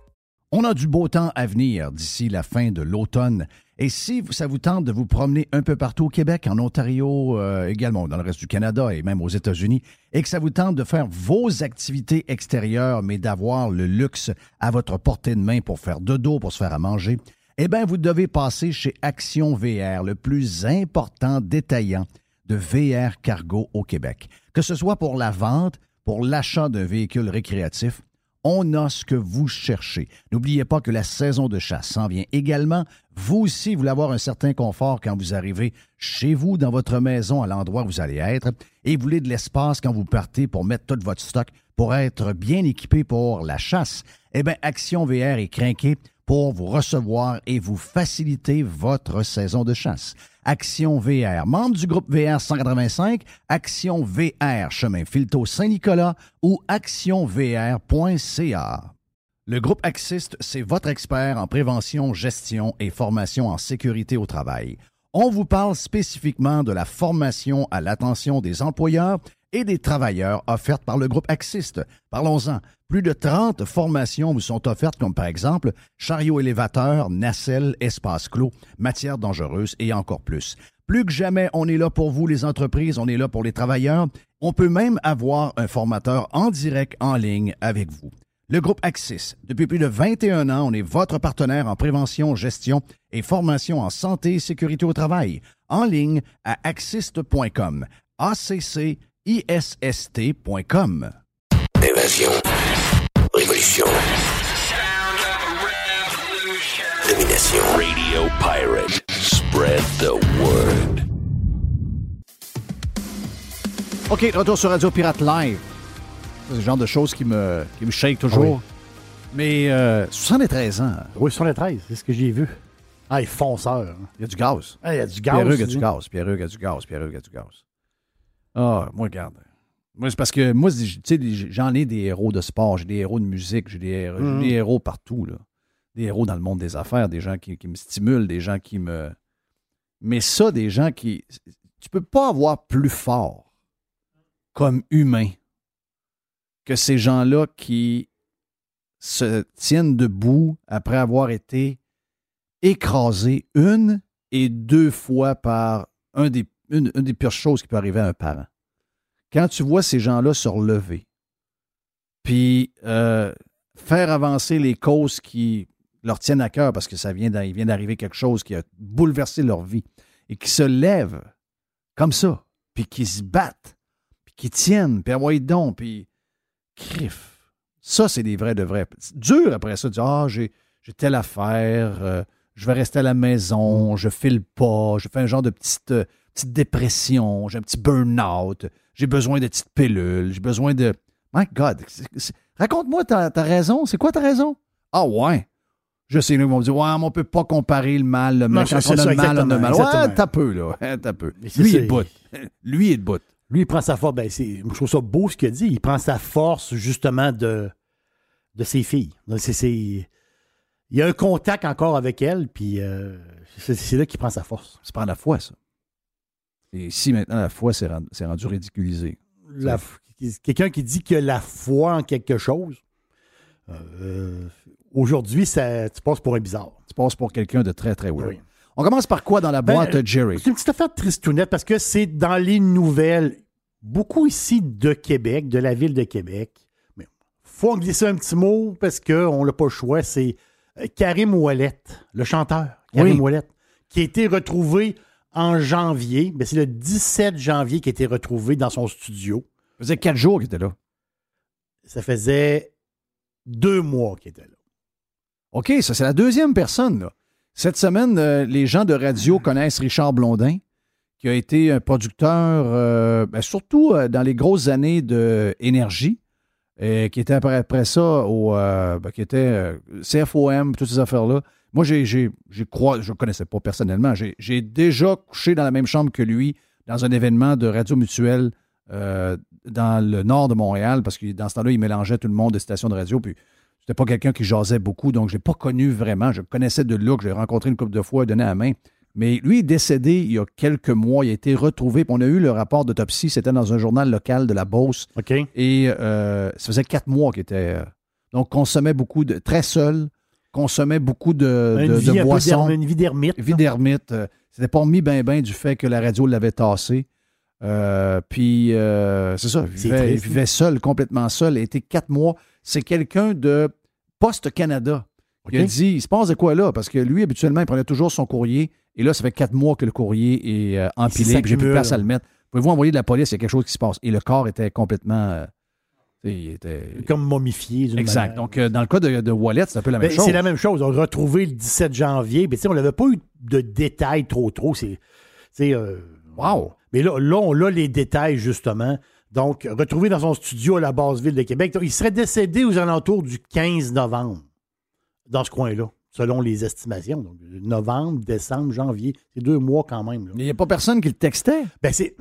On a du beau temps à venir d'ici la fin de l'automne. Et si ça vous tente de vous promener un peu partout au Québec, en Ontario, euh, également dans le reste du Canada et même aux États-Unis, et que ça vous tente de faire vos activités extérieures, mais d'avoir le luxe à votre portée de main pour faire dodo, pour se faire à manger, eh bien, vous devez passer chez Action V R, le plus important détaillant de V R cargo au Québec. Que ce soit pour la vente, pour l'achat d'un véhicule récréatif, on a ce que vous cherchez. N'oubliez pas que la saison de chasse s'en vient également. Vous aussi, vous voulez avoir un certain confort quand vous arrivez chez vous, dans votre maison, à l'endroit où vous allez être, et vous voulez de l'espace quand vous partez pour mettre tout votre stock, pour être bien équipé pour la chasse. Eh bien, Action V R est crinqué pour vous recevoir et vous faciliter votre saison de chasse. Action V R, membre du groupe V R cent quatre-vingt-cinq, Action V R, chemin Filteau Saint-Nicolas ou action v r point c a. Le groupe Axiste, c'est votre expert en prévention, gestion et formation en sécurité au travail. On vous parle spécifiquement de la formation à l'attention des employeurs et des travailleurs offertes par le groupe Axiste. Parlons-en. Plus de trente formations vous sont offertes, comme par exemple chariot élévateur, nacelle, espace clos, matières dangereuses et encore plus. Plus que jamais, on est là pour vous, les entreprises, on est là pour les travailleurs. On peut même avoir un formateur en direct en ligne avec vous. Le groupe Axis, depuis plus de vingt et un ans, on est votre partenaire en prévention, gestion et formation en santé et sécurité au travail. En ligne à axist point com. A C C I S S T point com. Évasion. Révolution. Domination. Radio Pirate. Spread the word. OK, retour sur Radio Pirate Live. C'est le genre de choses qui me, qui me shake toujours. Oui. Mais euh, soixante-treize ans. Oui, soixante-treize, c'est ce que j'ai vu. Ah, il est fonceur. Il y a du gaz. Ah, il y a du gaz. Pierre-Hugues a du gaz. Pierre-Hugues a du gaz. Pierre-Hugues a du gaz. Ah, moi, regarde. Moi, c'est parce que moi, tu sais, j'en ai des héros de sport, j'ai des héros de musique, j'ai des, héros, mmh. j'ai des héros partout, là. Des héros dans le monde des affaires, des gens qui, qui me stimulent, des gens qui me... Mais ça, des gens qui... Tu peux pas avoir plus fort comme humain que ces gens-là qui se tiennent debout après avoir été écrasés une et deux fois par un des, une, une des pires choses qui peut arriver à un parent. Quand tu vois ces gens-là se relever, puis euh, faire avancer les causes qui leur tiennent à cœur parce que ça vient, il vient d'arriver quelque chose qui a bouleversé leur vie et qui se lèvent comme ça, puis qui se battent, puis qui tiennent, puis envoient donc, puis crif. Ça, c'est des vrais de vrais. C'est dur après ça de dire « Ah, j'ai, j'ai telle affaire, euh, je vais rester à la maison, je file pas, je fais un genre de petite, euh, petite dépression, j'ai un petit burn-out, j'ai besoin de petites pilules, j'ai besoin de... » My God, c'est, c'est... raconte-moi ta, ta raison. C'est quoi ta raison? Ah ouais. Je sais, nous, ils vont me dire « Ouais, mais on peut pas comparer le mal, le mal. Non, quand on a le mal, on a le mal. » Ouais, t'as peu, là. T'as peu. Lui, il est de bout. Lui, il est de bout. Lui, il prend sa force. Ben, c'est, je trouve ça beau ce qu'il a dit. Il prend sa force, justement, de, de ses filles. Donc, c'est, c'est, il y a un contact encore avec elle, puis euh, c'est, c'est là qu'il prend sa force. C'est pas la foi, ça. Et ici, maintenant, la foi, c'est rendu, c'est rendu ridiculisé. La, quelqu'un qui dit qu'il a la foi en quelque chose, euh, aujourd'hui, ça, tu passes pour un bizarre. Tu passes pour quelqu'un de très, très weird. Oui. On commence par quoi dans la boîte, ben, Jerry? C'est une petite affaire tristounette parce que c'est dans les nouvelles, beaucoup ici de Québec, de la ville de Québec. Mais faut en glisser un petit mot parce qu'on n'a pas le choix. C'est Karim Ouellette, le chanteur, Karim oui. Ouellette, qui a été retrouvé en janvier. Ben, c'est le dix-sept janvier qui a été retrouvé dans son studio. Ça faisait quatre jours qu'il était là. Ça faisait deux mois qu'il était là. OK, ça, c'est la deuxième personne, là. Cette semaine, euh, les gens de radio connaissent Richard Blondin, qui a été un producteur, euh, ben, surtout euh, dans les grosses années de Énergie, et qui était après, après ça, au, euh, ben, qui était euh, C F O M, toutes ces affaires-là. Moi, j'ai, j'ai, j'ai crois, je ne connaissais pas personnellement, j'ai, j'ai déjà couché dans la même chambre que lui dans un événement de Radio Mutuelle euh, dans le nord de Montréal, parce que dans ce temps-là, il mélangeait tout le monde des stations de radio, puis c'était pas quelqu'un qui jasait beaucoup, donc je l'ai pas connu vraiment. Je le connaissais de look, je l'ai rencontré une couple de fois, donné à la main. Mais lui est décédé il y a quelques mois, il a été retrouvé, puis on a eu le rapport d'autopsie, c'était dans un journal local de la Beauce. OK. Et euh, ça faisait quatre mois qu'il était... Euh, donc, consommait beaucoup de... Très seul, consommait beaucoup de, une de, vie de un boissons. Peu une vie d'ermite. Vie d'ermite. Euh, c'était pas remis ben ben du fait que la radio l'avait tassé. Euh, puis, euh, c'est ça, il vivait, triste, il vivait seul, complètement seul. Il a été quatre mois. C'est quelqu'un de Poste Canada. Okay. Il a dit, il se passe de quoi là? Parce que lui, habituellement, il prenait toujours son courrier. Et là, ça fait quatre mois que le courrier est euh, empilé, puis j'ai plus de place à le mettre. Pouvez-vous envoyer de la police? Il y a quelque chose qui se passe. Et le corps était complètement... Euh, il était... Comme momifié. Exact. Manière. Donc, euh, dans le cas de, de Wallet, c'est un peu la même ben, chose. C'est la même chose. On l'a retrouvé le dix-sept janvier. Mais on n'avait pas eu de détails trop, trop. C'est... c'est euh, wow! Mais là, là, on a les détails, justement. Donc, retrouvé dans son studio à la Basse-Ville de Québec. Donc, il serait décédé aux alentours du quinze novembre, dans ce coin-là, selon les estimations. Donc, novembre, décembre, janvier, c'est deux mois quand même. Là. Mais il n'y a pas personne qui le textait? Ben, c'est...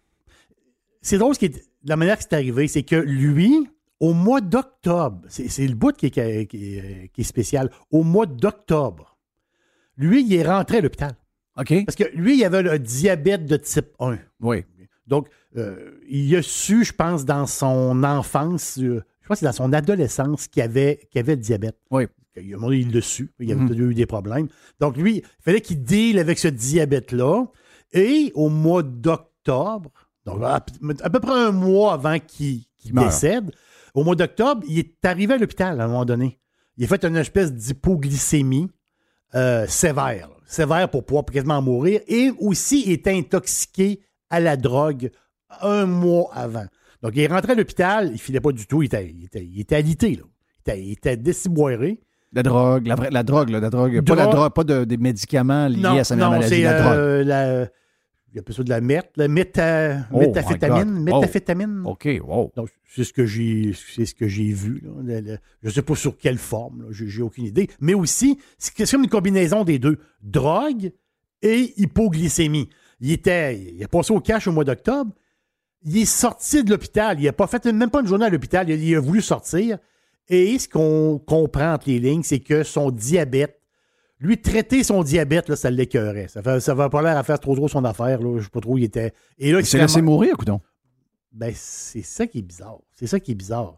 C'est drôle, ce qui est... la manière que c'est arrivé, c'est que lui, au mois d'octobre, c'est, c'est le bout qui est, qui, est, qui est spécial, au mois d'octobre, lui, il est rentré à l'hôpital. OK. Parce que lui, il avait le diabète de type un. Oui. Donc, euh, il a su, je pense, dans son enfance, euh, je pense que c'est dans son adolescence qu'il avait, qu'il avait le diabète. Oui. Il, il l'a su. Il avait Mm-hmm. eu des problèmes. Donc, lui, il fallait qu'il deal avec ce diabète-là. Et au mois d'octobre, donc à, à peu près un mois avant qu'il, qu'il Il meurt. décède, au mois d'octobre, il est arrivé à l'hôpital à un moment donné. Il a fait une espèce d'hypoglycémie euh, sévère. Là. Sévère pour pouvoir quasiment mourir. Et aussi, il était intoxiqué à la drogue un mois avant. Donc, il est rentré à l'hôpital, il ne filait pas du tout, il était, il était, il était alité, là. Il était, il était déciboiré. La drogue, la, vraie, la drogue, là, la drogue, Dro- pas la drogue, pas de, des médicaments liés non, à sa non, maladie, c'est la drogue. euh, la, il y a plus ça de la meth, la méta, Oh, méthamphétamine, my God. méthamphétamine. Oh. OK, wow. Donc, c'est ce que j'ai, c'est ce que j'ai vu. Là. Le, le, je ne sais pas sur quelle forme, là. J'ai, j'ai aucune idée. Mais aussi, c'est, c'est comme une combinaison des deux. Drogue et hypoglycémie. Il était, il a passé au cash au mois d'octobre. Il est sorti de l'hôpital. Il n'a pas fait même pas une journée à l'hôpital. Il a, il a voulu sortir. Et ce qu'on comprend entre les lignes, c'est que son diabète, lui, traiter son diabète, là, ça l'écœurait. Ça ne va pas l'air à faire trop trop son affaire. Là. Je ne sais pas trop où il était. Et là, il s'est laissé mourir, coudonc. Ben, c'est ça qui est bizarre. C'est ça qui est bizarre.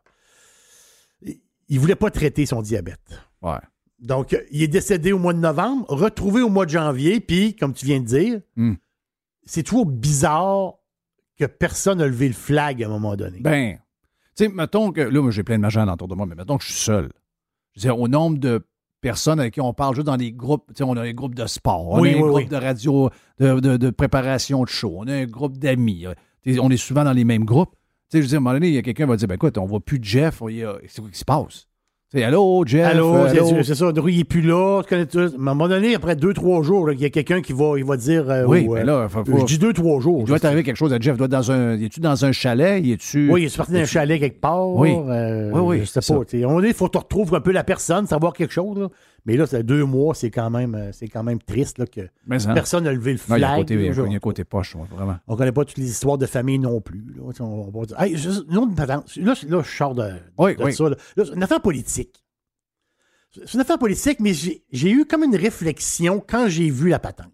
Il ne voulait pas traiter son diabète. Ouais. Donc, il est décédé au mois de novembre, retrouvé au mois de janvier, puis, comme tu viens de dire, mm. c'est toujours bizarre que personne n'a levé le flag à un moment donné. Ben, tu sais, mettons que, là, moi, j'ai plein de magents autour de moi, mais mettons que je suis seul. Je veux dire, au nombre de personnes avec qui on parle juste dans les groupes, tu sais, on a un groupe de sport, on oui, a un oui, groupe oui. de radio, de, de, de préparation de show, on a un groupe d'amis. On est souvent dans les mêmes groupes. Tu sais, je veux dire, à un moment donné, il y a quelqu'un qui va dire, ben écoute, on voit plus de Jeff, il y a, c'est quoi qui se passe? Tu sais, allô, Jeff? Allô, euh, allô? C'est, c'est ça, il n'est plus là. Tu connais tout. À un moment donné, après deux, trois jours, là, il y a quelqu'un qui va, il va dire. Euh, oui, au, mais euh, là, faut, faut, je dis deux, trois jours. Il doit t'arriver quelque chose à Jeff. Il doit être dans un, es-tu dans un chalet? Es-tu, oui, il est parti d'un chalet quelque part. Oui, euh, oui, oui. Je sais pas. À un moment donné, il faut que tu retrouves un peu la personne, savoir quelque chose. Là. Mais là, c'est deux mois, c'est quand même, c'est quand même triste là, que mais, hein? personne n'a levé le flag. Non, il y a un côté, là, il y a un côté poche, vraiment. On ne connaît pas toutes les histoires de famille non plus. Là. On, on va dire, hey, juste, une autre patente. Là, là, je sors de, oui, de oui. ça. Là. Là, c'est une affaire politique. C'est une affaire politique, mais j'ai, j'ai eu comme une réflexion quand j'ai vu la patente.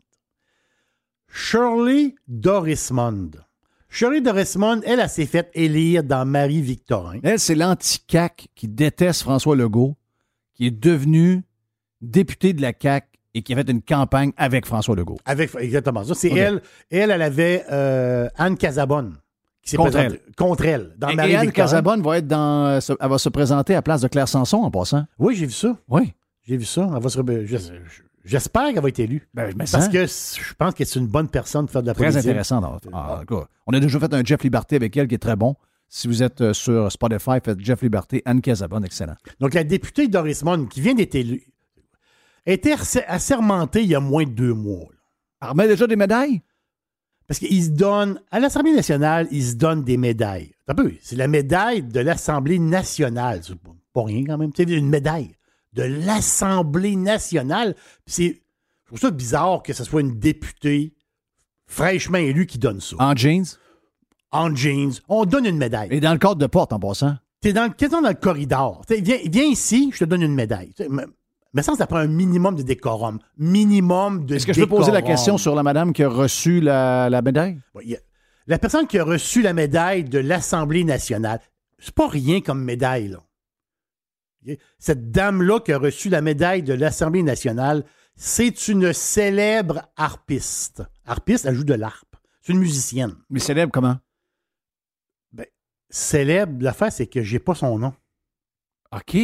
Shirley Dorismond. Shirley Dorismond, elle, elle s'est faite élire dans Marie-Victorin. Elle, c'est l'anti-C A Q qui déteste François Legault, qui est devenu député de la C A Q et qui a fait une campagne avec François Legault. Avec, exactement ça. C'est okay. elle. Elle, elle avait euh, Anne Casabonne. Qui s'est contre présentée, elle. Contre elle. Dans et, Marie et Anne Casabonne va être dans. Elle va se présenter à la place de Claire Sanson en passant. Oui, j'ai vu ça. Oui. J'ai vu ça. Elle va se, j'espère qu'elle va être élue. Ben, Parce ça. que je pense que c'est une bonne personne pour faire de la très politique. Très intéressant. Dans, en, en cas, on a déjà fait un Jeff Liberté avec elle qui est très bon. Si vous êtes sur Spotify, faites Jeff Liberté, Anne Casabonne, excellent. Donc, la députée Dorismond, qui vient d'être élue, a été assermentée il y a moins de deux mois. Elle remet déjà des médailles? Parce qu'ils se donnent, à l'Assemblée nationale, ils se donnent des médailles. Un peu, c'est la médaille de l'Assemblée nationale. C'est pas, pas rien quand même. C'est une médaille de l'Assemblée nationale. C'est, je trouve ça bizarre que ce soit une députée fraîchement élue qui donne ça. En jeans? en jeans, on donne une médaille. Et dans le cadre de porte, en passant. T'es dans, quasiment dans le corridor. T'sais, viens, viens ici, je te donne une médaille. Mais, mais ça, ça prend un minimum de décorum. Minimum de Est-ce que décorum. je peux poser la question sur la madame qui a reçu la, la médaille? Oui, la personne qui a reçu la médaille de l'Assemblée nationale, c'est pas rien comme médaille, là. Cette dame-là qui a reçu la médaille de l'Assemblée nationale, c'est une célèbre harpiste. Harpiste, elle joue de l'harpe. C'est une musicienne. Mais célèbre comment? Ben, célèbre, l'affaire, c'est que j'ai pas son nom. OK.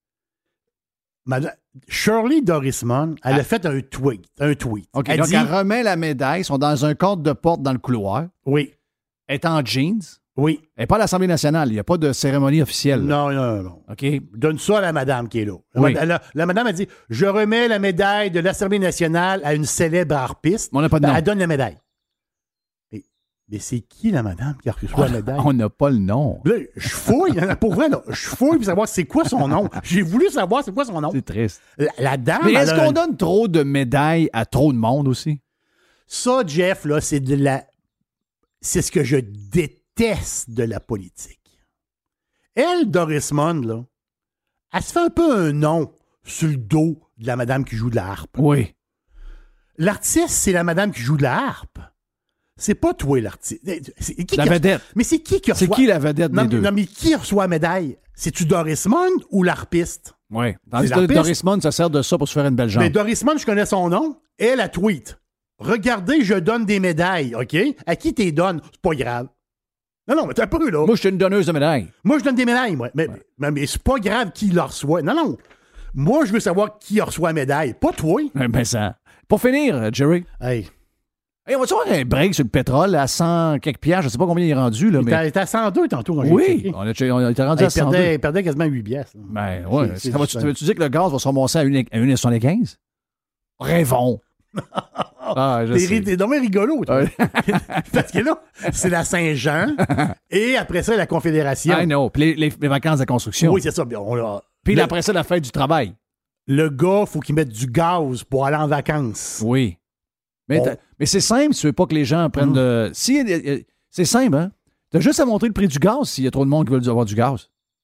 Madame Shirley Dorismon, elle ah. a fait un tweet. Un tweet. OK, elle donc dit, elle remet la médaille, ils sont dans un cadre de porte dans le couloir. Oui. Elle est en jeans. Oui. Elle n'est pas à l'Assemblée nationale. Il n'y a pas de cérémonie officielle. Non, non, non. OK. Donne ça à la madame qui est là. La, Oui. la, la madame a dit, je remets la médaille de l'Assemblée nationale à une célèbre harpiste. On n'a pas de nom. Ben, elle donne la médaille. Mais, mais c'est qui la madame qui a reçu la médaille? On n'a pas le nom. Là, je fouille, pour vrai, là, je fouille pour savoir c'est quoi son nom. J'ai voulu savoir c'est quoi son nom. C'est triste. La, la dame... Mais est-ce elle a qu'on un- donne trop de médailles à trop de monde aussi? Ça, Jeff, là, c'est de la... C'est ce que je déteste de la politique. Elle, Doris Mond, là, elle se fait un peu un nom sur le dos de la madame qui joue de la harpe. Oui. L'artiste, c'est la madame qui joue de la harpe. C'est pas toi, l'artiste. C'est qui La qui- vedette. Mais c'est qui qui reçoit... C'est qui la vedette non, des deux? Non, mais qui reçoit la médaille? C'est-tu Doris Mond ou l'harpiste? Oui. Tandis C'est que l'artiste. Doris Mond, ça sert de ça pour se faire une belle jambe. Mais Doris Mond, je connais son nom. Elle, a tweet. Regardez, je donne des médailles, OK? À qui t'es donnes? C'est pas grave. Non, non, mais t'as pas eu, là. Moi, je suis une donneuse de médailles. Moi, je donne des médailles, moi. Mais, mais, mais c'est pas grave qui la reçoit. Non, non. Moi, je veux savoir qui reçoit la médaille. Pas toi. Ben ça. Pour finir, euh, Jerry. Hey. Hey, on va-tu avoir un break sur le pétrole à cent quelques pierres? Je sais pas combien il est rendu. Là, Il mais... était- il était à cent deux tantôt quand j'ai Oui, checké. on, a, on était rendu Hey, à il, cent deux. perdait, il perdait quasiment huit piastres. Ben ouais. C'est- c'est Ça va- juste tu veux-tu dire que le gaz va se remonter à une virgule soixante-quinze? Rêvons. Ah, je T'es, sais. ri- t'es dommage rigolo, toi. Ouais. Parce que là, c'est la Saint-Jean et après ça, la Confédération. I know. Puis les, les- les vacances de construction. Oui, c'est ça. On l'a- Puis le, après ça, la fête du travail. le gars, faut qu'il mette du gaz pour aller en vacances. Oui. Mais, On- t'as- mais c'est simple si tu veux pas que les gens prennent Mm. de... Si, euh, euh, c'est simple, hein? T'as juste à montrer le prix du gaz s'il y a trop de monde qui veut avoir du gaz.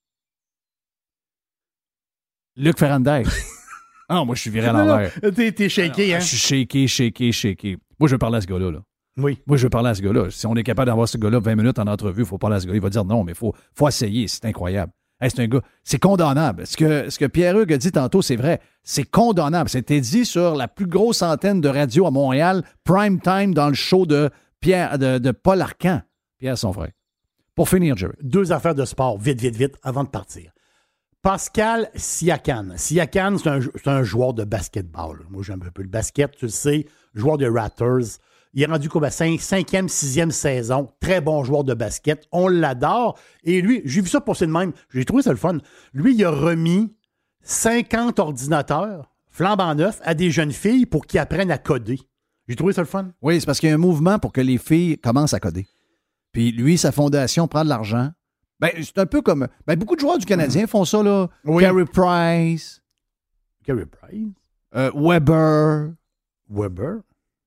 Luc Ferrandez. Ah, moi, je suis viré à Non, non, l'envers. T'es, t'es shaké, Ah, hein? Je suis shaké, shaké, shaké. Moi, je veux parler à ce gars-là. Là. Oui. Moi, je veux parler à ce gars-là. Si on est capable d'avoir ce gars-là vingt minutes en entrevue, il faut parler à ce gars-là. Il va dire non, mais il faut, faut essayer. C'est incroyable. Hey, c'est un gars, c'est condamnable. Ce que, ce que Pierre-Hugues a dit tantôt, c'est vrai. C'est condamnable. C'était dit sur la plus grosse antenne de radio à Montréal, prime time, dans le show de, Pierre, de, de Paul Arcan. Pierre, son frère. Pour finir, Jerry. Deux affaires de sport, vite, vite, vite, avant de partir. Pascal Siakam. Siakam, c'est un, c'est un joueur de basketball. Moi, j'aime un peu le basket, tu le sais, joueur des Raptors. Il est rendu comme à cinq, cinquième, sixième saison. Très bon joueur de basket. On l'adore. Et lui, j'ai vu ça passer de même. J'ai trouvé ça le fun. Lui, il a remis cinquante ordinateurs flambant neufs à des jeunes filles pour qu'ils apprennent à coder. J'ai trouvé ça le fun. Oui, c'est parce qu'il y a un mouvement pour que les filles commencent à coder. Puis lui, sa fondation prend de l'argent. Ben, c'est un peu comme... Ben, beaucoup de joueurs du Canadien font ça, là. Oui. Carey Price. Carey Price. Euh, Weber. Weber.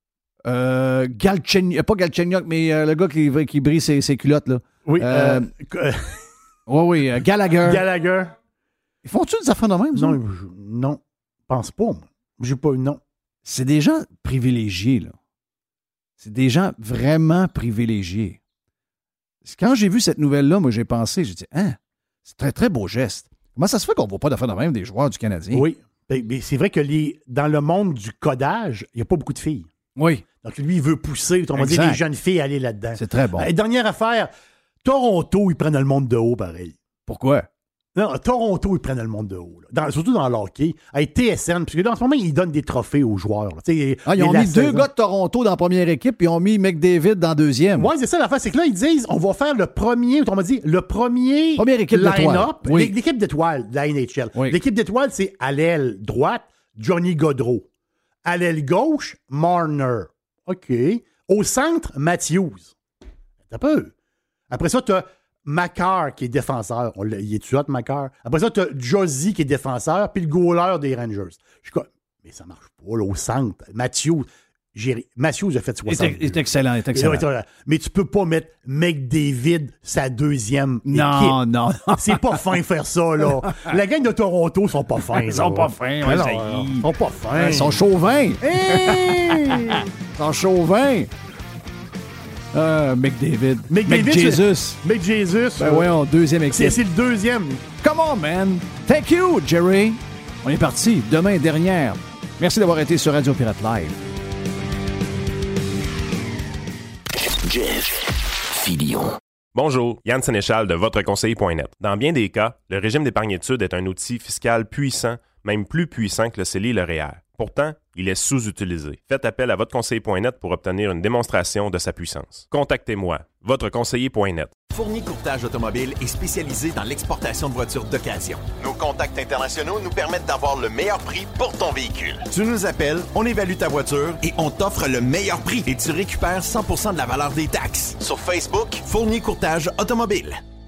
Euh, Galchenyuk. Pas Galchenyuk, mais euh, le gars qui, qui brille ses, ses culottes, là. Oui. Euh, euh, oui, oui. euh, Gallagher. Gallagher. Ils font-tu des affaires de même, ça? Non, je, non. Pense pas, moi. J'ai pas eu non. C'est des gens privilégiés, là. C'est des gens vraiment privilégiés. Quand j'ai vu cette nouvelle-là, moi, j'ai pensé, j'ai dit, hein, c'est un très, très beau geste. Comment ça se fait qu'on ne voit pas d'affaires de même des joueurs du Canadien? Oui. Mais, mais c'est vrai que les, dans le monde du codage, il n'y a pas beaucoup de filles. Oui. Donc, lui, il veut pousser, on va dire, les jeunes filles à aller là-dedans. C'est très bon. Et dernière affaire, Toronto, ils prennent le monde de haut, pareil. Pourquoi? Non, Toronto, ils prennent le monde de haut. là. Dans- surtout dans le hockey. Avec T S N, parce que là, en ce moment, ils donnent des trophées aux joueurs. là. Tu sais, Ah, ils il y a ont la mis deux saison. gars de Toronto dans la première équipe, puis ils ont mis McDavid dans la deuxième. Oui, c'est ça l'affaire. C'est que là, ils disent, on va faire le premier, on m'a dit, le premier Première équipe d'étoiles. line-up. Oui. l'é- L'équipe d'étoiles de la N H L. Oui. L'équipe d'étoiles, c'est à l'aile droite, Johnny Gaudreau. À l'aile gauche, Marner. OK. Au centre, Matthews. T'as peu. Après ça, t'as Makar qui est défenseur. On l'a- il est-tu hot, Makar? Après ça, t'as Josie qui est défenseur, puis le goaler des Rangers. Je suis comme, mais ça marche pas, là, au centre. Matthews. J'ai... Matthews a fait soixante. Il est excellent, il est excellent. Et, mais tu peux pas mettre McDavid sa deuxième non, équipe. Non, non, c'est pas fin faire ça, là. La gang de Toronto sont pas fins. Ils sont pas fins. Ouais, alors, ils sont pas fins. Ils sont chauvins. Hey! Ils sont chauvins. Euh, McDavid. McDavid. McJesus. McJesus. Ben ouais, en deuxième équipe. C'est, c'est le deuxième. Come on, man. Thank you, Jerry. On est parti. Demain, dernière. Merci d'avoir été sur Radio Pirate Live. Jeff Fillion. Bonjour, Yann Sénéchal de votre conseiller point net. Dans bien des cas, le régime d'épargne études est un outil fiscal puissant, même plus puissant que le C E L I et le R E E R. Pourtant, il est sous-utilisé. Faites appel à votre conseiller point net pour obtenir une démonstration de sa puissance. Contactez-moi, votre conseiller point net. Fournier Courtage Automobile est spécialisé dans l'exportation de voitures d'occasion. Nos contacts internationaux nous permettent d'avoir le meilleur prix pour ton véhicule. Tu nous appelles, on évalue ta voiture et on t'offre le meilleur prix. Et tu récupères cent pour cent de la valeur des taxes. Sur Facebook, Fournier Courtage Automobile.